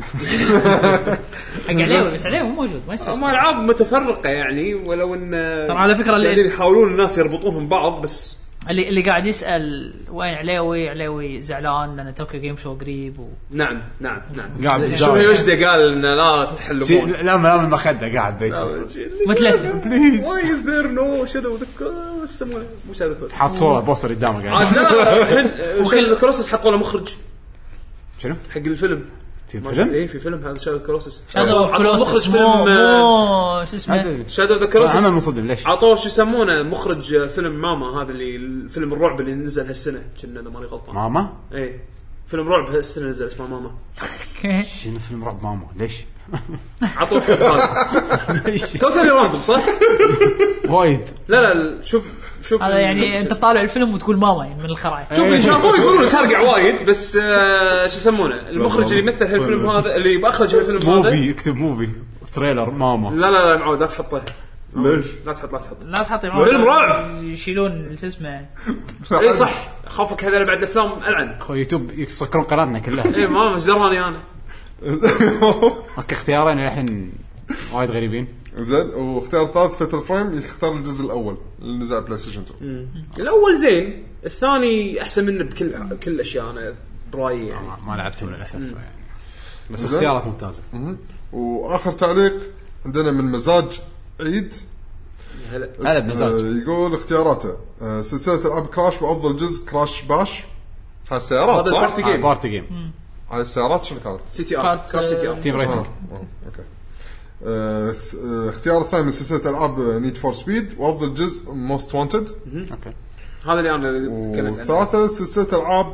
عليه بس عليه مو موجود ما يصير. هم العاب متفرقه يعني ولو ان ترى على فكره اللي يحاولون الناس يربطونهم بعض بس اللي قاعد يسأل وين عليوي زعلان لأن توكيو جيم شو قريب نعم قاعد شو هي وجده قال إن لا تحلمون لا ما خده قاعد بيته مثل بليز Why is there no shadow of the وش يسمونه مو shadow of the حاط صوره بوستر قدامه قاعد عاد لا الحين shadow of the Colossus حطوا له مخرج شنو حق الفيلم في فيلم ايه في فيلم هذا shadow of the Colossus شادو اوف كلوسس مخرج فيلم مو شو اسمه shadow of the انا Colossus منصدم ليش عطوه شو يسمونه مخرج فيلم ماما هذا اللي الفيلم الرعب اللي نزل هالسنه كنا انا ماني غلطان ماما ايه فيلم رعب هالسنه نزل اسمه ماما شنو فيلم رعب ماما ليش عطوه حق هذا توتالي راندوم صح وايد لا شوف هذا يعني انت طالع الفيلم وتقول ماما يعني من الخرائط شوف اللي شافوه يقولون سارقع وايد بس شو يسمونه المخرج اللي يمثل هالفيلم هذا اللي بأخرج هالفيلم هذا موفي اكتب موفي تريلر ماما لا معود لا تحطه ليش؟ لا تحط فيلم رعب يشيلون شو اسمه اي صح خوفك هذا بعد الافلام العن اخو يوتيوب يسكرون قناتنا كلها اي ما مش دراني انا اوكي اختيارين الحين وايد غريبين زين واختيار ثالث فتل فريم يختار الجزء الاول اللي نزل بلاي ستيشن 2 الاول زين الثاني احسن منه بكل اشياء انا برايي يعني ما لعبته للاسف يعني بس اختيارات ممتازه واخر تعليق عندنا من مزاج عيد هلا بمزاج يقول اختياراته سلسله العاب كراش وافضل جزء كراش باش هالسيارات هذا صح؟ بارتي جيم على السيارات شنو كانت؟ سي تي ار كراش سي تي ار تيم ريسنج اوكي اختيار الثاني من سلسله العاب نيد فور سبيد وافضل جزء موست وانتد اوكي هذا اللي انا تكلمت عنه والثالثه سلسله العاب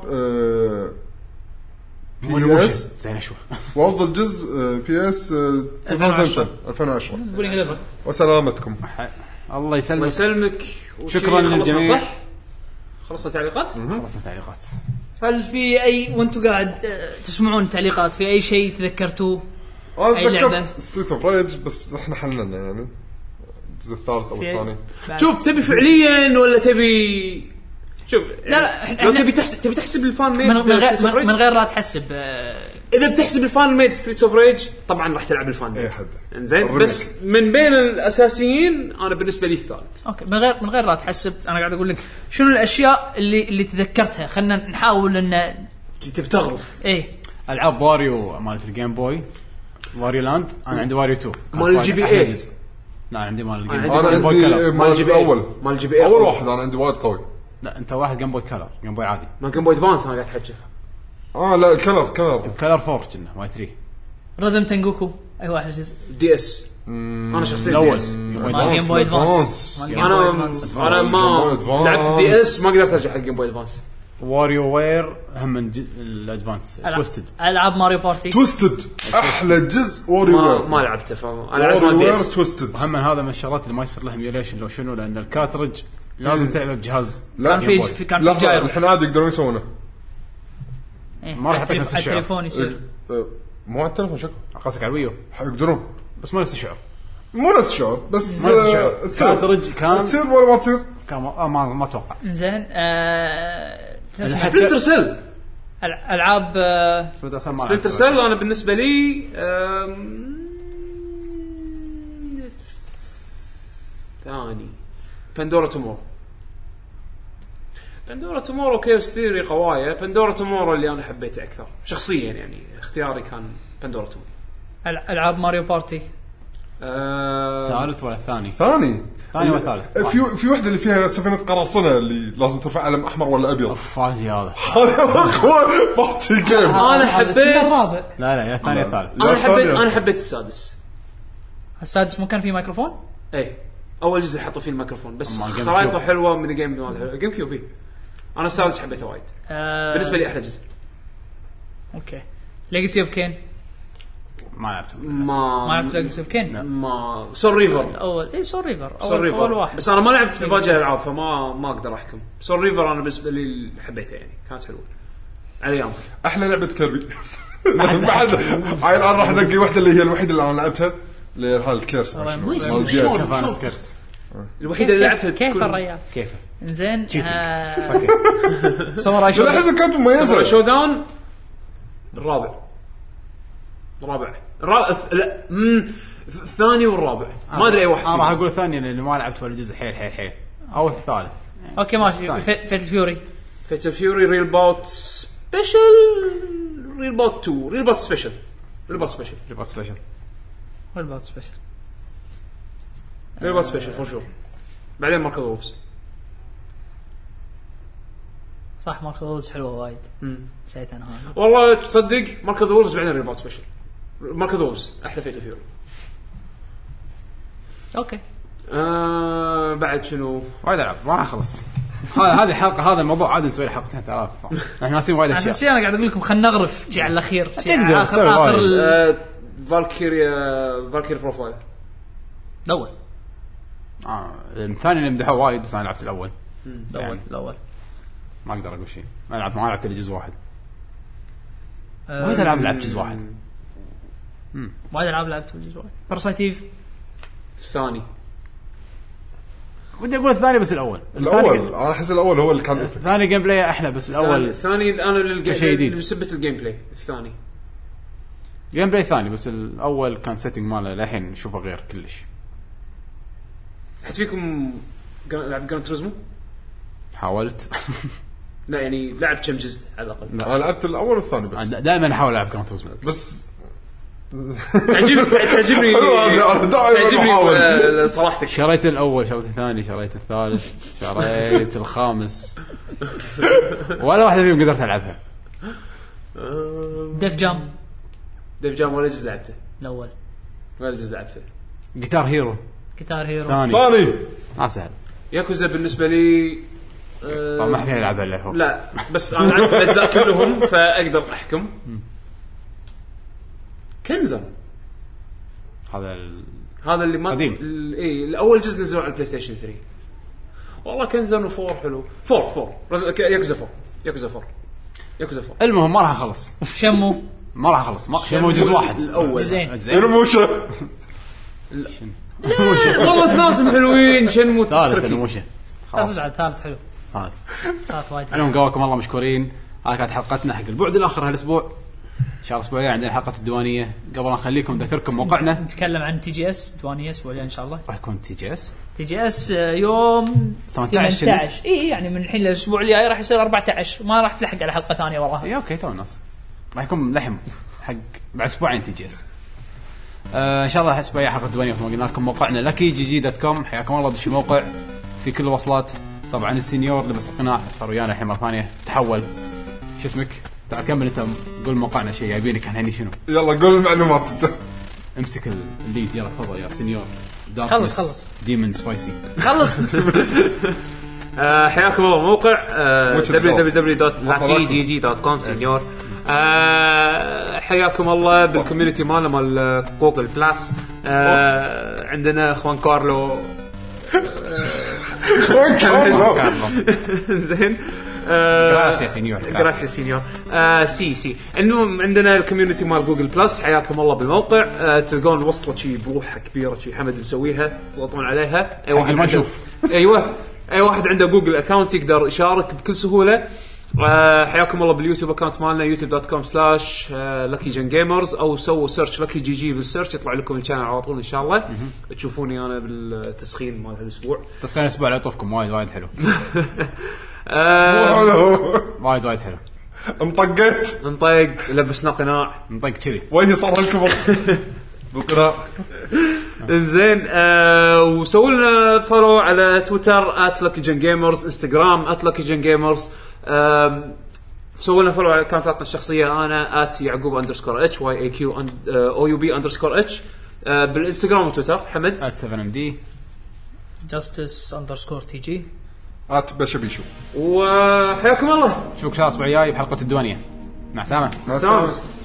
بي اس زين شو وافضل جزء بي اس 2010 وسلامتكم الله يسلمك شكرا للجميع صح خلصت تعليقات خلصت تعليقات هل في اي وانتم قاعد تسمعون تعليقات في اي شيء تذكرتوه انا ذكرت ستريت اوف ريج بس احنا حللنا يعني الجزء الثالث او الثاني شوف تبي فعليا ولا تبي شوف لا لو تبي تحسب الفان ميد من غير لا تحسب اذا بتحسب الفان ميد ستريت اوف ريج طبعا راح تلعب الفان ميد زين بس من بين الاساسيين انا بالنسبه لي الثالث اوكي من غير لا تحسب انا قاعد اقول لك شنو الاشياء اللي تذكرتها خلينا نحاول ان تبي تغرف ايه العاب واريو مالت الجيم بوي واريو لاند انا عندي واريو 2 مال الجي بي اي لا عندي مال الجيم انا عندي مال الجي بي الاول مال الجي بي اول واحد انا عندي وايد قوي لا انت واحد جيم بوي كلر جيم بوي عادي ما جيم بوي ادفانس انا قاعد احكي لا الكلر كلر 4 كنا واي 3 رذم تنجوكو اي واحد جزء دي اس انا شخصيا الاول جيم بوي ادفانس انا ما لعبت دي اس ما قدرت ارجع حق جيم بوي ادفانس واريو وير هم من الادفانس تويستد العاب ماريو بارتي تويستد احلى جزء واريو ما لعبته فاهم انا لعبت مال دي اس تويستد هم هذا من الشغلات اللي ما يصير لها ايميوليشن لو شنو لان الكاترج لازم تلعب بجهاز كان في جايرو الحين عاد يقدرون يسوونه ما راح يعطيك نفس الشعور التليفون يصير مو على التليفون شكله قصدك على الويو يقدرون بس ما نفس الشعور مو نفس الشعور بس كاترج كان تصير ولا ما تصير كان ما اتوقع زين سبلنتر سيل العاب سبلنتر سيل انا بالنسبه لي ثاني بندورا تومورو كيوس ثيوري قوايا بندورا تومورو اللي انا حبيته اكثر شخصيا يعني اختياري كان بندورا تومورو العاب ماريو بارتي ثالث ولا ثاني ولا ثالث في وحده اللي فيها سفينه قراصنه اللي لازم ترفع علم احمر ولا ابيض فاجي هذا بارتي جيم انا حبيت الرابع لا يا ثاني الثالث انا حبيت السادس مو كان فيه ميكروفون اي اول جزء حطوا فيه الميكروفون بس خرائطه حلوه من جيم كيوب انا السادس حبيته وايد بالنسبه لي احلى جزء اوكي ليجاسي اوف كين ما لعبته ما لعبت ليجاسي اوف كين ما سول ريفر الاول سول ريفر اول واحد بس انا ما لعبت باقي الالعاب فما اقدر احكم سول ريفر انا بالنسبه لي حبيته يعني كانت حلوه على ايام احلى لعبه كيربي بعد هاي الان راح نلقي واحده اللي هي الوحيده اللي انا لعبتها اللي هي الكيرس الوحيده اللي لعبتها كيف الريال كيف انزين ساموراي شو احس كانت مميزه شو داون الرابع لا الثاني والرابع ما ادري اي واحد راح اقول الثاني لانه ما لعبت ولا جزء حيل او الثالث اوكي ماشي. فيت فيوري فيتل فيوري ريل بوت سبيشل ريل بوت 2 ريل بوت سبيشل ريل بوت سبيشل ريبوت سبيشل والبات سبيشل ريل بوت سبيشل فور شور. بعدين ماركل وولفز. صح ماركل وولز حلوه وايد. نسيت انا هذا والله تصدق ماركل وولفز بعدين ريل بوت سبيشل. ماركل وولفز احلى فيتل فيوري. اوكي. بعد شنو وايد العاب ما راح اخلص. هذه حلقه هذا الموضوع عاد نسوي حلقتين ثلاث. احنا ناسين وايد اشياء. اساسا انا قاعد اقول لكم خلينا نغرف شيء على الاخير تقدر تسوي اخر وايد. فالكيريا بروفايل الاول. الثاني اللي مدحوه وايد بس انا لعبت الاول. الاول ما اقدر اقول شيء. ما لعبت الا جزء واحد. وايد العاب لعبت جزء واحد. وايد العاب لعبت جزء واحد. باراسايتيف الثاني. ودي اقول الثاني بس الاول انا احس الاول هو اللي كان الثاني جيم بلاي احلى بس الاول الثاني انا للجيم بسبه الجيم بلاي. الثاني جيم بلاي ثاني بس الاول كان سيتنج ماله للحين نشوفه غير كلش. حد فيكم لعب جراند توريزمو؟ حاولت. لا يعني لعب كم جزء على الاقل؟ انا لعبت الاول والثاني بس. دائما احاول العب جراند توريزمو بس تعجبني صراحتك. شريت الاول شريت الثاني شريت الثالث شريت الخامس ولا واحده فيهم قدرت العبها. ديف جام ولا جزء لعبته الاول ولا جزء لعبته. جيتار هيرو ثاني سهل. ياكوزا بالنسبه لي طبعا ما حد يلعبها الا هو. لا بس انا لعبت الاجزاء كلهم فاقدر احكم. كنزن هذا اللي ما قديم. الاول جزء نزلوا على البلاي ستيشن 3 والله كنزن و4 حلو. 4 ياكوزا 4 المهم ما راح اخلص. شمو ما راح اخلص. شمو جزء واحد الاول زين. رموشه والله اثنيناتهم حلوين. شنمو ثالث خلاص على الثالث حلو. ثالث وايد. انا قواكم الله مشكورين. هاي كانت حلقتنا حق البعد الاخر هالاسبوع. ان شاء الله الاسبوع الجاي عندنا حلقه الديوانيه. قبل نخليكم نذكركم موقعنا نتكلم عن تي جي اس ديوانيه اسبوع ان شاء الله. راح يكون تي جي اس يوم 18 اي يعني من الحين للاسبوع الجاي راح يصير 14 ما راح تلحق على حلقه ثانيه وراها. اي اوكي تو الناس راح يكون لحم حق بعد اسبوعين تي جي اس. ان شاء الله الاسبوع الجاي حلقه الديوانيه مثل ما قلنا لكم. موقعنا luckygg.com. حياكم الله. دش الموقع في كل الوصلات. طبعا السينيور لبس القناع صار ويانا الحين مره ثانيه تحول. شو اسمك؟ تعال كمل انت. قول موقعنا شيء جايبينك كان هني شنو. يلا قول المعلومات انت. امسك الليد يلا تفضل يا سينيور. خلص ديمون سبايسي خلص. حياكم الله. موقع www.luckygg.com سينيور. حياكم الله بالكوميونتي مالنا مال جوجل بلاس. عندنا اخوان كارلو زين. gracias سينيور. سي المهم عندنا الكوميونتي مال جوجل بلس. حياكم الله بالموقع. تلقون وصله شيء بروحها كبيره شيء حمد مسويها تضغطون عليها. اي واحد ما يشوف. اي واحد عنده جوجل اكاونت يقدر يشارك بكل سهوله. حياكم الله باليوتيوب اكاونت مالنا youtube.com/luckygengamers او سووا سيرش لكي جي جي بالسيرش يطلع لكم الشانل على طول ان شاء الله. تشوفوني انا بالتسخين مال هالاسبوع. تسخين الاسبوع على طوفكم وايد حلو. وايد حلو. انطق لبسنا قناع انطق كذي وجهي صار الكبر بالقناع. زين. وسووا لنا فولو على تويتر @luckygengamers انستغرام @luckygengamers. سووا لنا فولو على اكونتاتنا الشخصيه. انا @يعقوب_h YAQOUB_h بالانستغرام وتويتر. حمد @7md justice_tg بشبيشو. وحياكم الله. نشوفك الاسبوع الجاي بحلقه الديوانيه. مع السلامه.